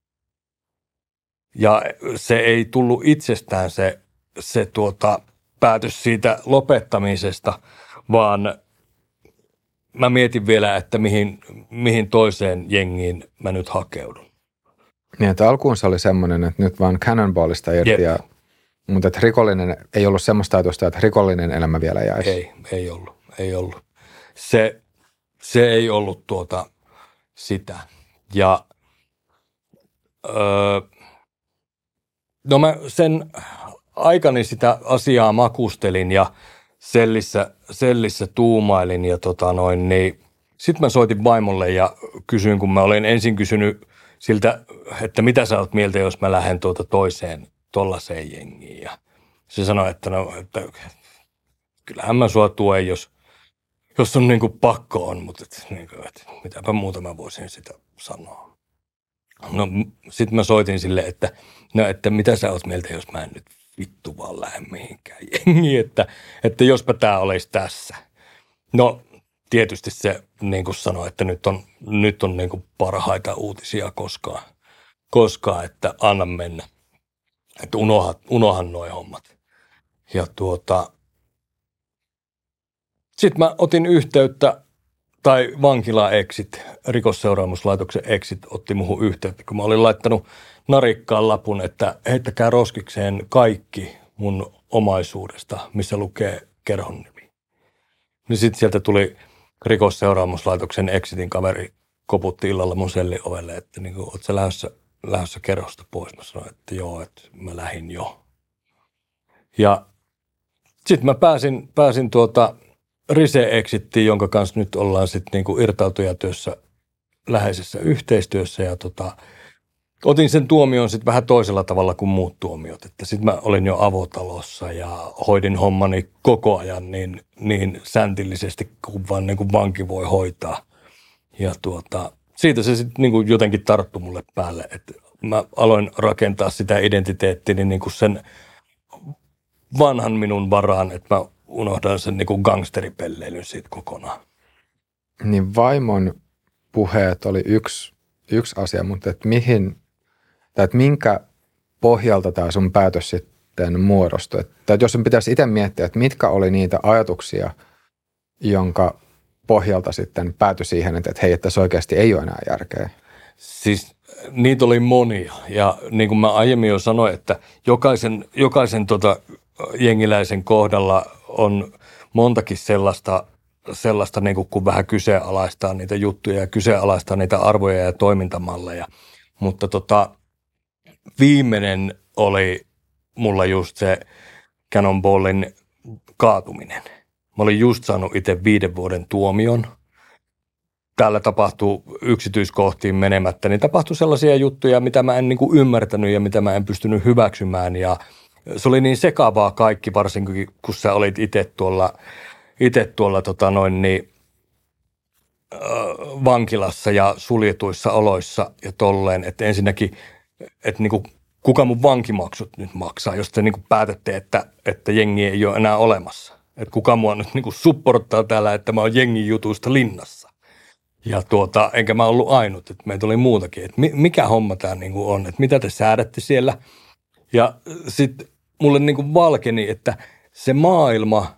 Speaker 1: Ja se ei tullut itsestään se, se tuota, päätös siitä lopettamisesta, vaan mä mietin vielä, että mihin, mihin toiseen jengiin mä nyt hakeudun.
Speaker 2: Niin, että alkuun se oli semmoinen, että nyt vaan Cannonballista irti, ja, mutta että rikollinen, ei ollut semmoista ajatusta, että rikollinen elämä vielä jäisi.
Speaker 1: Ei, ei ollut, ei ollut. Se, se ei ollut tuota sitä. Ja öö, no mä sen aikani sitä asiaa makustelin ja sellissä, sellissä tuumailin ja tota noin, niin sitten mä soitin vaimolle ja kysyin, kun mä olin ensin kysynyt siltä, että mitä sä oot mieltä, jos mä lähden tuota toiseen tollaiseen jengiin. Ja se sanoi, että no, että kyllähän mä sua tuen, jos, jos on niin kuin pakko on, mutta et, niin kuin, että mitäpä muuta mä voisin sitä sanoa. No sit mä soitin sille, että no, että mitä sä oot mieltä, jos mä en nyt vittu vaan lähde mihinkään jengi, että, että jospa tämä olisi tässä. No tietysti se niin kuin sanoi, että nyt on, nyt on niin kuin parhaita uutisia koskaan, koskaan, että anna mennä, että unohan, unohan noi hommat. Ja tuota, sitten mä otin yhteyttä, tai vankila exit, rikosseuraamuslaitoksen exit otti muhun yhteyttä, kun mä olin laittanut narikkaan lapun, että heittäkää roskikseen kaikki mun omaisuudesta, missä lukee kerhon nimi. Niin sitten sieltä tuli rikosseuraamuslaitoksen exitin kaveri, koputti illalla mun sellin ovelle, että niin kuin, oot sä lähdössä, lähdössä kerhosta pois? Mä sanoin, että joo, että mä lähdin jo. Ja sitten mä pääsin, pääsin tuota Rise-exittiin, jonka kanssa nyt ollaan sitten niinku irtautujatyössä läheisessä yhteistyössä. Ja tota, otin sen tuomion sitten vähän toisella tavalla kuin muut tuomiot. Että sitten mä olin jo avotalossa ja hoidin hommani koko ajan niin, niin säntillisesti kuin vaan niin kuin vanki voi hoitaa. Ja tuota, siitä se sitten niinku jotenkin tarttui mulle päälle, että mä aloin rakentaa sitä identiteettini niinku sen vanhan minun varaan, että mä unohdan sen niin kuin gangsteripelleilyn siitä kokonaan.
Speaker 2: Niin vaimon puheet oli yksi, yksi asia, mutta että mihin, tai että minkä pohjalta tämä sun päätös sitten muodostui? Että jos sun pitäisi itse miettiä, että mitkä oli niitä ajatuksia, jonka pohjalta sitten päätyi siihen, että hei, että se oikeasti ei ole enää järkeä.
Speaker 1: Siis niitä oli monia ja niin kuin mä aiemmin jo sanoin, että jokaisen, jokaisen tota jengiläisen kohdalla on montakin sellaista, sellaista niin kuin kun vähän kyseenalaistaa niitä juttuja ja kyseenalaistaa niitä arvoja ja toimintamalleja. Mutta tota, viimeinen oli mulla just se Cannonballin kaatuminen. Mä olin just saanut itse viiden vuoden tuomion. Täällä tapahtuu yksityiskohtiin menemättä, niin tapahtui sellaisia juttuja, mitä mä en niin kuin ymmärtänyt ja mitä mä en pystynyt hyväksymään. Ja se oli niin sekavaa kaikki, varsinkin kun sä olit itse tuolla, itse tuolla tota noin niin, äh, vankilassa ja suljetuissa oloissa ja tolleen, että ensinnäkin, että niin kuin, kuka mun vankimaksut nyt maksaa, jos te niin kuin päätätte, että, että jengi ei ole enää olemassa. Että kuka mua nyt niin kuin supporttaa täällä, että mä oon jengin jutuista linnassa. Ja tuota, enkä mä ollut ainut, että meitä oli muutakin, että mikä homma tää niin kuin on, että mitä te säädätte siellä. Ja sitten mulle niin kuin valkeni, että se maailma,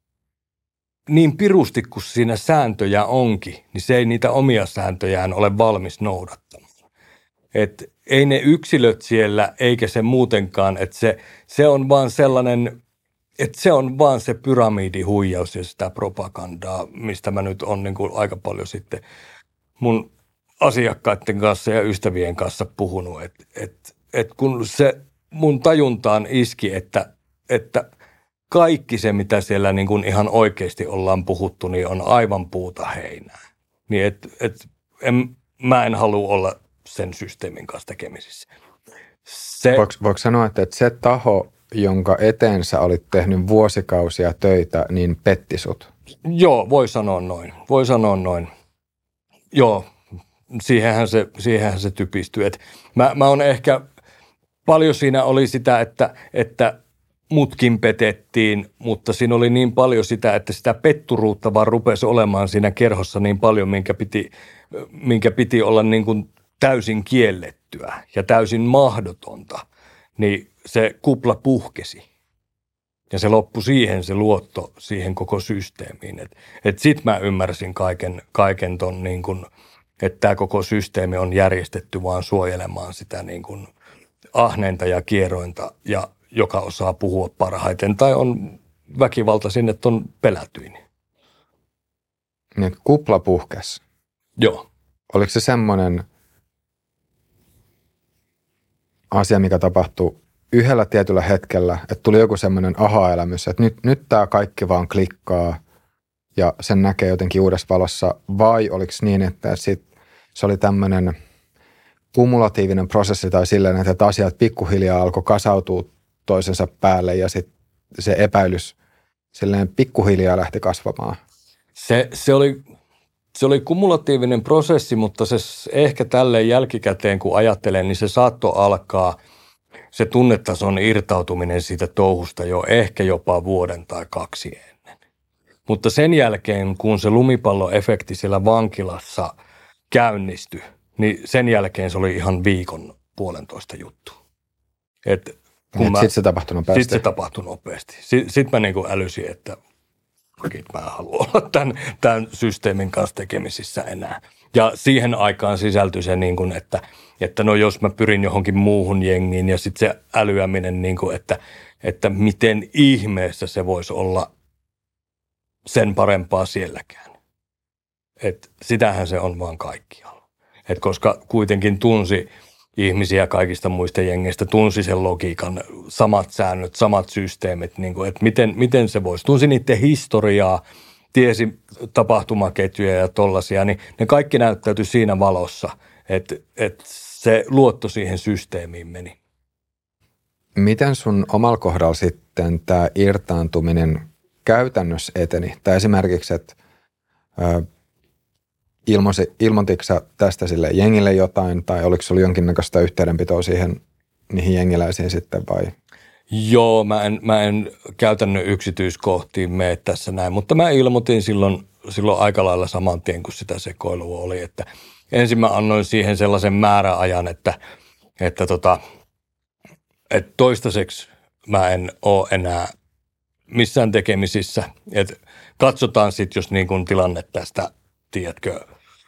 Speaker 1: niin pirusti kuin siinä sääntöjä onkin, niin se ei niitä omia sääntöjään ole valmis noudattamaan. Että ei ne yksilöt siellä, eikä se muutenkaan, että se, se on vaan sellainen, että se on vaan se pyramidihuijaus ja sitä propagandaa, mistä mä nyt on niin kuin aika paljon sitten mun asiakkaiden kanssa ja ystävien kanssa puhunut, että et, et kun se mun tajuntaan iski, että, että kaikki se, mitä siellä niin kuin ihan oikeasti ollaan puhuttu, niin on aivan puuta heinää. Niin et, et, en, mä en halua olla sen systeemin kanssa tekemisissä. Se,
Speaker 2: voiko, voiko sanoa, että se taho, jonka eteen sä olit tehnyt vuosikausia töitä, niin petti sut?
Speaker 1: Joo, voi sanoa noin. Voi sanoa noin. Joo, siihenhän se, siihenhän se typistyy. Et mä, mä oon ehkä, paljon siinä oli sitä, että, että mutkin petettiin, mutta siinä oli niin paljon sitä, että sitä petturuutta vaan rupesi olemaan siinä kerhossa niin paljon, minkä piti, minkä piti olla niin kuin täysin kiellettyä ja täysin mahdotonta. Niin se kupla puhkesi ja se loppui siihen se luotto siihen koko systeemiin. Että et sit mä ymmärsin kaiken, kaiken ton niin kuin, että tämä koko systeemi on järjestetty vaan suojelemaan sitä niin kuin ahneinta ja kierointa, ja joka osaa puhua parhaiten tai on väkivaltaisin, että on pelätyin.
Speaker 2: Niin, kupla puhkesi.
Speaker 1: Joo.
Speaker 2: Oliko se semmoinen asia, mikä tapahtui yhdellä tietyllä hetkellä, että tuli joku semmoinen aha-elämys, että nyt, nyt tämä kaikki vaan klikkaa ja sen näkee jotenkin uudessa valossa, vai oliko niin, että sit se oli tämmöinen kumulatiivinen prosessi tai silleen, että asiat pikkuhiljaa alkoi kasautua toisensa päälle ja sitten se epäilys silleen pikkuhiljaa lähti kasvamaan?
Speaker 1: Se, se oli... Se oli kumulatiivinen prosessi, mutta se ehkä tälleen jälkikäteen, kun ajattelen, niin se saattoi alkaa se tunnetason irtautuminen siitä touhusta jo ehkä jopa vuoden tai kaksi ennen. Mutta sen jälkeen, kun se lumipalloefekti siellä vankilassa käynnistyi, niin sen jälkeen se oli ihan viikon puolentoista juttu. Et
Speaker 2: Sitten se tapahtui nopeasti.
Speaker 1: Sitten se tapahtui nopeasti. Sitten sit mä niinku älysin, että mä en halua olla tämän, tämän systeemin kanssa tekemisissä enää. Ja siihen aikaan sisältyi se, niin kuin, että, että no jos mä pyrin johonkin muuhun jengiin ja sitten se älyäminen, niin kuin, että, että miten ihmeessä se voisi olla sen parempaa sielläkään. Et sitähän se on vaan kaikkialla. Et koska kuitenkin tunsi ihmisiä kaikista muista jengeistä, tunsi sen logiikan, samat säännöt, samat systeemit, niin kuin, että miten, miten se voisi. Tunsi niiden historiaa, tiesi tapahtumaketjuja ja tollaisia, niin ne kaikki näyttäytyi siinä valossa, että, että se luotto siihen systeemiin meni.
Speaker 2: Miten sun omalla kohdalla sitten tämä irtaantuminen käytännössä eteni? Tai esimerkiksi, että ö, ilmoititko sä tästä sille jengille jotain, tai oliko sulla jonkinnäköistä yhteydenpitoa siihen niihin jengiläisiin sitten vai?
Speaker 1: Joo, mä en, mä en käytännön yksityiskohtiin mene tässä näin, mutta mä ilmoitin silloin, silloin aika lailla saman tien, kun sitä sekoilua oli, että ensin mä annoin siihen sellaisen määräajan, että, että, tota, että toistaiseksi mä en ole enää missään tekemisissä, että katsotaan sitten, jos niin kun tilanne tästä, tiedätkö,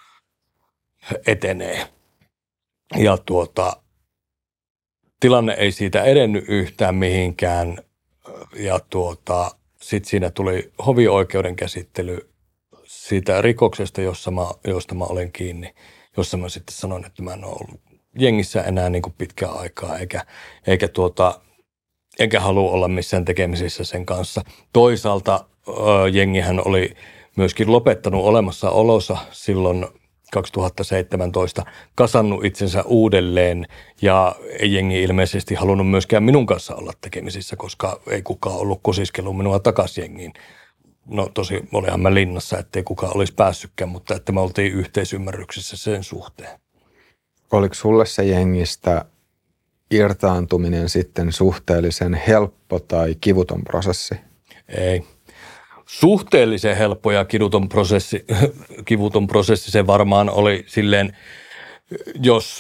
Speaker 1: etenee. Ja tuota, tilanne ei siitä edennyt yhtään mihinkään ja tuota, sitten siinä tuli hovioikeuden käsittely siitä rikoksesta, jossa mä, josta mä olen kiinni, jossa mä sitten sanoin, että mä en ole ollut jengissä enää niin kuin pitkään aikaa eikä, eikä tuota, enkä halua olla missään tekemisissä sen kanssa. Toisaalta ö, jengihän oli myöskin lopettanut olemassaolonsa silloin kaksituhattaseitsemäntoista, kasannut itsensä uudelleen ja ei jengi ilmeisesti halunnut myöskään minun kanssa olla tekemisissä, koska ei kukaan ollut kosiskellut minua takaisin jengiin. No tosi olihan mä linnassa, ettei kukaan olisi päässytkään, mutta että me oltiin yhteisymmärryksessä sen suhteen.
Speaker 2: Oliko sulle se jengistä irtaantuminen sitten suhteellisen helppo tai kivuton prosessi?
Speaker 1: Ei. Suhteellisen helppo ja kivuton prosessi, kivuton prosessi se varmaan oli silleen, jos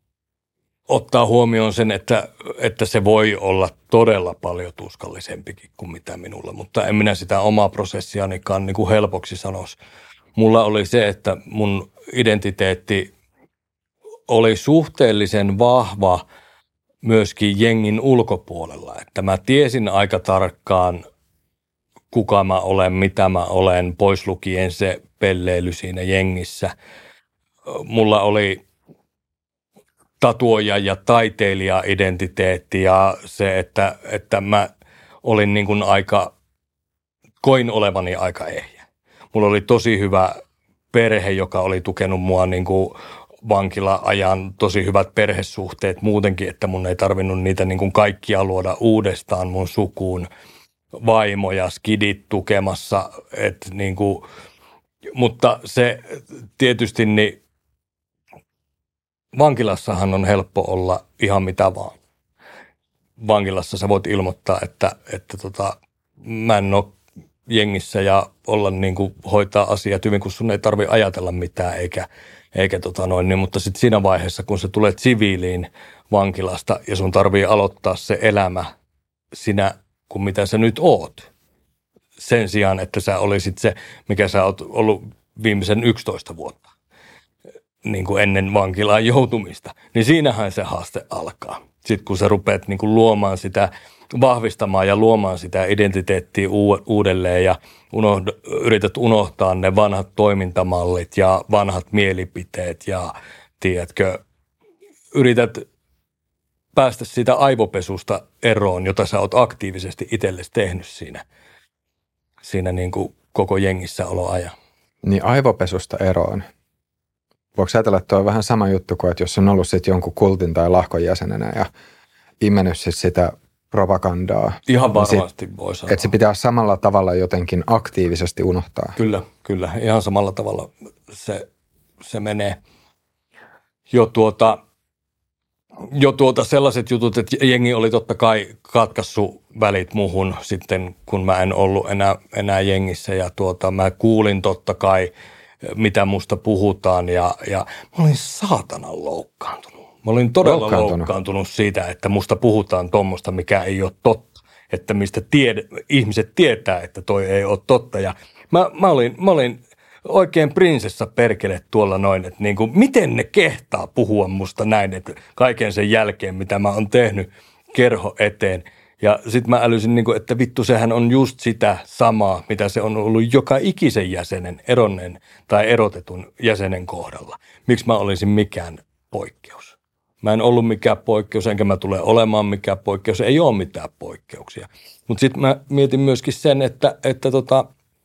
Speaker 1: ottaa huomioon sen, että, että se voi olla todella paljon tuskallisempikin kuin mitä minulla, mutta en minä sitä omaa prosessianikaan niin kuin helpoksi sanoisi. Mulla oli se, että mun identiteetti oli suhteellisen vahva myöskin jengin ulkopuolella, että mä tiesin aika tarkkaan, kuka mä olen, mitä mä olen, pois lukien se pelleily siinä jengissä. Mulla oli tatuoja ja taiteilija-identiteetti ja se, että, että mä olin niin kuin aika, koin olevani aika ehjä. Mulla oli tosi hyvä perhe, joka oli tukenut mua niin kuin vankila-ajan, tosi hyvät perhesuhteet muutenkin, että mun ei tarvinnut niitä niin kuin kaikkia luoda uudestaan mun sukuun. Vaimo ja skidit tukemassa, että niin kuin, mutta se tietysti niin vankilassahan on helppo olla ihan mitä vaan. Vankilassa sä voit ilmoittaa, että, että tota, mä en ole jengissä ja olla niin kuin hoitaa asiat hyvin, kun sun ei tarvitse ajatella mitään eikä, eikä tota noin, niin, mutta sitten siinä vaiheessa, kun sä tulet siviiliin vankilasta ja sun tarvii aloittaa se elämä sinä kuin mitä sä nyt oot. Sen sijaan, että sä olisit se, mikä sä oot ollut viimeisen yksitoista vuotta, niin kuin ennen vankilaan joutumista. Niin siinähän se haaste alkaa. Sitten kun sä rupeat niin kuin luomaan sitä, vahvistamaan ja luomaan sitä identiteettiä uudelleen ja unohd, yrität unohtaa ne vanhat toimintamallit ja vanhat mielipiteet ja tiedätkö, yrität päästä siitä aivopesusta eroon, jota sä oot aktiivisesti itsellesi tehnyt siinä, siinä niin kuin koko jengissä oloajan.
Speaker 2: Niin aivopesusta eroon. Voiko ajatella, että tuo on vähän sama juttu kuin, että jos on ollut sitten jonkun kultin tai lahkon jäsenenä ja imennyt sit sitä propagandaa.
Speaker 1: Ihan varmasti niin voi sanoa.
Speaker 2: Että se pitää samalla tavalla jotenkin aktiivisesti unohtaa.
Speaker 1: Kyllä, kyllä. Ihan samalla tavalla se, se menee. Jo tuota... jo tuota sellaiset jutut, että jengi oli totta kai katkaissut välit muhun sitten, kun mä en ollut enää, enää jengissä ja tuota, mä kuulin totta kai, mitä musta puhutaan ja, ja mä olin saatanan loukkaantunut. Mä olin todella loukkaantunut. loukkaantunut siitä, että musta puhutaan tommosta, mikä ei ole totta, että mistä tied, ihmiset tietää, että toi ei ole totta ja mä, mä, olin, mä olin oikein prinsessa perkele tuolla noin, että niin kuin, miten ne kehtaa puhua musta näin, että kaiken sen jälkeen, mitä mä oon tehnyt kerho eteen. Ja sitten mä älysin, niin kuin, että vittu, sehän on just sitä samaa, mitä se on ollut joka ikisen jäsenen, eronneen tai erotetun jäsenen kohdalla. Miksi mä olisin mikään poikkeus? Mä en ollut mikään poikkeus, enkä mä tule olemaan mikään poikkeus. Ei ole mitään poikkeuksia. Mutta sitten mä mietin myöskin sen, että, että tota,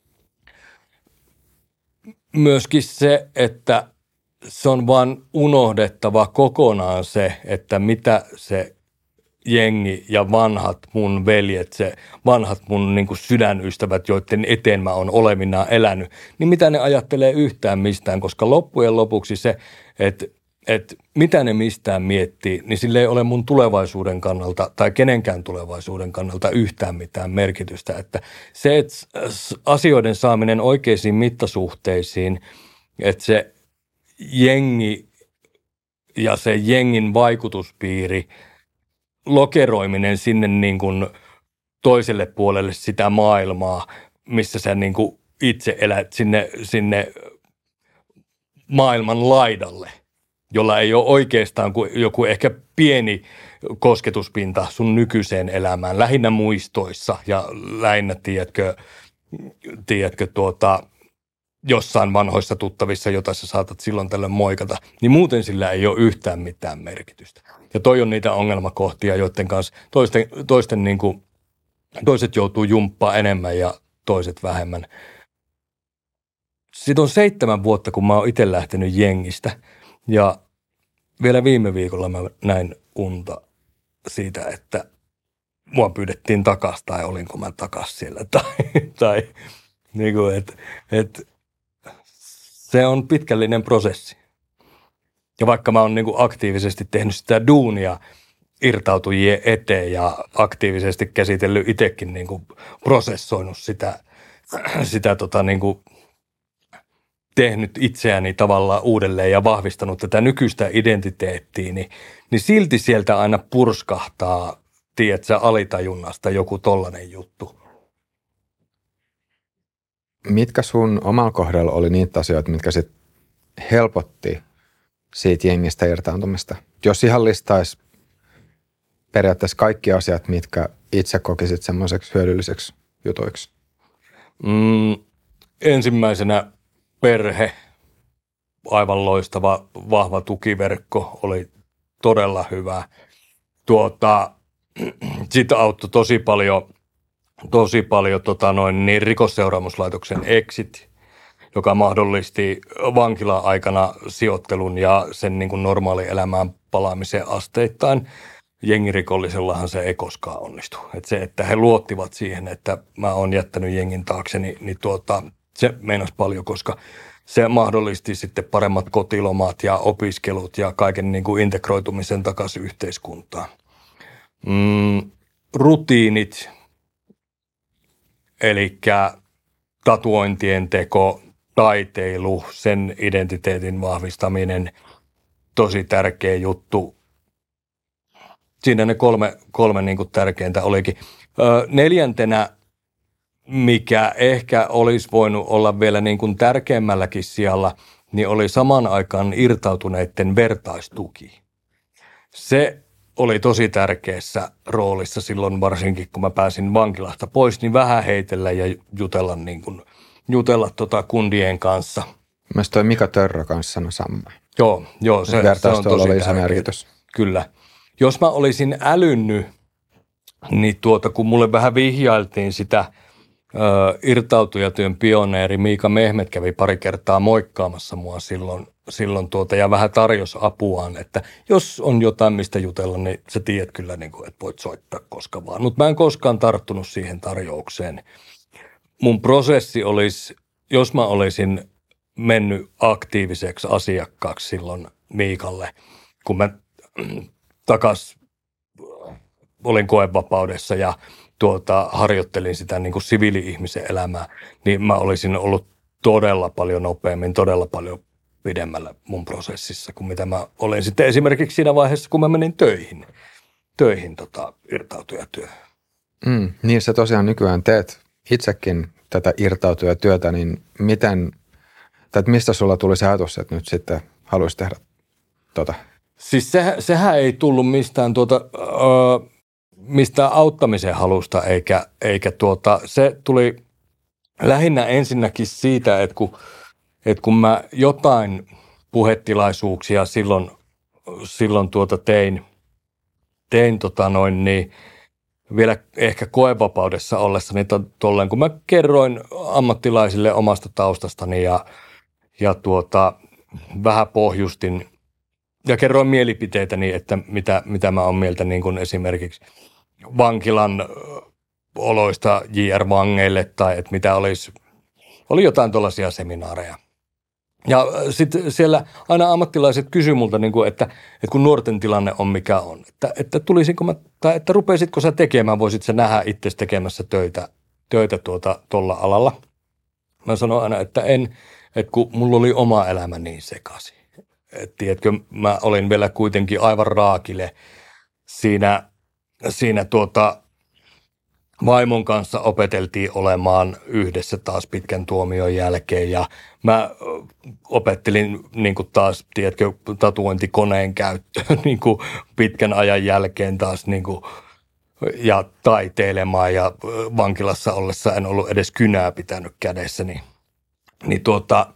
Speaker 1: myöskin se, että se on vaan unohdettava kokonaan se, että mitä se jengi ja vanhat mun veljet, se vanhat mun niin kuin sydänystävät, joiden eteen mä oon olevinaan elänyt, niin mitä ne ajattelee yhtään mistään, koska loppujen lopuksi se, että, että mitä ne mistään miettii, niin sillä ei ole mun tulevaisuuden kannalta tai kenenkään tulevaisuuden kannalta yhtään mitään merkitystä. Että se, että asioiden saaminen oikeisiin mittasuhteisiin, että se jengi ja se jengin vaikutuspiiri, lokeroiminen sinne niin kuin toiselle puolelle sitä maailmaa, missä sä niin kuin itse elät sinne, sinne maailman laidalle, jolla ei ole oikeastaan kuin joku ehkä pieni kosketuspinta sun nykyiseen elämään, lähinnä muistoissa ja lähinnä, tiedätkö, tiedätkö tuota, jossain vanhoissa tuttavissa, jota sä saatat silloin tällöin moikata, niin muuten sillä ei ole yhtään mitään merkitystä. Ja toi on niitä ongelmakohtia, joiden kanssa toisten, toisten niin kuin, toiset joutuu jumppaa enemmän ja toiset vähemmän. Sitten on seitsemän vuotta, kun mä oon itse lähtenyt jengistä ja vielä viime viikolla mä näin unta siitä, että mua pyydettiin takas tai olinko mä takas siellä tai, tai niin kuin, että, että se on pitkällinen prosessi. Ja vaikka mä oon niin kuin aktiivisesti tehnyt sitä duunia irtautujien eteen ja aktiivisesti käsitellyt itsekin niin kuin prosessoinut sitä, sitä tota niin kuin tehnyt itseäni tavallaan uudelleen ja vahvistanut tätä nykyistä identiteettiä, niin, niin silti sieltä aina purskahtaa, tiedätkö, alitajunnasta joku tollainen juttu.
Speaker 2: Mitkä sun omalla kohdalla oli niitä asioita, mitkä sit helpotti siitä jengistä irtaantumista? Jos ihan listaisi periaatteessa kaikki asiat, mitkä itse kokisit semmoiseksi hyödylliseksi jutuiksi.
Speaker 1: Mm, ensimmäisenä perhe, aivan loistava, vahva tukiverkko, oli todella hyvä. Tuota, sitä auttoi tosi paljon, tosi paljon tota noin, niin rikosseuraamuslaitoksen exit, joka mahdollisti vankila-aikana sijoittelun ja sen niin kuin normaalielämään palaamisen asteittain. Jengirikollisellahan se ei koskaan onnistu. Et se, että he luottivat siihen, että mä oon jättänyt jengin taakse, niin, niin tuota, se meinasi paljon, koska se mahdollisti sitten paremmat kotilomat ja opiskelut ja kaiken niin kuin integroitumisen takaisin yhteiskuntaan. Mm, rutiinit, eli tatuointien teko, taiteilu, sen identiteetin vahvistaminen, tosi tärkeä juttu. Siinä ne kolme, kolme niin kuin tärkeintä olikin. Ö, neljäntenä, mikä ehkä olisi voinut olla vielä niin kuin tärkeämmälläkin sijalla, niin oli samaan aikaan irtautuneiden vertaistuki. Se oli tosi tärkeässä roolissa silloin, varsinkin kun mä pääsin vankilasta pois, niin vähän heitellä ja jutella, niin kuin, jutella tota kundien kanssa.
Speaker 2: Mielestäni toi Mika Törrö kanssa sanoi samaa.
Speaker 1: Joo, joo se, se on tosi
Speaker 2: oli
Speaker 1: tärkeä.
Speaker 2: merkitys.
Speaker 1: Kyllä. Jos mä olisin älynnyt, niin tuota, kun mulle vähän vihjailtiin sitä ö, irtautujatyön pioneeri Miika Mehmet kävi pari kertaa moikkaamassa mua silloin, silloin tuota, ja vähän tarjosi apuaan, että jos on jotain mistä jutella, niin sä tiedät kyllä, niin kuin, että voit soittaa koska vaan. Mutta mä en koskaan tarttunut siihen tarjoukseen. Mun prosessi olisi, jos mä olisin mennyt aktiiviseksi asiakkaaksi silloin Miikalle, kun mä takas olin koevapaudessa ja tuota, harjoittelin sitä niin kuin siviili-ihmisen elämää, niin mä olisin ollut todella paljon nopeammin, todella paljon pidemmällä mun prosessissa kuin mitä mä olin sitten esimerkiksi siinä vaiheessa, kun mä menin töihin, töihin tota, irtautujatyöhön.
Speaker 2: Mm, niin sä tosiaan nykyään teet itsekin tätä irtautujatyötä, niin miten, tai mistä sulla tuli se ajatus, että nyt sitten haluaisi tehdä tota?
Speaker 1: Siis se, sehän ei tullut mistään, tuota, ö, mistään auttamisen halusta, eikä, eikä tuota, se tuli lähinnä ensinnäkin siitä, että kun, että kun mä jotain puhetilaisuuksia silloin, silloin tuota tein, tein tota noin, niin vielä ehkä koevapaudessa ollessa, niin tolleen, kun mä kerroin ammattilaisille omasta taustastani ja, ja tuota, vähän pohjustin ja kerroin mielipiteitäni, että mitä, mitä mä oon mieltä niin kuin esimerkiksi vankilan oloista J R-vangeille tai että mitä olisi, oli jotain tuollaisia seminaareja. Ja sitten siellä aina ammattilaiset kysyivät multa, niin kuin, että, että kun nuorten tilanne on mikä on, että, että tulisinko mä, tai että rupeisitko sä tekemään, voisit sä nähdä itse tekemässä töitä, töitä tuota tuolla alalla. Mä sanoin aina, että en, että kun mulla oli oma elämä niin sekaisin. Että tiedätkö, mä olin vielä kuitenkin aivan raakile siinä, siinä tuota, vaimon kanssa opeteltiin olemaan yhdessä taas pitkän tuomion jälkeen ja mä opettelin niin kuin taas, tiedätkö, tatuointikoneen käyttöön niin kuin pitkän ajan jälkeen taas niin kuin, ja taiteilemaan ja vankilassa ollessa en ollut edes kynää pitänyt kädessä, niin, niin tuota,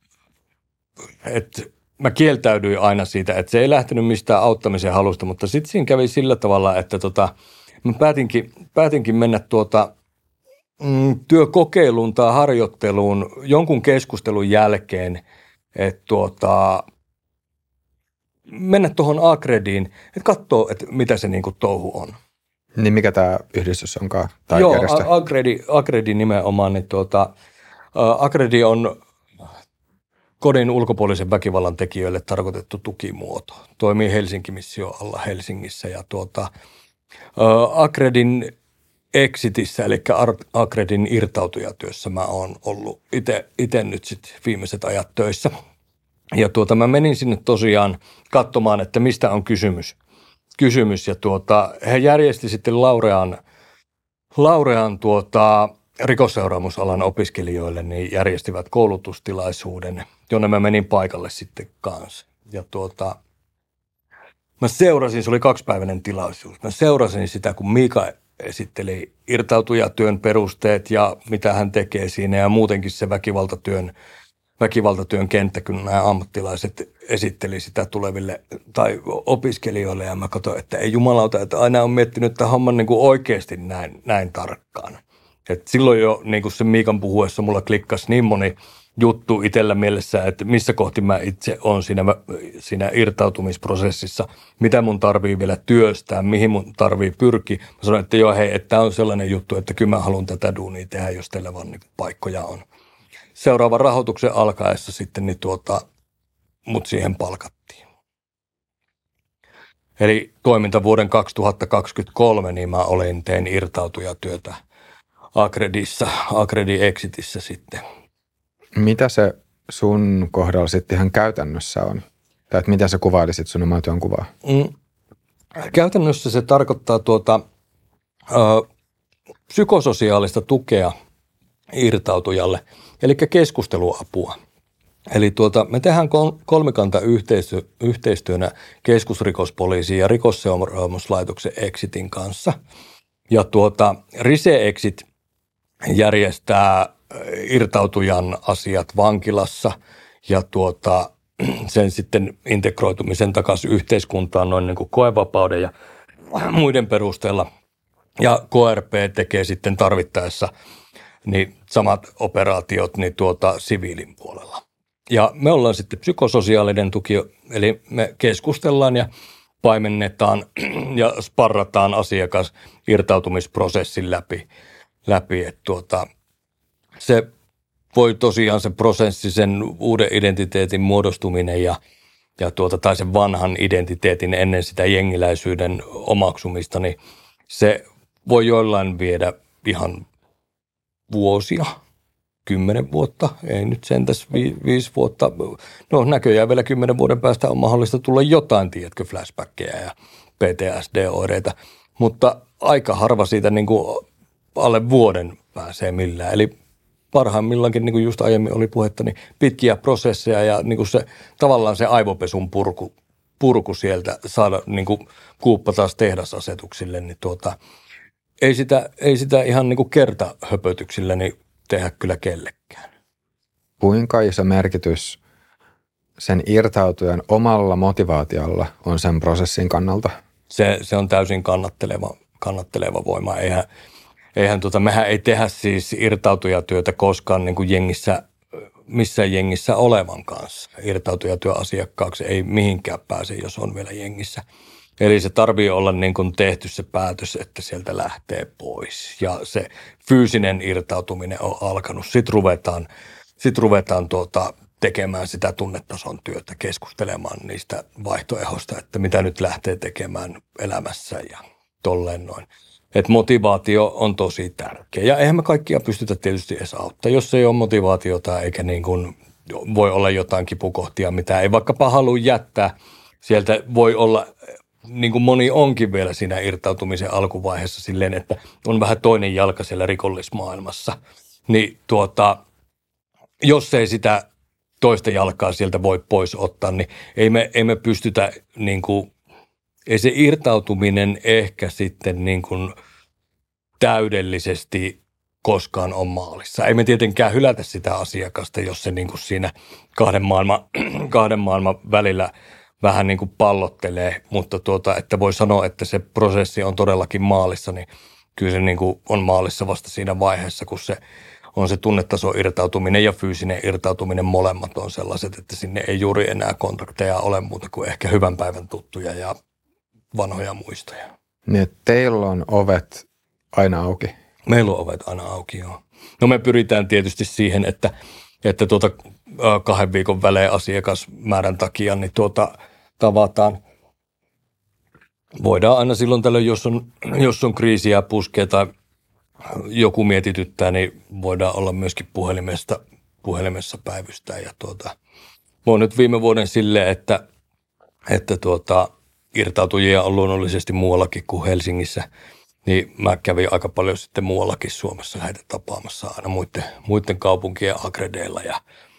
Speaker 1: että mä kieltäydyin aina siitä, että se ei lähtenyt mistään auttamisen halusta, mutta sitten siinä kävi sillä tavalla, että tota, mä päätinkin, päätinkin mennä tuota, mm, työkokeiluun tai harjoitteluun jonkun keskustelun jälkeen, että tuota, mennä tuohon Acrediin, että katsoo, että mitä se niinku touhu on.
Speaker 2: Niin mikä tämä yhdistys onkaan? Tai
Speaker 1: Joo,
Speaker 2: järjestö?
Speaker 1: Acredi, Acredi nimenomaan. Niin tuota, Acredi on kodin ulkopuolisen väkivallan tekijöille tarkoitettu tukimuoto. Toimii Helsinki-mission alla Helsingissä ja tuota, Acredin exitissä, eli Acredin irtautujatyössä mä oon ollut itse nyt sitten viimeiset ajat töissä. Ja tuota, mä menin sinne tosiaan katsomaan, että mistä on kysymys. kysymys. Ja tuota, he järjesti sitten Laurean, Laurean tuota, rikosseuraamusalan opiskelijoille, niin järjestivät koulutustilaisuuden, jonne mä menin paikalle sitten kanssa. Ja tuota, mä seurasin, se oli kaksipäiväinen tilaisuus, mä seurasin sitä, kun Miika esitteli irtautujatyön perusteet ja mitä hän tekee siinä ja muutenkin se väkivaltatyön, väkivaltatyön kenttä, kun nämä ammattilaiset esitteli sitä tuleville tai opiskelijoille ja mä katsoin, että ei jumalauta, että aina on miettinyt tämän homman niin kuin oikeasti näin, näin tarkkaan. Et silloin jo niin kuin se Miikan puhuessa mulla klikkasi niin moni juttu itsellä mielessä, että missä kohti mä itse olen siinä, siinä irtautumisprosessissa, mitä mun tarvii vielä työstää, mihin mun tarvii pyrkiä. Mä sanoin, että joo hei, että tämä on sellainen juttu, että kyllä mä haluan tätä duunia tehdä, jos teillä vaan niin paikkoja on. Seuraavan rahoituksen alkaessa sitten niin tuota, mut siihen palkattiin. Eli toimintavuoden kaksituhattakaksikymmentäkolme niin mä olin, tein irtautujatyötä Acredissa, Acredin Exitissä sitten.
Speaker 2: Mitä se sun kohdalla sitten ihan käytännössä on? Tai että mitä sä kuvailisit sun omaa työnkuvaa?
Speaker 1: Mm, käytännössä se tarkoittaa tuota, ö, psykososiaalista tukea irtautujalle, eli keskusteluapua. Eli tuota, me tehdään kolmikantayhteistyönä keskusrikospoliisin ja rikosseuraamuslaitoksen Exitin kanssa. Ja tuota, Rise Exit järjestää irtautujan asiat vankilassa ja tuota, sen sitten integroitumisen takaisin yhteiskuntaan noin niin kuin koevapauden ja muiden perusteella. Ja K R P tekee sitten tarvittaessa niin samat operaatiot niin tuota, siviilin puolella. Ja me ollaan sitten psykososiaalinen tuki, eli me keskustellaan ja paimennetaan ja sparrataan asiakas irtautumisprosessin läpi. läpi. Että tuota, se voi tosiaan se prosessi, sen uuden identiteetin muodostuminen ja, ja tuota, tai sen vanhan identiteetin ennen sitä jengiläisyyden omaksumista, niin se voi joillain viedä ihan vuosia, kymmenen vuotta, ei nyt sentäs vi, viisi vuotta. No näköjään vielä kymmenen vuoden päästä on mahdollista tulla jotain, tiedätkö, flashbackkejä ja P T S D-oireita, mutta aika harva siitä niin kuin alle vuoden pääsee millään. Eli parhaimmillaankin, niin kuin just aiemmin oli puhetta, niin pitkiä prosesseja ja niin kuin se, tavallaan se aivopesun purku, purku sieltä saada niin kuin kuuppa taas tehdasasetuksille, niin tuota, ei, sitä, ei sitä ihan niin kuin kertahöpötyksillä niin tehdä kyllä kellekään.
Speaker 2: Kuinka iso merkitys sen irtautujan omalla motivaatiolla on sen prosessin kannalta?
Speaker 1: Se, se on täysin kannatteleva, kannatteleva voima. Eihän, eihän tota, mehän ei tehdä siis irtautujatyötä koskaan niin kuin jengissä, missään jengissä olevan kanssa. Irtautujatyöasiakkaaksi ei mihinkään pääse, jos on vielä jengissä. Eli se tarvii olla niin kuin tehty se päätös, että sieltä lähtee pois. Ja se fyysinen irtautuminen on alkanut. Sitten ruvetaan, sit ruvetaan tuota, tekemään sitä tunnetason työtä, keskustelemaan niistä vaihtoehdoista, että mitä nyt lähtee tekemään elämässä ja tolleen noin. Et motivaatio on tosi tärkeä. Ja eihän me kaikkia pystytä tietysti edes auttaa. Jos ei ole motivaatiota eikä niin kuin voi olla jotain kipukohtia, mitä ei vaikkapa halua jättää, sieltä voi olla, niin kuin moni onkin vielä siinä irtautumisen alkuvaiheessa silleen, että on vähän toinen jalka siellä rikollismaailmassa. Niin tuota, jos ei sitä toista jalkaa sieltä voi pois ottaa, niin ei me, ei me pystytä, niin kuin, ei se irtautuminen ehkä sitten niin kuin täydellisesti koskaan on maalissa. Ei me tietenkään hylätä sitä asiakasta, jos se niin kuin siinä kahden maailman, kahden maailman välillä vähän niin kuin pallottelee, mutta tuota, että voi sanoa, että se prosessi on todellakin maalissa, niin kyllä se niin kuin on maalissa vasta siinä vaiheessa, kun se on se tunnetaso irtautuminen ja fyysinen irtautuminen, molemmat on sellaiset, että sinne ei juuri enää kontakteja ole muuta kuin ehkä hyvän päivän tuttuja ja vanhoja muistoja.
Speaker 2: Niin, että teillä on ovet aina auki?
Speaker 1: Meillä on ovet aina auki, joo. No me pyritään tietysti siihen, että, että tuota kahden viikon välein asiakasmäärän takia niin tuota tavataan. Voidaan aina silloin tällöin, jos on, jos on kriisiä puskee tai joku mietityttää, niin voidaan olla myöskin puhelimesta, puhelimessa päivystää. Ja tuota, mä oon nyt viime vuoden silleen, että, että tuota, irtautujia on luonnollisesti muuallakin kuin Helsingissä, niin mä kävin aika paljon sitten muuallakin Suomessa heitä tapaamassa aina muiden, muiden kaupunkien agredeilla. Ja,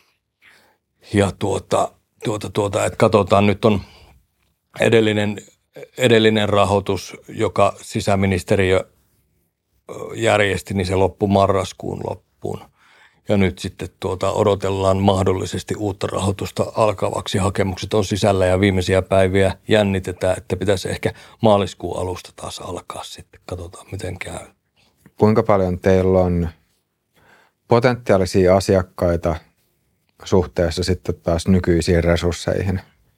Speaker 1: ja tuota, tuota, tuota, että katsotaan, nyt on edellinen, edellinen rahoitus, joka sisäministeriö järjesti, niin se loppui marraskuun loppuun. Ja nyt sitten tuota odotellaan mahdollisesti uutta rahoitusta alkavaksi. Hakemukset on sisällä ja viimeisiä päiviä jännitetään, että pitäisi ehkä maaliskuun alusta taas alkaa sitten. Katsotaan, miten käy.
Speaker 2: Kuinka paljon teillä on potentiaalisia asiakkaita suhteessa sitten taas nykyisiin resursseihin?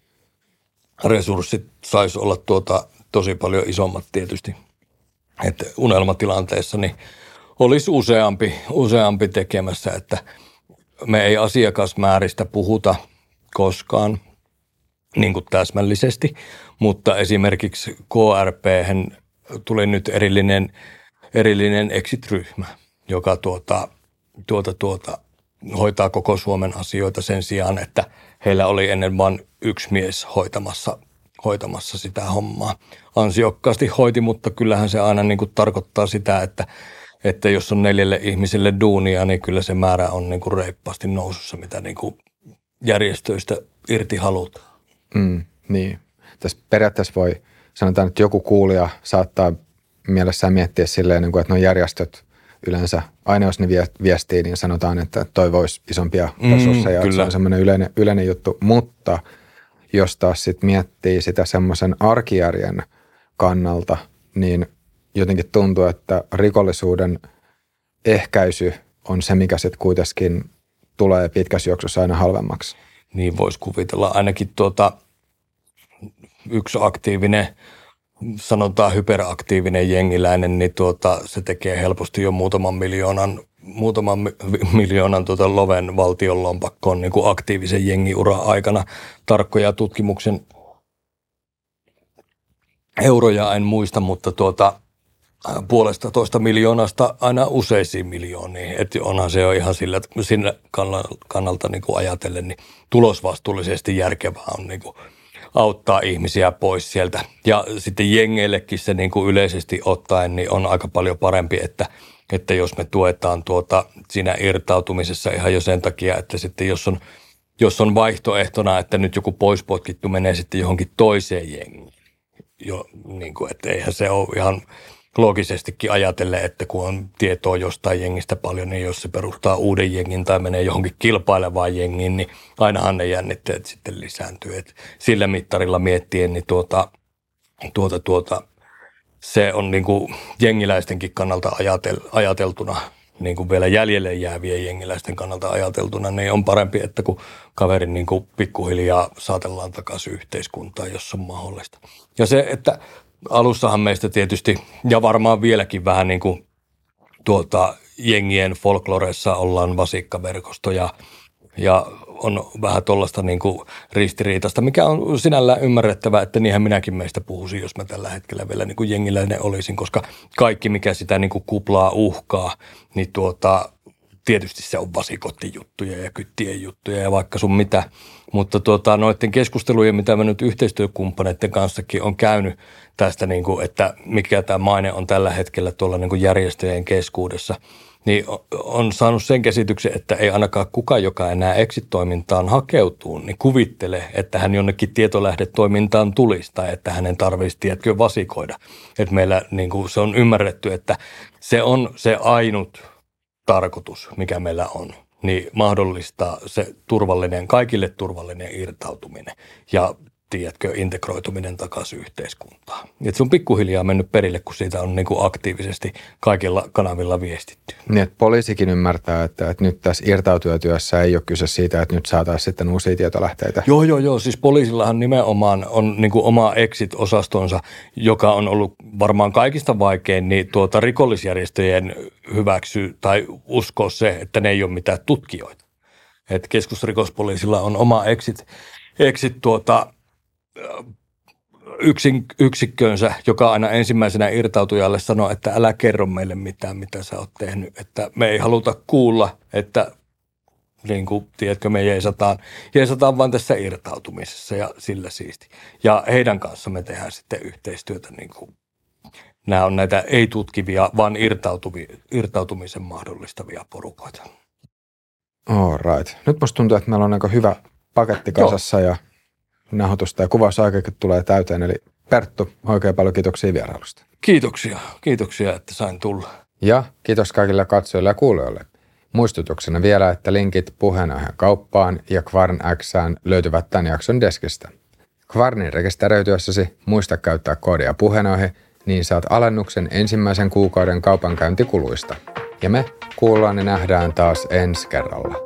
Speaker 1: Resurssit saisi olla tuota tosi paljon isommat tietysti. Että unelmatilanteessa niin olisi useampi, useampi tekemässä, että me ei asiakasmääristä puhuta koskaan niin kuin täsmällisesti, mutta esimerkiksi K R P:hen tuli nyt erillinen, erillinen exit-ryhmä, joka tuota, tuota, tuota, hoitaa koko Suomen asioita sen sijaan, että heillä oli ennen vain yksi mies hoitamassa hoitamassa sitä hommaa. Ansiokkaasti hoiti, mutta kyllähän se aina niin kuin tarkoittaa sitä, että, että jos on neljälle ihmiselle duunia, niin kyllä se määrä on niin kuin reippaasti nousussa, mitä niin kuin järjestöistä irti halutaan.
Speaker 2: Mm, niin. Tässä periaatteessa voi, sanotaan, että joku kuulija saattaa mielessään miettiä silleen, että no järjestöt yleensä, aina jos ne viestii, niin sanotaan, että toivoisi isompia resursseja, mm, se on semmoinen yleinen, yleinen juttu, mutta jos taas sitten miettii sitä semmoisen arkijärjen kannalta, niin jotenkin tuntuu, että rikollisuuden ehkäisy on se, mikä sitten kuitenkin tulee pitkässä juoksussa aina halvemmaksi.
Speaker 1: Niin voisi kuvitella. Ainakin tuota, yksi aktiivinen, sanotaan hyperaktiivinen jengiläinen, niin tuota, se tekee helposti jo muutaman miljoonan muutaman miljoonan tuota loven valtion lompakkoon niin kuin aktiivisen jengiuran aikana. Tarkkoja tutkimuksen euroja en muista, mutta tuota, puolesta toista miljoonasta aina useisiin miljooniin. Että onhan se jo ihan sillä, sillä kannalta niin kuin ajatellen, niin tulosvastuullisesti järkevää on niin kuin auttaa ihmisiä pois sieltä. Ja sitten jengeillekin se niin kuin yleisesti ottaen niin on aika paljon parempi, että, että jos me tuetaan tuota siinä irtautumisessa ihan jo sen takia, että sitten jos on, jos on vaihtoehtona, että nyt joku poispotkittu menee sitten johonkin toiseen jengiin. Jo, niin kuin, että eihän se ole ihan loogisestikin ajatellen, että kun on tietoa jostain jengistä paljon, niin jos se perustaa uuden jengin tai menee johonkin kilpailevaan jengiin, niin ainahan ne jännitteet sitten lisääntyy. Et sillä mittarilla miettien, niin tuota, tuota, tuota, se on niin kuin jengiläistenkin kannalta ajatel, ajateltuna, niin kuin vielä jäljelle jäävien jengiläisten kannalta ajateltuna, niin on parempi, että kun kaverin niin kuin pikkuhiljaa saatellaan takaisin yhteiskuntaan, jos on mahdollista. Ja se, että alussahan meistä tietysti, ja varmaan vieläkin vähän niin kuin tuota, jengien folkloreissa ollaan vasikkaverkosto ja, ja on vähän tuollaista niin kuin ristiriitasta, mikä on sinällään ymmärrettävää, että niinhän minäkin meistä puhuisin, jos mä tällä hetkellä vielä niin kuin jengiläinen olisin, koska kaikki, mikä sitä niin kuin kuplaa uhkaa, niin tuota, tietysti se on vasikottijuttuja ja kyttien juttuja ja vaikka sun mitä, mutta tuota, noiden keskustelujen, mitä mä nyt yhteistyökumppaneiden kanssakin on käynyt tästä, niin kuin, että mikä tämä maine on tällä hetkellä tuolla niin kuin järjestöjen keskuudessa, niin on saanut sen käsityksen, että ei ainakaan kukaan, joka enää exit-toimintaan hakeutuu, niin kuvittele, että hän jonnekin tietolähdetoimintaan tulisi tai että hänen tarvitsisi, tiedätkö, vasikoida. Että meillä niin kuin se on ymmärretty, että se on se ainut tarkoitus, mikä meillä on, niin mahdollistaa se turvallinen, kaikille turvallinen irtautuminen ja tiedätkö, integroituminen takaisin yhteiskuntaan. Et se on pikkuhiljaa mennyt perille, kun siitä on niin kuin aktiivisesti kaikilla kanavilla viestitty.
Speaker 2: Niin, että poliisikin ymmärtää, että, että nyt tässä irtautujatyössä ei ole kyse siitä, että nyt saataisiin sitten uusia tietolähteitä.
Speaker 1: Joo, joo, joo. Siis poliisillahan nimenomaan on niin kuin oma exit-osastonsa, joka on ollut varmaan kaikista vaikein, niin tuota rikollisjärjestöjen hyväksyä tai uskoa se, että ne ei ole mitään tutkijoita. Että keskusrikospoliisilla on oma exit, exit tuota, yksin, yksikkönsä, joka aina ensimmäisenä irtautujalle sanoo, että älä kerro meille mitään, mitä sä oot tehnyt. Että me ei haluta kuulla, että niin kuin, tiedätkö, me jeesataan, jeesataan vaan tässä irtautumisessa ja sillä siisti. Ja heidän kanssa me tehdään sitten yhteistyötä. Niin kuin, nämä on näitä ei-tutkivia, vaan irtautumisen mahdollistavia porukoita.
Speaker 2: All right. Nyt musta tuntuu, että meillä on aika hyvä paketti kasassa ja nauhoitusta ja kuvausaikakin tulee täyteen. Eli Perttu, oikein paljon kiitoksia vierailusta.
Speaker 1: Kiitoksia. Kiitoksia, että sain tulla.
Speaker 2: Ja kiitos kaikille katsojille ja kuulijoille. Muistutuksena vielä, että linkit Puheenaiheen kauppaan ja Kvarn Xään löytyvät tämän jakson deskistä. Kvarnin rekisteröityessäsi muista käyttää koodia Puheenaihe, niin saat alennuksen ensimmäisen kuukauden kaupankäyntikuluista. Ja me kuullaan ja nähdään taas ensi kerralla.